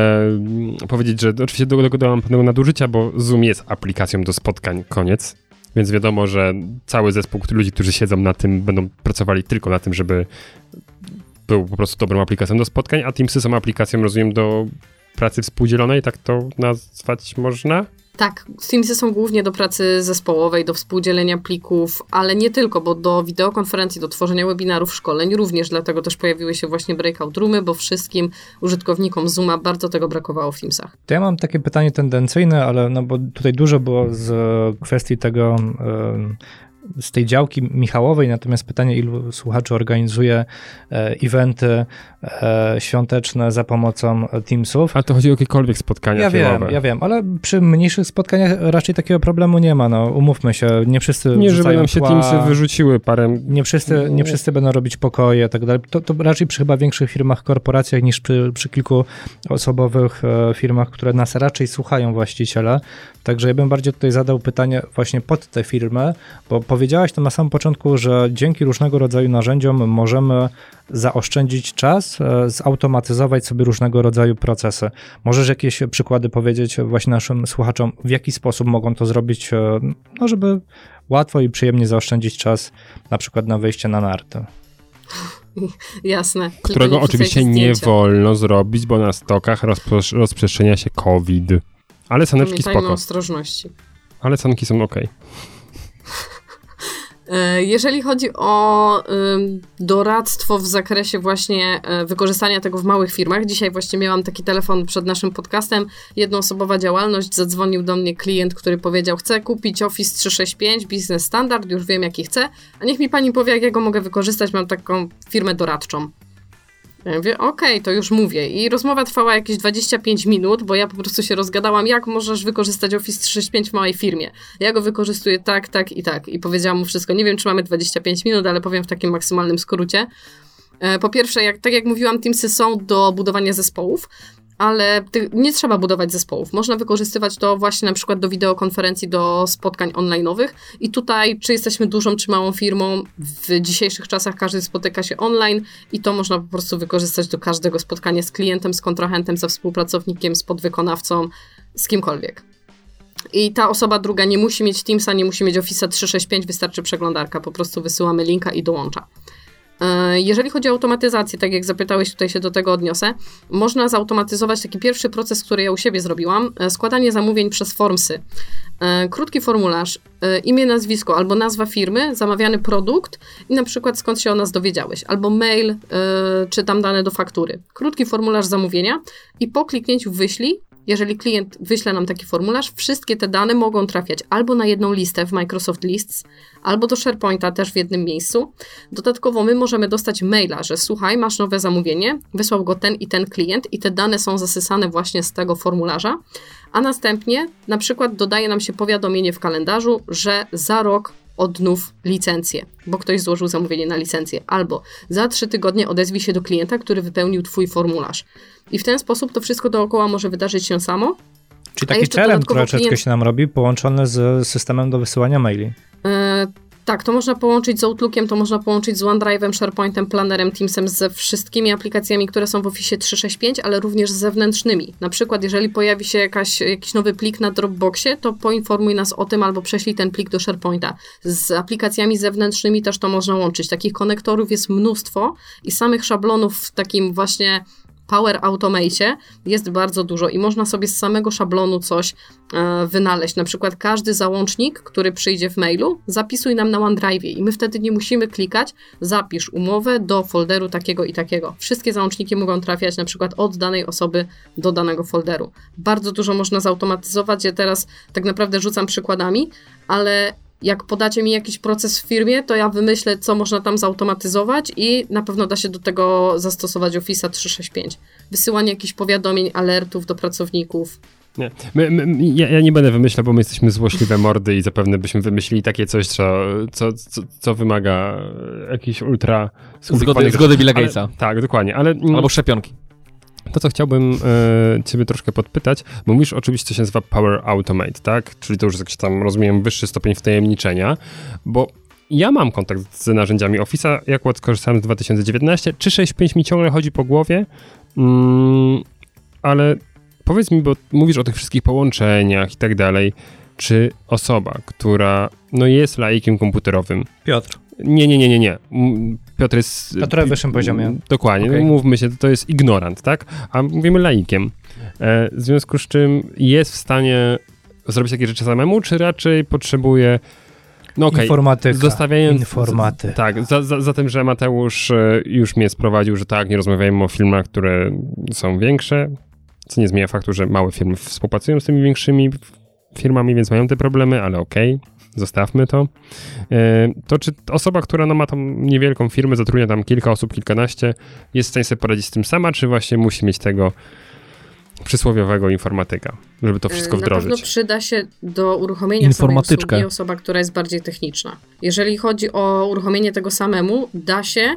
e, powiedzieć, że oczywiście dokonałam pewnego nadużycia, bo Zoom jest aplikacją do spotkań, koniec. Więc wiadomo, że cały zespół ludzi, którzy siedzą na tym, będą pracowali tylko na tym, żeby był po prostu dobrą aplikacją do spotkań, a Teamsy są aplikacją, rozumiem, do pracy współdzielonej, tak to nazwać można? Tak, Teamsy są głównie do pracy zespołowej, do współdzielenia plików, ale nie tylko, bo do wideokonferencji, do tworzenia webinarów, szkoleń również, dlatego też pojawiły się właśnie breakout roomy, bo wszystkim użytkownikom Zooma bardzo tego brakowało w Teamsach. To ja mam takie pytanie tendencyjne, ale no bo tutaj dużo było z kwestii tego, z tej działki Michałowej, natomiast pytanie, ilu słuchaczy organizuje eventy świąteczne za pomocą Teamsów. A to chodzi o jakiekolwiek spotkania Ja filmowe. wiem, ja wiem, ale przy mniejszych spotkaniach raczej takiego problemu nie ma, no umówmy się, nie wszyscy Nie, żeby nam się tła, Teamsy wyrzuciły parę... Nie wszyscy, nie wszyscy będą robić pokoje i tak dalej. To, to raczej przy chyba większych firmach, korporacjach niż przy, przy kilkuosobowych firmach, które nas raczej słuchają właściciele. Także ja bym bardziej tutaj zadał pytanie właśnie pod te firmy, bo powiedziałaś to na samym początku, że dzięki różnego rodzaju narzędziom możemy zaoszczędzić czas, zautomatyzować sobie różnego rodzaju procesy. Możesz jakieś przykłady powiedzieć właśnie naszym słuchaczom, w jaki sposób mogą to zrobić, no żeby łatwo i przyjemnie zaoszczędzić czas, na przykład na wyjście na narty. Jasne. Którego oczywiście nie wolno zrobić, bo na stokach rozpro- rozprzestrzenia się COVID. Ale saneczki Pamiętajmy spoko. o ostrożności. Ale sanki są okej. Jeżeli chodzi o y, doradztwo w zakresie właśnie y, wykorzystania tego w małych firmach, dzisiaj właśnie miałam taki telefon przed naszym podcastem, jednoosobowa działalność, zadzwonił do mnie klient, który powiedział, chcę kupić Office trzysta sześćdziesiąt pięć, Business Standard, już wiem jaki chcę, a niech mi pani powie, jak ja go mogę wykorzystać, mam taką firmę doradczą. Ja mówię, okej, okay, to już mówię. I rozmowa trwała jakieś dwadzieścia pięć minut, bo ja po prostu się rozgadałam, jak możesz wykorzystać Office trzysta sześćdziesiąt pięć w małej firmie. Ja go wykorzystuję tak, tak i tak. I powiedziałam mu wszystko. Nie wiem, czy mamy dwadzieścia pięć minut, ale powiem w takim maksymalnym skrócie. Po pierwsze, jak, tak jak mówiłam, Teamsy są do budowania zespołów, ale nie trzeba budować zespołów. Można wykorzystywać to właśnie na przykład do wideokonferencji, do spotkań online'owych i tutaj, czy jesteśmy dużą, czy małą firmą, w dzisiejszych czasach każdy spotyka się online i to można po prostu wykorzystać do każdego spotkania z klientem, z kontrahentem, ze współpracownikiem, z podwykonawcą, z kimkolwiek. I ta osoba druga nie musi mieć Teamsa, nie musi mieć Office'a trzysta sześćdziesiąt pięć, wystarczy przeglądarka, po prostu wysyłamy linka i dołącza. Jeżeli chodzi o automatyzację, tak jak zapytałeś, tutaj się do tego odniosę, można zautomatyzować taki pierwszy proces, który ja u siebie zrobiłam, składanie zamówień przez Formsy. Krótki formularz, imię, nazwisko albo nazwa firmy, zamawiany produkt i na przykład skąd się o nas dowiedziałeś, albo mail, czy tam dane do faktury. Krótki formularz zamówienia i po kliknięciu wyślij, jeżeli klient wyśle nam taki formularz, wszystkie te dane mogą trafiać albo na jedną listę w Microsoft Lists, albo do SharePointa też w jednym miejscu. Dodatkowo my możemy dostać maila, że słuchaj, masz nowe zamówienie, wysłał go ten i ten klient i te dane są zasysane właśnie z tego formularza, a następnie na przykład dodaje nam się powiadomienie w kalendarzu, że za rok odnów licencję, bo ktoś złożył zamówienie na licencję, albo za trzy tygodnie odezwij się do klienta, który wypełnił twój formularz. I w ten sposób to wszystko dookoła może wydarzyć się samo. Czyli taki C R M troszeczkę klient... się nam robi, połączony z systemem do wysyłania maili. Yy, tak, to można połączyć z Outlookiem, to można połączyć z OneDrive'em, SharePointem, Plannerem, Teamsem, ze wszystkimi aplikacjami, które są w Office trzysta sześćdziesiąt pięć, ale również z zewnętrznymi. Na przykład, jeżeli pojawi się jakaś, jakiś nowy plik na Dropboxie, to poinformuj nas o tym albo prześlij ten plik do SharePointa. Z aplikacjami zewnętrznymi też to można łączyć. Takich konektorów jest mnóstwo i samych szablonów w takim właśnie Power Automate jest bardzo dużo i można sobie z samego szablonu coś e, wynaleźć. Na przykład każdy załącznik, który przyjdzie w mailu, zapisuj nam na OneDrive i my wtedy nie musimy klikać, zapisz umowę do folderu takiego i takiego. Wszystkie załączniki mogą trafiać na przykład od danej osoby do danego folderu. Bardzo dużo można zautomatyzować. Ja teraz tak naprawdę rzucam przykładami, ale jak podacie mi jakiś proces w firmie, to ja wymyślę, co można tam zautomatyzować i na pewno da się do tego zastosować Office'a trzysta sześćdziesiąt pięć. Wysyłanie jakichś powiadomień, alertów do pracowników. Nie. My, my, ja, ja nie będę wymyślał, bo my jesteśmy złośliwe mordy i zapewne byśmy wymyślili takie coś, co, co, co, co wymaga jakichś ultra... Zgody, zgody Billa Gatesa. Tak, dokładnie. Ale, albo szczepionki. To, co chciałbym e, ciebie troszkę podpytać, bo mówisz oczywiście, co się nazywa Power Automate, tak? Czyli to już jest jakiś tam, rozumiem, wyższy stopień wtajemniczenia, bo ja mam kontakt z narzędziami Office'a, jak akurat skorzystałem z dwa tysiące dziewiętnaście, trzy sześćdziesiąt pięć mi ciągle chodzi po głowie, mm, ale powiedz mi, bo mówisz o tych wszystkich połączeniach i tak dalej, czy osoba, która no jest laikiem komputerowym... Piotr. Nie, nie, nie, nie, nie. Piotr jest... Piotr w wyższym poziomie. Dokładnie, okay. Mówmy się, to jest ignorant, tak? A mówimy laikiem. E, w związku z czym jest w stanie zrobić takie rzeczy samemu, czy raczej potrzebuje no okay, informatyka. Zostawiając, Informaty. Tak, za, za, za tym, że Mateusz już mnie sprowadził, że tak, nie rozmawiajmy o filmach, które są większe, co nie zmienia faktu, że małe firmy współpracują z tymi większymi firmami, więc mają te problemy, ale okej, okay, zostawmy to. To czy osoba, która no, ma tą niewielką firmę, zatrudnia tam kilka osób, kilkanaście, jest w stanie sobie poradzić z tym sama, czy właśnie musi mieć tego przysłowiowego informatyka, żeby to wszystko wdrożyć? Na pewno przyda się do uruchomienia samej usługi osoba, która jest bardziej techniczna. Jeżeli chodzi o uruchomienie tego samemu, da się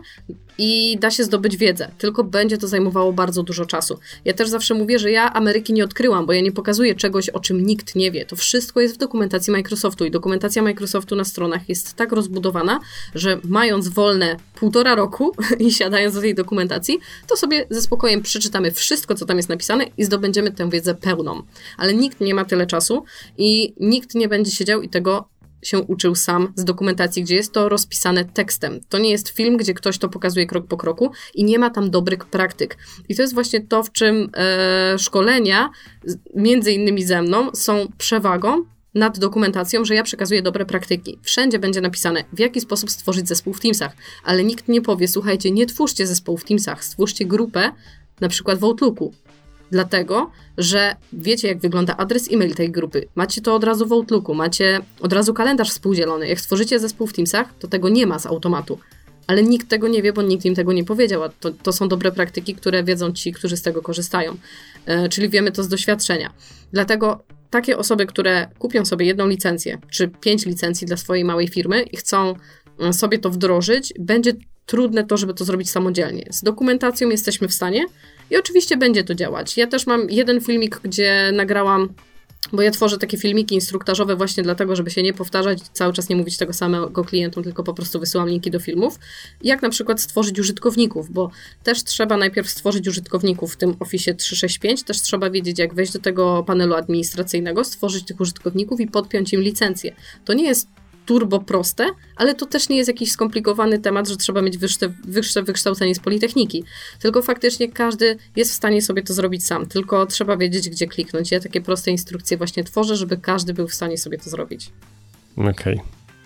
i da się zdobyć wiedzę, tylko będzie to zajmowało bardzo dużo czasu. Ja też zawsze mówię, że ja Ameryki nie odkryłam, bo ja nie pokazuję czegoś, o czym nikt nie wie. To wszystko jest w dokumentacji Microsoftu i dokumentacja Microsoftu na stronach jest tak rozbudowana, że mając wolne półtora roku i siadając do tej dokumentacji, to sobie ze spokojem przeczytamy wszystko, co tam jest napisane i zdobędziemy tę wiedzę pełną. Ale nikt nie ma tyle czasu i nikt nie będzie siedział i tego się uczył sam z dokumentacji, gdzie jest to rozpisane tekstem. To nie jest film, gdzie ktoś to pokazuje krok po kroku i nie ma tam dobrych praktyk. I to jest właśnie to, w czym e, szkolenia, między innymi ze mną, są przewagą nad dokumentacją, że ja przekazuję dobre praktyki. Wszędzie będzie napisane, w jaki sposób stworzyć zespół w Teamsach, ale nikt nie powie, słuchajcie, nie twórzcie zespołu w Teamsach, stwórzcie grupę, na przykład w Outlooku. Dlatego, że wiecie, jak wygląda adres e-mail tej grupy. Macie to od razu w Outlooku, macie od razu kalendarz współdzielony. Jak stworzycie zespół w Teamsach, to tego nie ma z automatu. Ale nikt tego nie wie, bo nikt im tego nie powiedział. A to, to są dobre praktyki, które wiedzą ci, którzy z tego korzystają. E, czyli wiemy to z doświadczenia. Dlatego takie osoby, które kupią sobie jedną licencję, czy pięć licencji dla swojej małej firmy i chcą sobie to wdrożyć, będzie trudne to, żeby to zrobić samodzielnie. Z dokumentacją jesteśmy w stanie i oczywiście będzie to działać. Ja też mam jeden filmik, gdzie nagrałam, bo ja tworzę takie filmiki instruktażowe właśnie dlatego, żeby się nie powtarzać, cały czas nie mówić tego samego klientom, tylko po prostu wysyłam linki do filmów. Jak na przykład stworzyć użytkowników, bo też trzeba najpierw stworzyć użytkowników w tym Office trzysta sześćdziesiąt pięć, też trzeba wiedzieć, jak wejść do tego panelu administracyjnego, stworzyć tych użytkowników i podpiąć im licencję. To nie jest turbo proste, ale to też nie jest jakiś skomplikowany temat, że trzeba mieć wyższe, wyższe wykształcenie z Politechniki. Tylko faktycznie każdy jest w stanie sobie to zrobić sam, tylko trzeba wiedzieć, gdzie kliknąć. Ja takie proste instrukcje właśnie tworzę, żeby każdy był w stanie sobie to zrobić. Okej.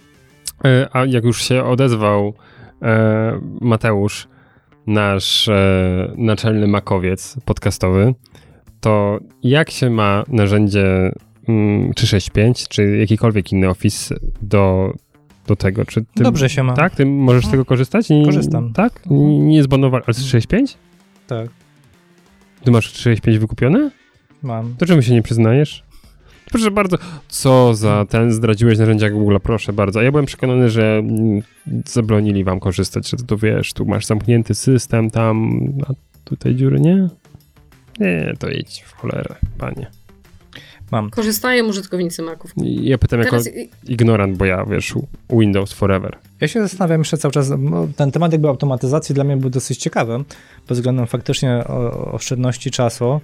Okay. A jak już się odezwał e, Mateusz, nasz e, naczelny makowiec podcastowy, to jak się ma narzędzie trzysta sześćdziesiąt pięć, czy jakikolwiek inny Office do, do tego? Czy ty, Dobrze się ma. Tak? Ty możesz z tego korzystać? Nie, Korzystam. Tak? Nie, nie zbanowali. Ale trzysta sześćdziesiąt pięć? Tak. Ty masz trzysta sześćdziesiąt pięć wykupione? Mam. To czemu się nie przyznajesz? Proszę bardzo. Co za ten zdradziłeś narzędzia Google, proszę bardzo. A ja byłem przekonany, że zabronili wam korzystać, że to, to wiesz, tu masz zamknięty system, tam, a tutaj dziury nie? Nie, to idź w cholerę, panie. Mam. Korzystają użytkownicy Maców. Ja pytam Teraz... jako ignorant, bo ja, wiesz, Windows forever. Ja się zastanawiam jeszcze cały czas, ten temat jakby automatyzacji dla mnie był dosyć ciekawy, pod względem faktycznie oszczędności czasu.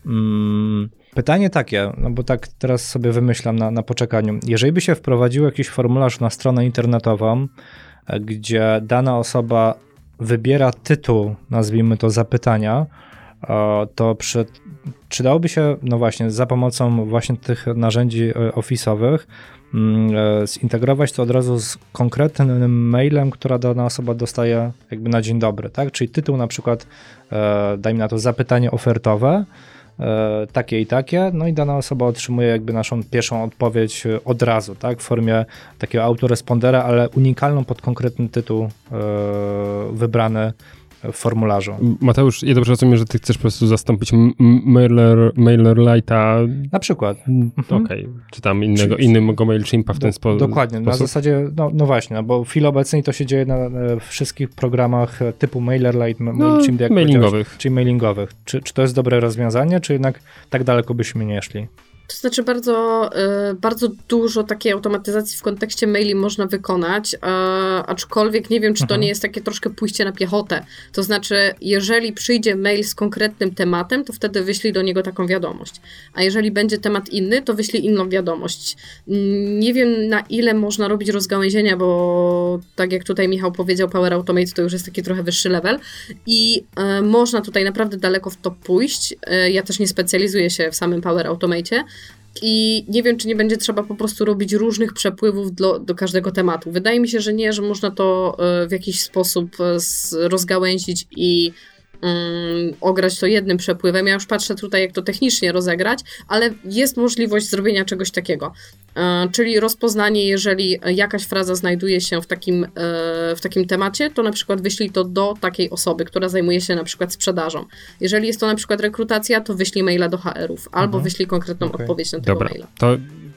Pytanie takie, no bo tak teraz sobie wymyślam na, na poczekaniu. Jeżeli by się wprowadził jakiś formularz na stronę internetową, gdzie dana osoba wybiera tytuł, nazwijmy to, zapytania, to przy, przydałoby się, no właśnie, za pomocą właśnie tych narzędzi office'owych zintegrować to od razu z konkretnym mailem, która dana osoba dostaje jakby na dzień dobry, tak? Czyli tytuł na przykład, dajmy na to, zapytanie ofertowe, takie i takie, no i dana osoba otrzymuje jakby naszą pierwszą odpowiedź od razu, tak? W formie takiego autorespondera, ale unikalną pod konkretny tytuł wybrany w formularzu. Mateusz, ja dobrze rozumiem, że ty chcesz po prostu zastąpić mailer, MailerLite'a. Na przykład. Okej, okay. Czy tam innego, Czy, innego MailChimpa w ten spo, dokładnie, sposób? Dokładnie, na zasadzie, no, no właśnie, no bo w chwili obecnej to się dzieje na, na wszystkich programach typu MailerLite, no, MailChimp, jak mailingowych. Czyli mailingowych. Czy, czy to jest dobre rozwiązanie, czy jednak tak daleko byśmy nie szli? To znaczy bardzo, y, bardzo dużo takiej automatyzacji w kontekście maili można wykonać, y, aczkolwiek nie wiem, czy to mhm. nie jest takie troszkę pójście na piechotę. To znaczy, jeżeli przyjdzie mail z konkretnym tematem, to wtedy wyślij do niego taką wiadomość. A jeżeli będzie temat inny, to wyślij inną wiadomość. Nie wiem, na ile można robić rozgałęzienia, bo tak jak tutaj Michał powiedział, Power Automate to już jest taki trochę wyższy level i y, można tutaj naprawdę daleko w to pójść. Y, ja też nie specjalizuję się w samym Power Automate'cie, I nie wiem, czy nie będzie trzeba po prostu robić różnych przepływów do, do każdego tematu. Wydaje mi się, że nie, że można to w jakiś sposób rozgałęzić i um, ograć to jednym przepływem. Ja już patrzę tutaj, jak to technicznie rozegrać, ale jest możliwość zrobienia czegoś takiego. E, czyli rozpoznanie, jeżeli jakaś fraza znajduje się w takim, e, w takim temacie, to na przykład wyślij to do takiej osoby, która zajmuje się na przykład sprzedażą. Jeżeli jest to na przykład rekrutacja, to wyślij maila do H R-ów, albo mhm. wyślij konkretną okay. odpowiedź na tego Dobra, maila. To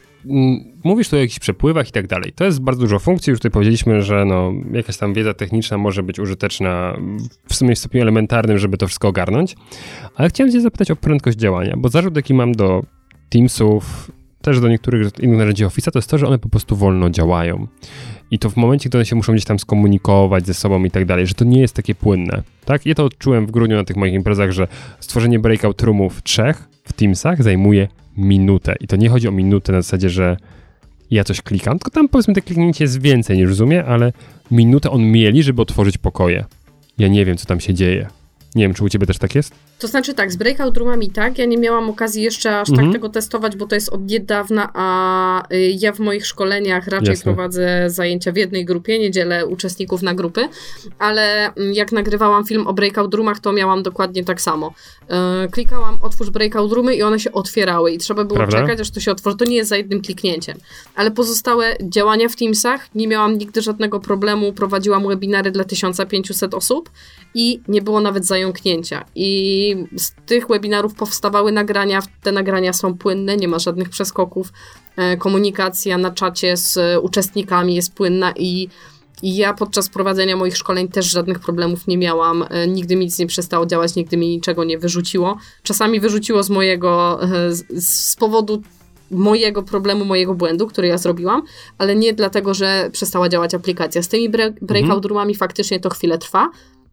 mówisz tu o jakichś przepływach i tak dalej. To jest bardzo dużo funkcji. Już tutaj powiedzieliśmy, że no, jakaś tam wiedza techniczna może być użyteczna w sumie w stopniu elementarnym, żeby to wszystko ogarnąć. Ale chciałem cię zapytać o prędkość działania, bo zarzut, jaki mam do Teamsów, też do niektórych innych narzędzi Office'a, to jest to, że one po prostu wolno działają. I to w momencie, gdy one się muszą gdzieś tam skomunikować ze sobą i tak dalej, że to nie jest takie płynne. Tak? Ja to odczułem w grudniu na tych moich imprezach, że stworzenie breakout roomów trzech w Teamsach zajmuje minutę. I to nie chodzi o minutę na zasadzie, że ja coś klikam, tylko tam powiedzmy te kliknięcie jest więcej niż w Zoomie, ale minutę on mieli, żeby otworzyć pokoje. Ja nie wiem, co tam się dzieje. Nie wiem, czy u ciebie też tak jest? To znaczy tak, z breakout roomami tak, ja nie miałam okazji jeszcze aż mhm. tak tego testować, bo to jest od niedawna, a ja w moich szkoleniach raczej Jasne. prowadzę zajęcia w jednej grupie, nie dzielę uczestników na grupy, ale jak nagrywałam film o breakout roomach, to miałam dokładnie tak samo. Klikałam otwórz breakout roomy i one się otwierały i trzeba było Prawda? czekać, aż to się otworzy. To nie jest za jednym kliknięciem. Ale pozostałe działania w Teamsach, nie miałam nigdy żadnego problemu, prowadziłam webinary dla tysiąc pięćset osób i nie było nawet zająknięcia. I z tych webinarów powstawały nagrania, te nagrania są płynne, nie ma żadnych przeskoków, komunikacja na czacie z uczestnikami jest płynna i, i ja podczas prowadzenia moich szkoleń też żadnych problemów nie miałam, nigdy mi nic nie przestało działać, nigdy mi niczego nie wyrzuciło. Czasami wyrzuciło z mojego, z, z powodu mojego problemu, mojego błędu, który ja zrobiłam, ale nie dlatego, że przestała działać aplikacja. Z tymi breakout roomami faktycznie to chwilę trwa.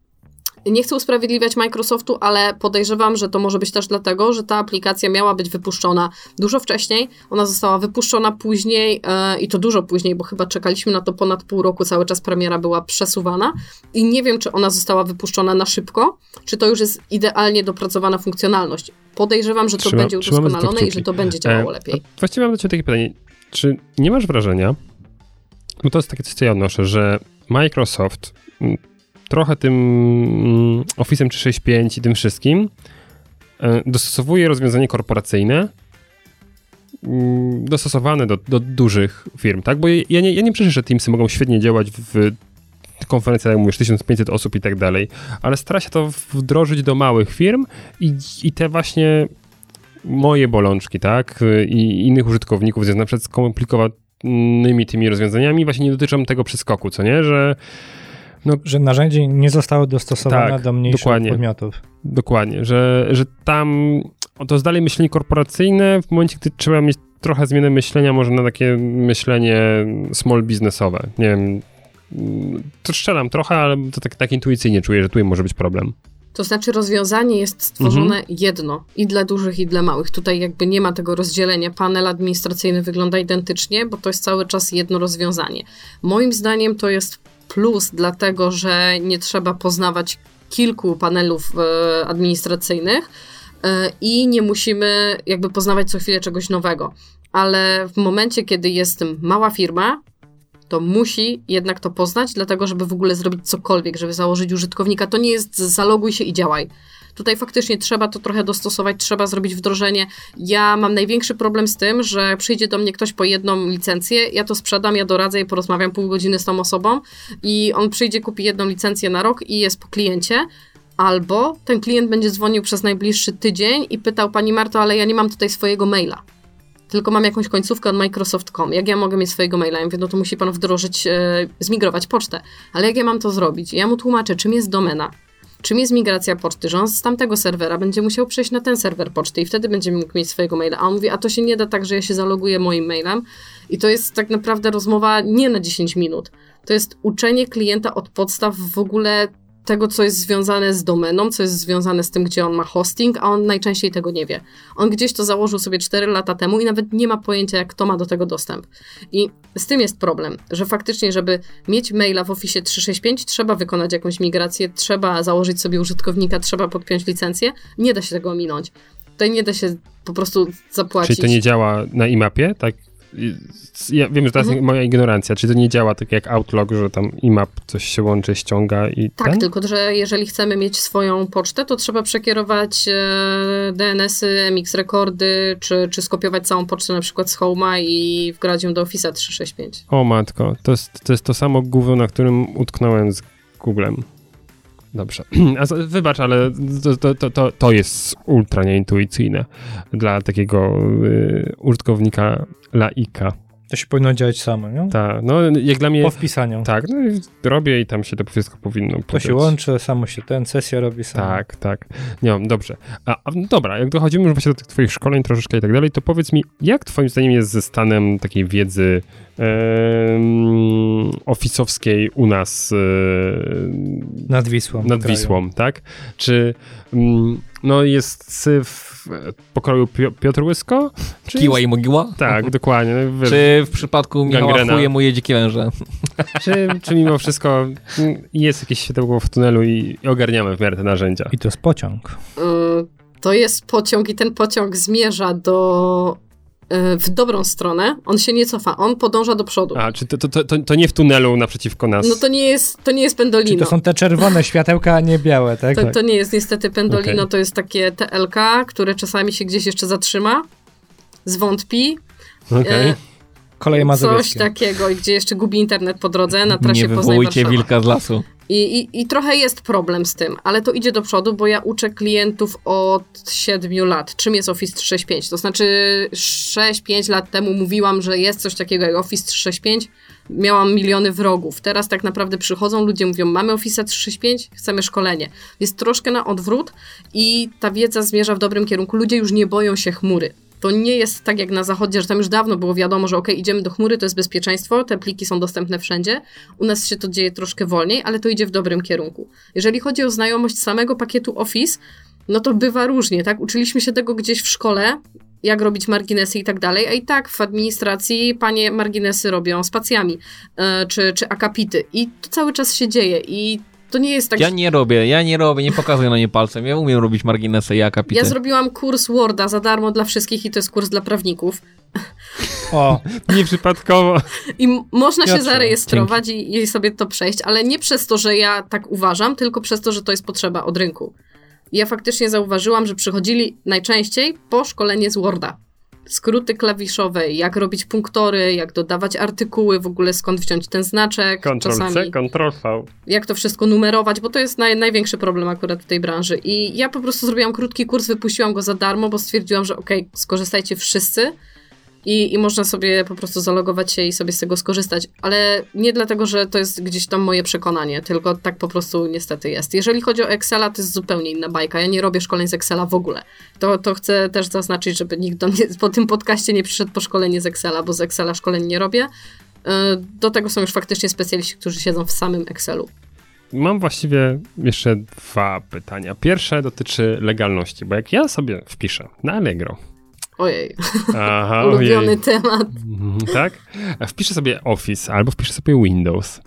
Nie chcę usprawiedliwiać Microsoftu, ale podejrzewam, że to może być też dlatego, że ta aplikacja miała być wypuszczona dużo wcześniej. Ona została wypuszczona później yy, i to dużo później, bo chyba czekaliśmy na to ponad pół roku, cały czas premiera była przesuwana i nie wiem, czy ona została wypuszczona na szybko, czy to już jest idealnie dopracowana funkcjonalność. Podejrzewam, że to Trzyma, będzie udoskonalone i że to będzie działało e, lepiej. Właściwie mam do ciebie takie pytanie. Czy nie masz wrażenia, bo to jest takie coś, co ja odnoszę, że Microsoft trochę tym Office'em trzysta sześćdziesiąt pięć i tym wszystkim dostosowuje rozwiązanie korporacyjne dostosowane do, do dużych firm, tak? Bo ja nie, ja nie przecież, że Teamsy mogą świetnie działać w konferencjach, jak mówisz, tysiąc pięćset osób i tak dalej, ale stara się to wdrożyć do małych firm i, i te właśnie moje bolączki, tak? I innych użytkowników związane na przykład z skomplikowanymi tymi rozwiązaniami właśnie nie dotyczą tego przeskoku, co nie? Że No, że narzędzie nie zostało dostosowane tak, do mniejszych dokładnie, podmiotów. Dokładnie, że, że tam to jest dalej myślenie korporacyjne w momencie, gdy trzeba mieć trochę zmianę myślenia, może na takie myślenie small biznesowe. Nie wiem, to strzelam trochę, ale to tak, tak intuicyjnie czuję, że tutaj może być problem. To znaczy rozwiązanie jest stworzone mhm. jedno i dla dużych, i dla małych. Tutaj jakby nie ma tego rozdzielenia. Panel administracyjny wygląda identycznie, bo to jest cały czas jedno rozwiązanie. Moim zdaniem to jest plus, dlatego że nie trzeba poznawać kilku panelów e, administracyjnych e, i nie musimy jakby poznawać co chwilę czegoś nowego. Ale w momencie, kiedy jest mała firma, to musi jednak to poznać, dlatego żeby w ogóle zrobić cokolwiek, żeby założyć użytkownika. To nie jest zaloguj się i działaj. Tutaj faktycznie trzeba to trochę dostosować, trzeba zrobić wdrożenie. Ja mam największy problem z tym, że przyjdzie do mnie ktoś po jedną licencję, ja to sprzedam, ja doradzę i porozmawiam pół godziny z tą osobą i on przyjdzie, kupi jedną licencję na rok i jest po kliencie, albo ten klient będzie dzwonił przez najbliższy tydzień i pytał, pani Marto, ale ja nie mam tutaj swojego maila, tylko mam jakąś końcówkę od Microsoft kropka com. Jak ja mogę mieć swojego maila? Ja mówię, no to musi pan wdrożyć, e, zmigrować pocztę. Ale jak ja mam to zrobić? Ja mu tłumaczę, czym jest domena, czym jest migracja poczty, że on z tamtego serwera będzie musiał przejść na ten serwer poczty i wtedy będzie mógł mieć swojego maila. A on mówi, a to się nie da tak, że ja się zaloguję moim mailem. I to jest tak naprawdę rozmowa nie na dziesięć minut. To jest uczenie klienta od podstaw w ogóle tego, co jest związane z domeną, co jest związane z tym, gdzie on ma hosting, a on najczęściej tego nie wie. On gdzieś to założył sobie cztery lata temu i nawet nie ma pojęcia, jak kto ma do tego dostęp. I z tym jest problem, że faktycznie, żeby mieć maila w Office trzysta sześćdziesiąt pięć, trzeba wykonać jakąś migrację, trzeba założyć sobie użytkownika, trzeba podpiąć licencję. Nie da się tego ominąć. Tutaj nie da się po prostu zapłacić. Czyli to nie działa na IMAP-ie? Tak? Ja wiem, że to jest Mhm. moja ignorancja. Czy to nie działa tak jak Outlook, że tam I M A P coś się łączy, ściąga i Tak, ten? tylko że jeżeli chcemy mieć swoją pocztę, to trzeba przekierować e, D N S-y, M X rekordy, czy, czy skopiować całą pocztę na przykład z Home'a i wgrać ją do Office'a trzysta sześćdziesiąt pięć. O matko, to jest, to jest to samo gówno, na którym utknąłem z Googlem. Dobrze. A z, wybacz, ale to, to, to, to, to jest ultra nieintuicyjne dla takiego y, użytkownika laika. To się powinno działać samo, nie? Tak, no jak dla mnie... Po wpisaniu. Tak, no i robię i tam się to wszystko powinno To podać. się łączy, samo się ten, sesja robi sama. Tak, tak. Nie wiem, dobrze. A, a dobra, jak dochodzimy już właśnie do tych twoich szkoleń troszeczkę i tak dalej, to powiedz mi, jak twoim zdaniem jest ze stanem takiej wiedzy em, ofisowskiej u nas e, Nad Wisłą. nad w kraju. Wisłą, tak? Czy mm, no jest syf pokroju Pio- Piotr Łysko? Czy Kiła jest... i mogiła? Tak, dokładnie. Wiesz, Czy w przypadku Michała Gangrena. chuje moje dzikie węże? czy, czy mimo wszystko mm, jest jakieś światełko w tunelu i, i ogarniamy w miarę te narzędzia? I to jest pociąg. Y, to jest pociąg i ten pociąg zmierza do y, w dobrą stronę. On się nie cofa, on podąża do przodu. A, czy to, to, to, to nie w tunelu naprzeciwko nas? No to nie jest, to nie jest Czyli pendolino. to są te czerwone światełka, a nie białe, tak? To, to nie jest niestety pendolino, Okej. to jest takie T L K, które czasami się gdzieś jeszcze zatrzyma, zwątpi, Okej. e, Koleje coś mazowieckie. takiego, i gdzie jeszcze gubi internet po drodze na trasie Nie Poznań wywołujcie Warszawa. wilka z lasu. I, i, I trochę jest problem z tym, ale to idzie do przodu, bo ja uczę klientów od siedmiu lat. Czym jest Office trzysta sześćdziesiąt pięć? To znaczy sześć pięć lat temu mówiłam, że jest coś takiego jak Office trzysta sześćdziesiąt pięć. Miałam miliony wrogów. Teraz tak naprawdę przychodzą ludzie, mówią, mamy Office trzysta sześćdziesiąt pięć, chcemy szkolenie. Jest troszkę na odwrót i ta wiedza zmierza w dobrym kierunku. Ludzie już nie boją się chmury. To nie jest tak jak na zachodzie, że tam już dawno było wiadomo, że okej, idziemy do chmury, to jest bezpieczeństwo, te pliki są dostępne wszędzie. U nas się to dzieje troszkę wolniej, ale to idzie w dobrym kierunku. Jeżeli chodzi o znajomość samego pakietu Office, no to bywa różnie, tak? Uczyliśmy się tego gdzieś w szkole, jak robić marginesy i tak dalej, a i tak w administracji panie marginesy robią spacjami, yy, czy, czy akapity i to cały czas się dzieje i to nie jest tak, Ja że... nie robię, ja nie robię, nie pokazuję na nie palcem. Ja umiem robić marginesy i akapity. Ja zrobiłam kurs Worda za darmo dla wszystkich i to jest kurs dla prawników. O, Nieprzypadkowo. I m- można się Piotrze, zarejestrować i, i sobie to przejść, ale nie przez to, że ja tak uważam, tylko przez to, że to jest potrzeba od rynku. I ja faktycznie zauważyłam, że przychodzili najczęściej po szkolenie z Worda. Skróty klawiszowe, jak robić punktory, jak dodawać artykuły, w ogóle skąd wziąć ten znaczek. Ctrl czasami. C, Ctrl V. Jak to wszystko numerować, bo to jest naj, największy problem akurat w tej branży. I ja po prostu zrobiłam krótki kurs, wypuściłam go za darmo, bo stwierdziłam, że okej, okay, skorzystajcie wszyscy i, i można sobie po prostu zalogować się i sobie z tego skorzystać. Ale nie dlatego, że to jest gdzieś tam moje przekonanie, tylko tak po prostu niestety jest. Jeżeli chodzi o Excela, to jest zupełnie inna bajka. Ja nie robię szkoleń z Excela w ogóle. To, to chcę też zaznaczyć, żeby nikt do mnie po tym podcaście nie przyszedł po szkolenie z Excela, bo z Excela szkoleń nie robię. Do tego są już faktycznie specjaliści, którzy siedzą w samym Excelu. Mam właściwie jeszcze dwa pytania. Pierwsze dotyczy legalności, bo jak ja sobie wpiszę na Allegro, Ojej, aha, ulubiony ojej. temat. Mhm, tak? A wpiszę sobie Office albo wpiszę sobie Windows,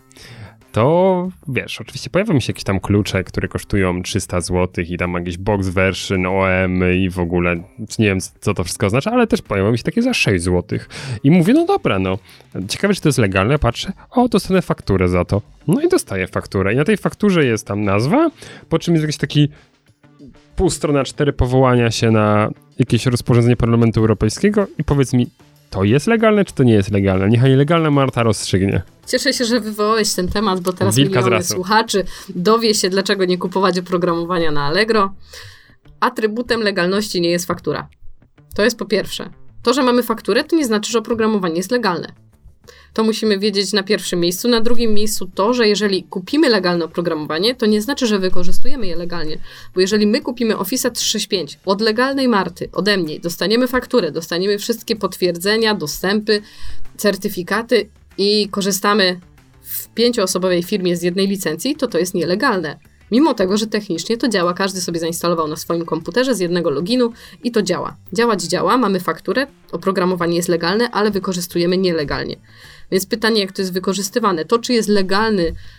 to wiesz, oczywiście pojawia mi się jakieś tam klucze, które kosztują trzysta złotych i tam jakieś box version, O M i w ogóle, nie wiem co to wszystko oznacza, ale też pojawia mi się takie za sześć złotych. I mówię, no dobra, no, ciekawe czy to jest legalne, patrzę, o, dostanę fakturę za to. No i dostaję fakturę i na tej fakturze jest tam nazwa, po czym jest jakiś taki pół strony A cztery powołania się na jakieś rozporządzenie Parlamentu Europejskiego i powiedz mi, to jest legalne, czy to nie jest legalne? Niechaj legalna Marta rozstrzygnie. Cieszę się, że wywołałeś ten temat, bo teraz Wilka z miliony rasu. słuchaczy dowie się, dlaczego nie kupować oprogramowania na Allegro. Atrybutem legalności nie jest faktura. To jest po pierwsze. To, że mamy fakturę, to nie znaczy, że oprogramowanie jest legalne. To musimy wiedzieć na pierwszym miejscu. Na drugim miejscu to, że jeżeli kupimy legalne oprogramowanie, to nie znaczy, że wykorzystujemy je legalnie. Bo jeżeli my kupimy Office trzysta sześćdziesiąt pięć od legalnej Marty, ode mnie, dostaniemy fakturę, dostaniemy wszystkie potwierdzenia, dostępy, certyfikaty i korzystamy w pięcioosobowej firmie z jednej licencji, to to jest nielegalne. Mimo tego, że technicznie to działa, każdy sobie zainstalował na swoim komputerze z jednego loginu i to działa. Działać działa, mamy fakturę, oprogramowanie jest legalne, ale wykorzystujemy nielegalnie. Więc pytanie, jak to jest wykorzystywane. To, czy jest legalny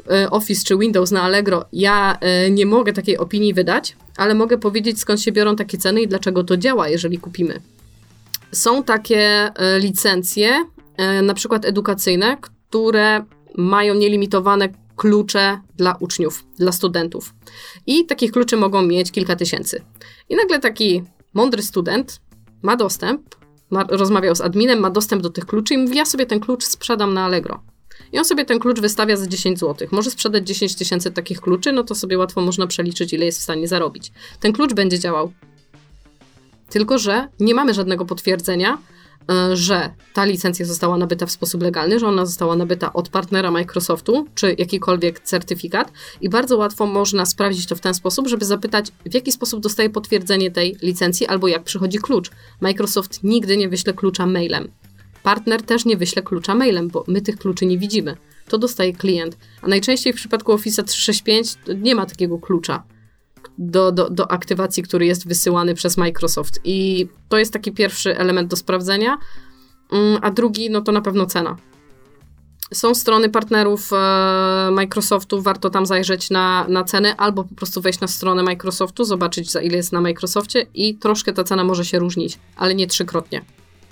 Office czy Windows na Allegro, ja nie mogę takiej opinii wydać, ale mogę powiedzieć, skąd się biorą takie ceny i dlaczego to działa, jeżeli kupimy. Są takie licencje, na przykład edukacyjne, które mają nielimitowane klucze dla uczniów, dla studentów. I takich kluczy mogą mieć kilka tysięcy. I nagle taki mądry student ma dostęp, ma, rozmawiał z adminem, ma dostęp do tych kluczy i mówi, ja sobie ten klucz sprzedam na Allegro. I on sobie ten klucz wystawia za dziesięć złotych. Może sprzedać dziesięć tysięcy takich kluczy, no to sobie łatwo można przeliczyć, ile jest w stanie zarobić. Ten klucz będzie działał. Tylko że nie mamy żadnego potwierdzenia, że ta licencja została nabyta w sposób legalny, że ona została nabyta od partnera Microsoftu, czy jakikolwiek certyfikat i bardzo łatwo można sprawdzić to w ten sposób, żeby zapytać, w jaki sposób dostaje potwierdzenie tej licencji albo jak przychodzi klucz. Microsoft nigdy nie wyśle klucza mailem. Partner też nie wyśle klucza mailem, bo my tych kluczy nie widzimy. To dostaje klient. A najczęściej w przypadku Office trzysta sześćdziesiąt pięć nie ma takiego klucza do, do, do aktywacji, który jest wysyłany przez Microsoft. I to jest taki pierwszy element do sprawdzenia. A drugi, no to na pewno cena. Są strony partnerów e, Microsoftu, warto tam zajrzeć na, na ceny, albo po prostu wejść na stronę Microsoftu, zobaczyć, za ile jest na Microsoftie i troszkę ta cena może się różnić, ale nie trzykrotnie.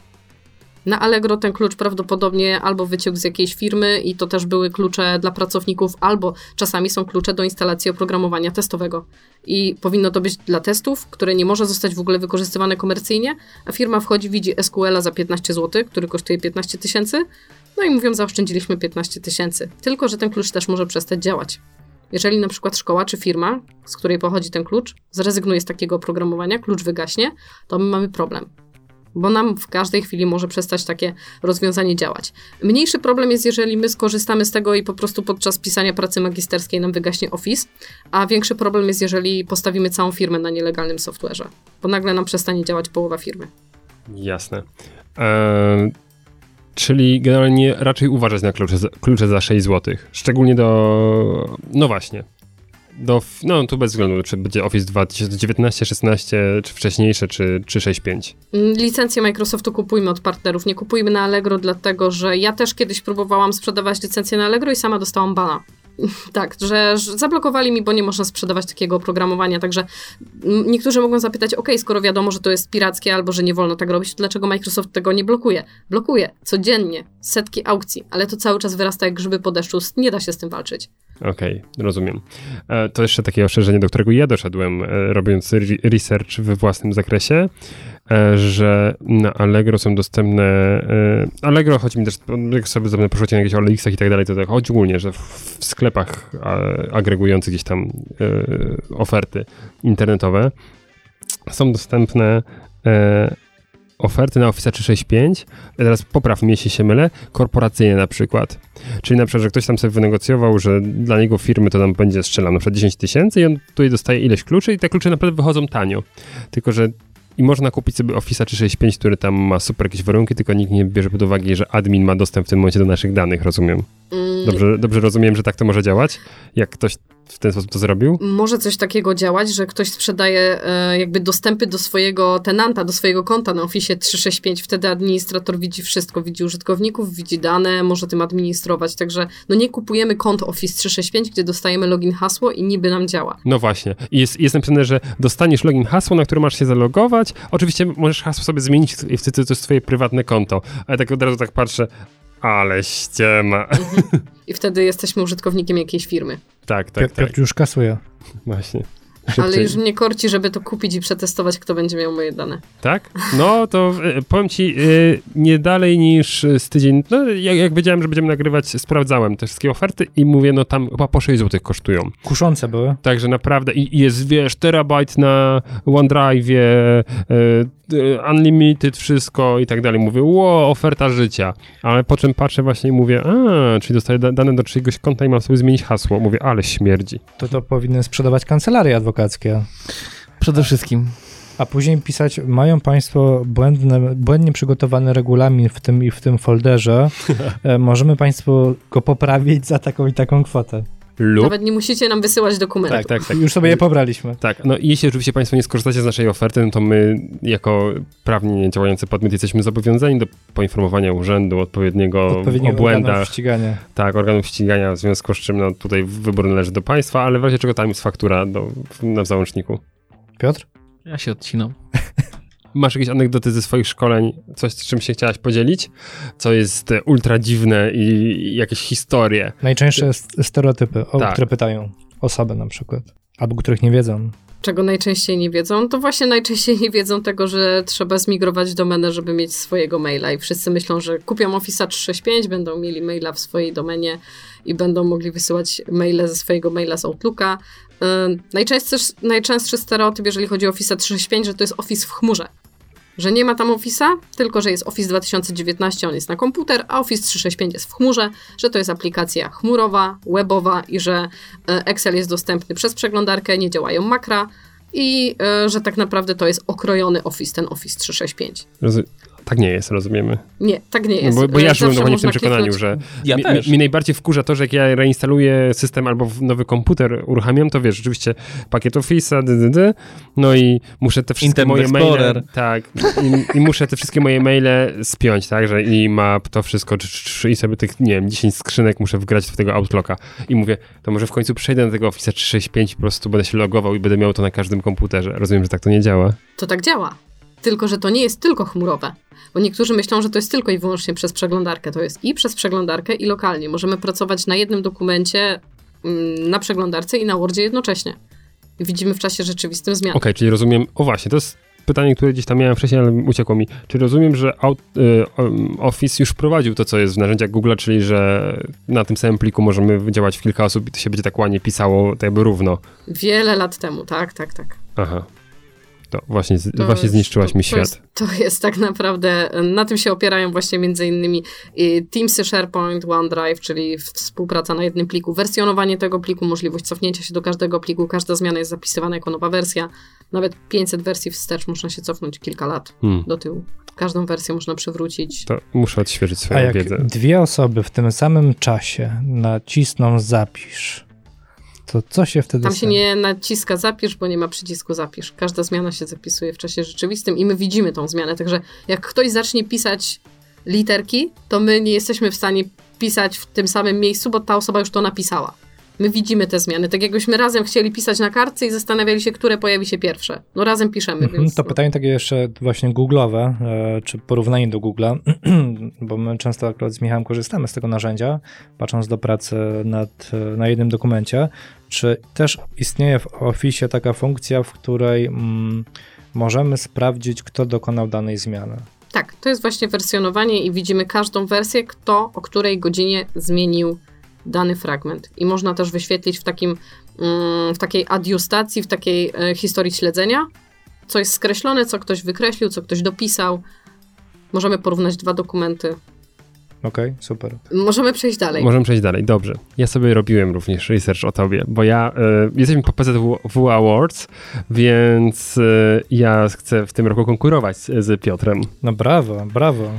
Na Allegro ten klucz prawdopodobnie albo wyciekł z jakiejś firmy i to też były klucze dla pracowników, albo czasami są klucze do instalacji oprogramowania testowego. I powinno to być dla testów, które nie może zostać w ogóle wykorzystywane komercyjnie, a firma wchodzi, widzi S Q L-a za piętnaście złotych, który kosztuje piętnaście tysięcy, no i mówią, zaoszczędziliśmy piętnaście tysięcy. Tylko że ten klucz też może przestać działać. Jeżeli na przykład szkoła czy firma, z której pochodzi ten klucz, zrezygnuje z takiego oprogramowania, klucz wygaśnie, to my mamy problem. Bo nam w każdej chwili może przestać takie rozwiązanie działać. Mniejszy problem jest, jeżeli my skorzystamy z tego i po prostu podczas pisania pracy magisterskiej nam wygaśnie Office, a większy problem jest, jeżeli postawimy całą firmę na nielegalnym software'ze, bo nagle nam przestanie działać połowa firmy. Jasne. Eee, czyli generalnie raczej uważać na klucze, klucze za sześć złotych, szczególnie do... no właśnie. Do, no tu bez względu, czy będzie Office dwa tysiące dziewiętnaście, szesnaście, czy wcześniejsze, czy, czy sześć pięć. Licencję Microsoftu kupujmy od partnerów, nie kupujmy na Allegro, dlatego że ja też kiedyś próbowałam sprzedawać licencję na Allegro i sama dostałam bana. Tak, że, że zablokowali mi, bo nie można sprzedawać takiego oprogramowania, także niektórzy mogą zapytać, ok, skoro wiadomo, że to jest pirackie albo że nie wolno tak robić, to dlaczego Microsoft tego nie blokuje? Blokuje codziennie, setki aukcji, ale to cały czas wyrasta jak grzyby po deszczu, nie da się z tym walczyć. Okej, okay, rozumiem. E, to jeszcze takie ostrzeżenie, do którego ja doszedłem, e, robiąc re- research we własnym zakresie, e, że na Allegro są dostępne, e, Allegro, chodzi mi też, jak sobie poszukiwać na jakichś O L X-ach i tak dalej, to tak, chodzi ogólnie, że w, w sklepach a, agregujących gdzieś tam e, oferty internetowe są dostępne e, oferty na Office trzysta sześćdziesiąt pięć, teraz popraw mnie, jeśli się mylę, korporacyjne na przykład. Czyli na przykład, że ktoś tam sobie wynegocjował, że dla niego firmy to tam będzie strzelam na przykład dziesięć tysięcy i on tutaj dostaje ileś kluczy i te klucze naprawdę wychodzą tanio. Tylko, że i można kupić sobie Office trzysta sześćdziesiąt pięć, który tam ma super jakieś warunki, tylko nikt nie bierze pod uwagę, że admin ma dostęp w tym momencie do naszych danych, rozumiem. Dobrze, dobrze rozumiem, że tak to może działać? Jak ktoś w ten sposób to zrobił? Może coś takiego działać, że ktoś sprzedaje e, jakby dostępy do swojego tenanta, do swojego konta na Office trzysta sześćdziesiąt pięć. Wtedy administrator widzi wszystko, widzi użytkowników, widzi dane, może tym administrować. Także no nie kupujemy kont Office trzysta sześćdziesiąt pięć, gdzie dostajemy login, hasło i niby nam działa. No właśnie. I jest, jest napisane, że dostaniesz login, hasło, na które masz się zalogować. Oczywiście możesz hasło sobie zmienić i wtedy to jest twoje prywatne konto. Ale tak od razu tak patrzę, ale ściema. Mhm. I wtedy jesteśmy użytkownikiem jakiejś firmy. Tak, tak, Piotr tak. już kasuje. Właśnie. Szybciej. Ale już mnie korci, żeby to kupić i przetestować, kto będzie miał moje dane. Tak? No to y, powiem ci, y, nie dalej niż z tydzień, no jak, jak wiedziałem, że będziemy nagrywać, sprawdzałem te wszystkie oferty i mówię, no tam chyba po sześć złotych kosztują. Kuszące były. Także naprawdę i, i jest, wiesz, terabajt na OneDrive'ie, y, y, unlimited, wszystko i tak dalej. Mówię, ło, oferta życia. Ale po czym patrzę właśnie i mówię, a, czyli dostaję da- dane do czyjegoś konta i mam sobie zmienić hasło. Mówię, ale śmierdzi. To to powinny sprzedawać kancelarie adwokackie. Przede wszystkim. A później pisać, mają państwo błędne, błędnie przygotowany regulamin w tym i w tym folderze. e, możemy państwu go poprawić za taką i taką kwotę. lub... Nawet nie musicie nam wysyłać dokumentów. Tak, tak, tak. Już sobie je pobraliśmy. Tak, no i jeśli oczywiście Państwo nie skorzystacie z naszej oferty, no to my jako prawnie działający podmiot jesteśmy zobowiązani do poinformowania urzędu odpowiedniego Odpowiednich o błędach. organów ścigania. Tak, organów ścigania, w związku z czym no, tutaj wybór należy do Państwa, ale w razie czego tam jest faktura do, na załączniku. Piotr? Ja się odcinam. Masz jakieś anegdoty ze swoich szkoleń, coś z czym się chciałaś podzielić? Co jest ultra dziwne i jakieś historie? Najczęstsze st- stereotypy, o Tak. które pytają osoby na przykład, albo których nie wiedzą. Czego najczęściej nie wiedzą, to właśnie najczęściej nie wiedzą tego, że trzeba zmigrować domenę, żeby mieć swojego maila i wszyscy myślą, że kupią Office'a trzysta sześćdziesiąt pięć, będą mieli maila w swojej domenie i będą mogli wysyłać maile ze swojego maila z Outlooka. Yy, najczęstszy, najczęstszy stereotyp, jeżeli chodzi o Office'a trzysta sześćdziesiąt pięć, że to jest Office w chmurze. Że nie ma tam Office'a, tylko że jest Office dwa tysiące dziewiętnaście, on jest na komputer, a Office trzysta sześćdziesiąt pięć jest w chmurze, że to jest aplikacja chmurowa, webowa i że Excel jest dostępny przez przeglądarkę, nie działają makra i y, że tak naprawdę to jest okrojony Office, ten Office trzysta sześćdziesiąt pięć. Roz- tak nie jest, rozumiemy. Nie, tak nie jest. No bo, bo ja Zawsze żyłem dokładnie w tym można przekonaniu, kliknąć- że Ja mi, też. mi, mi najbardziej wkurza to, że jak ja reinstaluję system albo w nowy komputer uruchamiam, to wiesz, rzeczywiście pakiet Office'a, dy, dy, dy, no i muszę te wszystkie Internet moje Explorer. maile, tak, i, i muszę te wszystkie moje maile spiąć, tak, że i map, to wszystko, czy, czy, czy, i sobie tych, nie wiem, dziesięć skrzynek muszę wgrać w tego Outlooka i mówię, to może w końcu przejdę na tego Office'a trzysta sześćdziesiąt pięć, po prostu będę się logował i będę miał to na każdym komputerze. Rozumiem, że tak to nie działa. To tak działa. Tylko, że to nie jest tylko chmurowe. Bo niektórzy myślą, że to jest tylko i wyłącznie przez przeglądarkę. To jest i przez przeglądarkę, i lokalnie. Możemy pracować na jednym dokumencie, mm, na przeglądarce i na Wordzie jednocześnie. I widzimy w czasie rzeczywistym zmiany. Okej, czyli rozumiem, o właśnie, to jest pytanie, które gdzieś tam miałem wcześniej, ale uciekło mi. Czy rozumiem, że out, y, um, Office już wprowadził to, co jest w narzędziach Google, czyli że na tym samym pliku możemy działać w kilka osób i to się będzie tak ładnie pisało, tak jakby równo. Wiele lat temu, tak, tak, tak. Aha. To właśnie, To właśnie jest- zniszczyłaś to, mi to świat. Jest, to jest tak naprawdę, na tym się opierają właśnie między innymi y, Teamsy, SharePoint, OneDrive, czyli współpraca na jednym pliku, wersjonowanie tego pliku, możliwość cofnięcia się do każdego pliku, każda zmiana jest zapisywana jako nowa wersja, nawet pięćset wersji wstecz można się cofnąć kilka lat Hmm. do tyłu. Każdą wersję można przywrócić. To muszę odświeżyć A swoją jak wiedzę. dwie osoby w tym samym czasie nacisną zapisz, to co się wtedy Tam się stanie? nie naciska zapisz, bo nie ma przycisku zapisz. Każda zmiana się zapisuje w czasie rzeczywistym i my widzimy tą zmianę. Także jak ktoś zacznie pisać literki, to my nie jesteśmy w stanie pisać w tym samym miejscu, bo ta osoba już to napisała. My widzimy te zmiany. Tak jakbyśmy razem chcieli pisać na kartce i zastanawiali się, które pojawi się pierwsze. No razem piszemy, Mhm, więc... to pytanie takie jeszcze właśnie googlowe, e, czy porównanie do Google'a, bo my często akurat z Michałem korzystamy z tego narzędzia, patrząc do pracy nad, e, na jednym dokumencie. Czy też istnieje w Office taka funkcja, w której mm, możemy sprawdzić, kto dokonał danej zmiany? Tak, to jest właśnie wersjonowanie i widzimy każdą wersję, kto o której godzinie zmienił dany fragment. I można też wyświetlić w takim, mm, w takiej adiustacji, w takiej e, historii śledzenia, co jest skreślone, co ktoś wykreślił, co ktoś dopisał. Możemy porównać dwa dokumenty. Okej, super. Możemy przejść dalej. Możemy przejść dalej, dobrze. Ja sobie robiłem również research o tobie, bo ja, y, jesteśmy po P Z W Awards, więc y, ja chcę w tym roku konkurować z, z Piotrem. No brawo, brawo.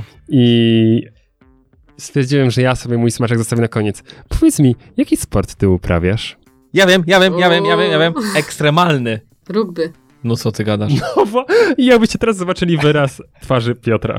I stwierdziłem, że ja sobie mój smaczek zostawię na koniec. Powiedz mi, jaki sport ty uprawiasz? Ja wiem, ja wiem, ja wiem, ja wiem, ja wiem. Ekstremalny. Rugby. No co ty gadasz? No, bo- I jakbyście teraz zobaczyli wyraz twarzy Piotra.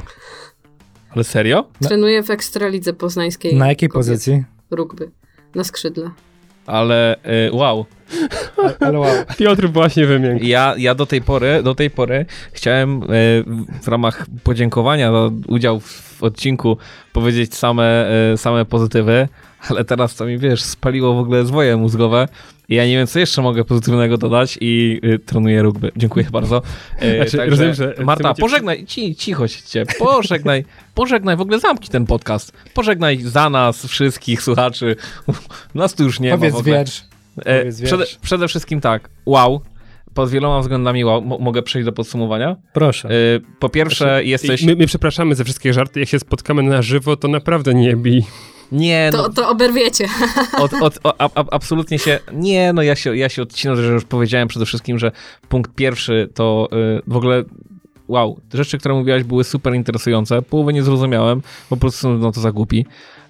Ale serio? No. Trenuję w Ekstralidze Poznańskiej. Na jakiej kobiet. pozycji? Rugby. Na skrzydle. Ale y, wow. Ale wow. Piotr właśnie wymiękł. Ja, ja do tej pory, do tej pory chciałem y, w ramach podziękowania za udział w odcinku powiedzieć same, y, same pozytywy, ale teraz to mi, wiesz, spaliło w ogóle zwoje mózgowe i ja nie wiem, co jeszcze mogę pozytywnego dodać i y, trenuję rugby. Dziękuję bardzo. Y, Znaczy, rozumiem, że Marta, chcecie- pożegnaj, ci, cicho cię, pożegnaj, pożegnaj, w ogóle zamknij ten podcast. Pożegnaj za nas wszystkich słuchaczy. Nas tu już nie Powiedz ma w ogóle. wiersz. E, Powiedz wiersz. przede, przede wszystkim tak, wow, pod wieloma względami wow, Mo- mogę przejść do podsumowania. Proszę. E, po pierwsze jesteś... My, my przepraszamy za wszystkie żarty, jak się spotkamy na żywo, to naprawdę nie bij. Nie, no, To, to oberwiecie. od, od, o, a, a, absolutnie się... Nie, no ja się, ja się odcinam, że już powiedziałem przede wszystkim, że punkt pierwszy to y, w ogóle... Wow, te rzeczy, które mówiłaś, były super interesujące. Połowę nie zrozumiałem, po prostu są no to za głupi.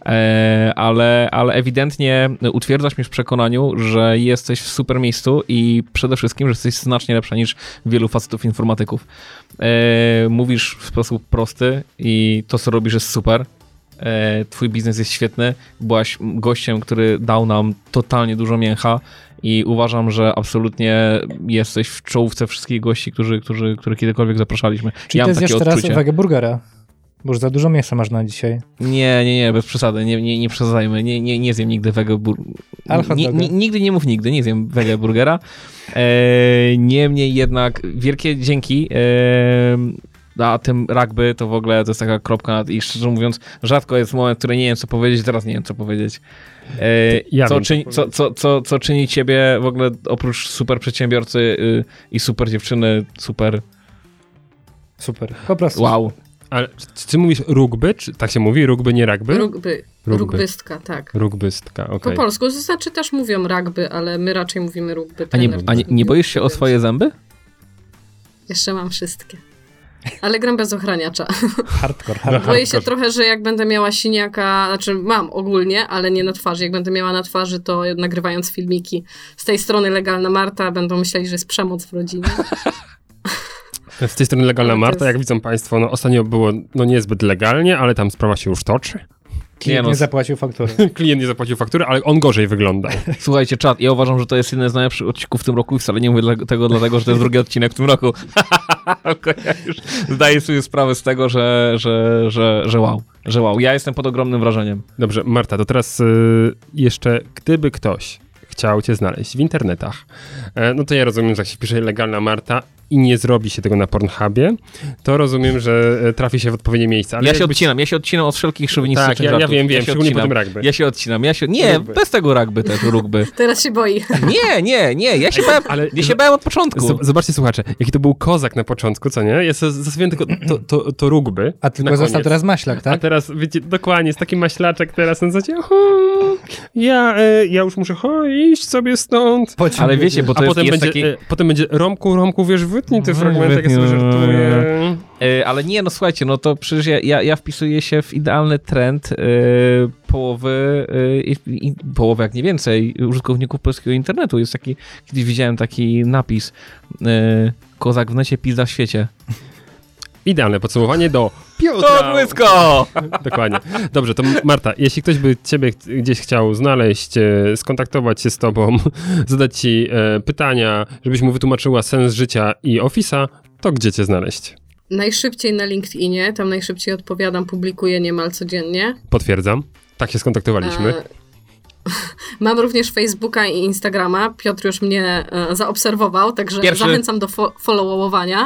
e, ale, ale ewidentnie utwierdzasz mnie w przekonaniu, że jesteś w super miejscu i przede wszystkim, że jesteś znacznie lepsza niż wielu facetów informatyków. E, mówisz w sposób prosty i to, co robisz, jest super. E, twój biznes jest świetny. Byłaś gościem, który dał nam totalnie dużo mięcha i uważam, że absolutnie jesteś w czołówce wszystkich gości, którzy, którzy, których kiedykolwiek zapraszaliśmy. Czyli ja ty mam takie zjesz teraz odczucie. wege burgera, bo już za dużo mięsa masz na dzisiaj. Nie, nie, nie, bez przesady, nie, nie, nie przesadzajmy, nie, nie, nie zjem nigdy wege burgera. Nigdy nie mów nigdy, nie zjem wege burgera. E, niemniej jednak wielkie dzięki. E, a tym rugby to w ogóle to jest taka kropka i szczerze mówiąc rzadko jest moment, w którym nie wiem co powiedzieć, teraz nie wiem co powiedzieć. E, ja co, wiem, czyni, co, co, co, co czyni ciebie w ogóle oprócz super przedsiębiorcy y, i super dziewczyny, super... Super, po prostu. Wow. Ale czy ty mówisz rugby? Czy tak się mówi? Rugby, nie rugby? Rugby. Rugby. Rugbystka, tak. Rugbystka, okej. Po polsku, to znaczy też mówią rugby, ale my raczej mówimy rugby. A nie, Trener a nie, nie boisz się o swoje zęby? Jeszcze mam wszystkie. Ale gram bez ochraniacza. Hardcore, hardcore. Boję się trochę, że jak będę miała siniaka, znaczy mam ogólnie, ale nie na twarzy. Jak będę miała na twarzy, to nagrywając filmiki z tej strony Legalna Marta, będą myśleli, że jest przemoc w rodzinie. Z tej strony Legalna Ale to Marta, jest- jak widzą państwo, no ostatnio było no niezbyt legalnie, ale tam sprawa się już toczy. Klient Nie no, nie zapłacił faktury. Klient nie zapłacił faktury, ale on gorzej wyglądał. Słuchajcie, czat, ja uważam, że to jest jeden z najlepszych odcinków w tym roku i wcale nie mówię dla, tego dlatego, że to jest drugi odcinek w tym roku. Tylko ja już zdaję sobie sprawę z tego, że, że, że, że wow, że wow. Ja jestem pod ogromnym wrażeniem. Dobrze, Marta, to teraz y, jeszcze, gdyby ktoś chciał cię znaleźć w internetach, e, no to ja rozumiem, że jak się pisze Legalna Marta i nie zrobi się tego na Pornhubie, to rozumiem, że e, trafi się w odpowiednie miejsce. Ale ja się jakbyś- odcinam, ja się odcinam od wszelkich szowinistycznych Tak, ja, ja żartów. wiem, wiem, się szczególnie po odcinam. tym rugby. Ja się odcinam, ja się... Nie, Rugby. bez tego rugby też, rugby. Teraz się boi. Nie, nie, nie, ja się bałem, ale- ja się bałem od początku. Z- Zobaczcie, słuchacze, jaki to był kozak na początku, co nie? Ja sobie zostawiłem tylko to, to, to rugby. A tylko na został koniec. teraz maślak, A tak? teraz, wiecie, dokładnie, jest taki maślaczek teraz na zasadzie, "Ho, ja, e, ja już muszę ho, iść sobie stąd. Pociąg Ale wiecie, bo to A jest, potem jest będzie, taki... e, potem będzie Romku, Romku, wiesz, wytnij te Weź fragmenty, jak ja wytnij, sobie żartuję. E, ale nie, no słuchajcie, no to przecież ja, ja, ja wpisuję się w idealny trend e, połowy, e, i, i, połowy jak nie więcej, użytkowników polskiego internetu. Jest taki, kiedyś widziałem taki napis, e, kozak w necie, pizda w świecie. Idealne podsumowanie do Piotra. To błysko! Dokładnie. Dobrze, to Marta, jeśli ktoś by ciebie ch- gdzieś chciał znaleźć, e, skontaktować się z tobą, zadać ci e, pytania, żebyś mu wytłumaczyła sens życia i Office'a, to gdzie cię znaleźć? Najszybciej na LinkedInie, tam najszybciej odpowiadam, publikuję niemal codziennie. Potwierdzam. Tak się skontaktowaliśmy. E, Mam również Facebooka i Instagrama. Piotr już mnie e, zaobserwował, także Pierwszy. zachęcam do fo- followowania.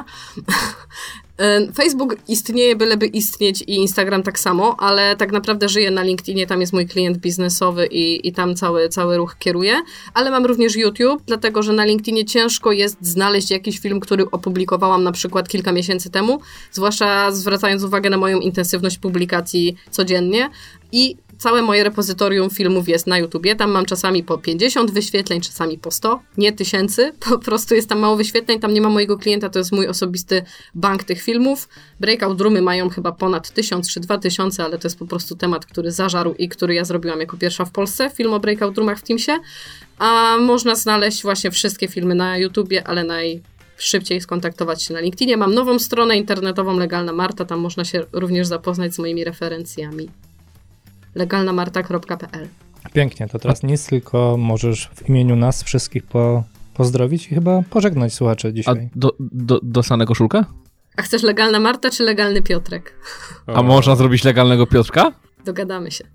E, Facebook istnieje, byleby istnieć i Instagram tak samo, ale tak naprawdę żyję na LinkedInie, tam jest mój klient biznesowy i, i tam cały, cały ruch kieruję. Ale mam również YouTube, dlatego że na LinkedInie ciężko jest znaleźć jakiś film, który opublikowałam na przykład kilka miesięcy temu, zwłaszcza zwracając uwagę na moją intensywność publikacji codziennie i całe moje repozytorium filmów jest na YouTubie. Tam mam czasami po pięćdziesiąt wyświetleń, czasami po sto, nie tysięcy. Po prostu jest tam mało wyświetleń, tam nie ma mojego klienta, to jest mój osobisty bank tych filmów. Breakout Roomy mają chyba ponad tysiąc czy dwa tysiące, ale to jest po prostu temat, który zażarł i który ja zrobiłam jako pierwsza w Polsce. Film o Breakout Roomach w Teamsie. A można znaleźć właśnie wszystkie filmy na YouTubie, ale naj... szybciej skontaktować się na LinkedInie. Mam nową stronę internetową Legalna Marta, tam można się również zapoznać z moimi referencjami. legalna marta kropka p l. Pięknie, to teraz nic, tylko możesz w imieniu nas wszystkich po, pozdrowić i chyba pożegnać słuchaczy A dzisiaj. do, do, dostanę koszulkę? A chcesz Legalna Marta czy Legalny Piotrek? A można zrobić legalnego Piotrka? Dogadamy się.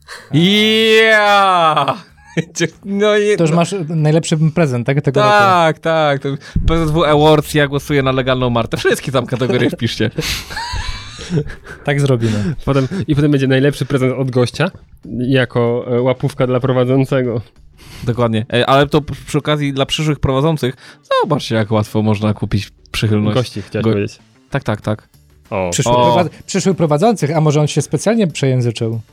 Yeah! No, nie, To już no, masz najlepszy prezent, tak? Tego roku. tak, tak. To P Z W Awards, ja głosuję na legalną Martę. Wszystkie tam kategorie wpiszcie. Tak zrobimy. Potem, I potem będzie najlepszy prezent od gościa, jako e, łapówka dla prowadzącego. Dokładnie. E, Ale to przy okazji dla przyszłych prowadzących, zobaczcie, jak łatwo można kupić przychylność. Gości, chciałeś Go- powiedzieć. Tak, tak, tak. O, Przyszły, O. prowa- przyszłych prowadzących, a może on się specjalnie przejęzyczył?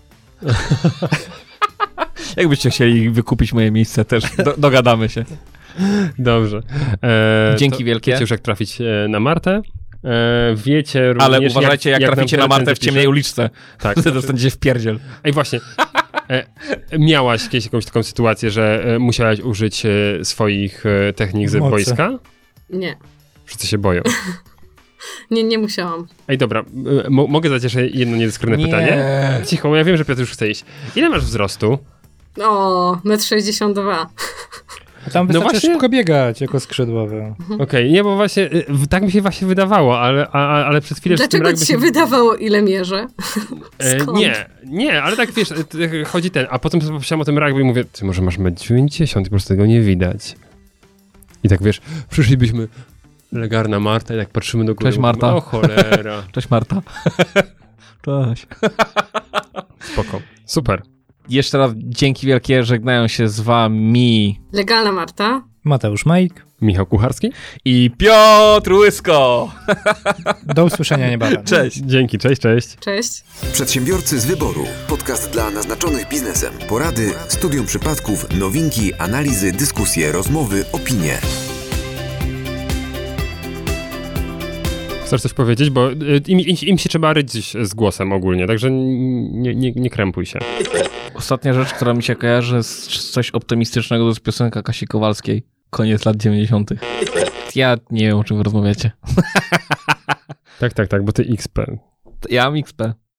Jakbyście chcieli wykupić moje miejsce, też do, dogadamy się. dobrze. E, Dzięki to wielkie. Wiecie już, jak trafić e, na Martę. E, wiecie również, Ale uważajcie, jak, jak traficie nam na Martę w recenzję ciemnej pisze. uliczce. Tak. Wtedy dostaniecie w pierdziel. Ej, właśnie. E, miałaś jakieś, jakąś taką sytuację, że e, musiałaś użyć e, swoich e, technik z Mocy. wojska? Nie. Wszyscy się boją. Nie, nie musiałam. Ej, dobra, e, mo- mogę zadać jeszcze jedno niedyskretne Nie. pytanie? Cicho, bo ja wiem, że Piotr już chce iść. Ile masz wzrostu? O, metr sześćdziesiąt dwa. Tam No wystarczy właśnie- szybko biegać jako skrzydłowy. Okej, okay, nie, bo właśnie e, w- tak mi się właśnie wydawało, ale, a, a- ale przez chwilę... w tym Dlaczego rugby ci się wydawało, ile mierzę? E, Skąd? nie, nie, ale tak wiesz, e, t- chodzi ten, a potem pomyślałem o tym rugby i mówię, ty może masz metr dziewięćdziesiąt i po prostu tego nie widać. I tak wiesz, przyszlibyśmy legarna Marta i tak patrzymy do góry. Cześć, mówimy, Marta. O cholera. Cześć Marta. Cześć. Spoko. Super. Jeszcze raz dzięki wielkie, żegnają się z wami Legalna Marta. Mateusz Majk. Michał Kucharski? i Piotr Łysko. Do usłyszenia niebawem. Cześć. Dzięki, cześć, cześć. Cześć. Przedsiębiorcy z wyboru. Podcast dla naznaczonych biznesem. Porady, studium przypadków, nowinki, analizy, dyskusje, rozmowy, opinie. Chcesz coś powiedzieć? Bo y, im, im, im się trzeba ryć z głosem ogólnie, także nie, nie, nie krępuj się. Ostatnia rzecz, która mi się kojarzy z coś optymistycznego, to jest piosenka Kasi Kowalskiej. Koniec lat dziewięćdziesiątych. Ja nie wiem, o czym wy rozmawiacie. Tak, tak, tak, bo ty X P. Ja mam X P.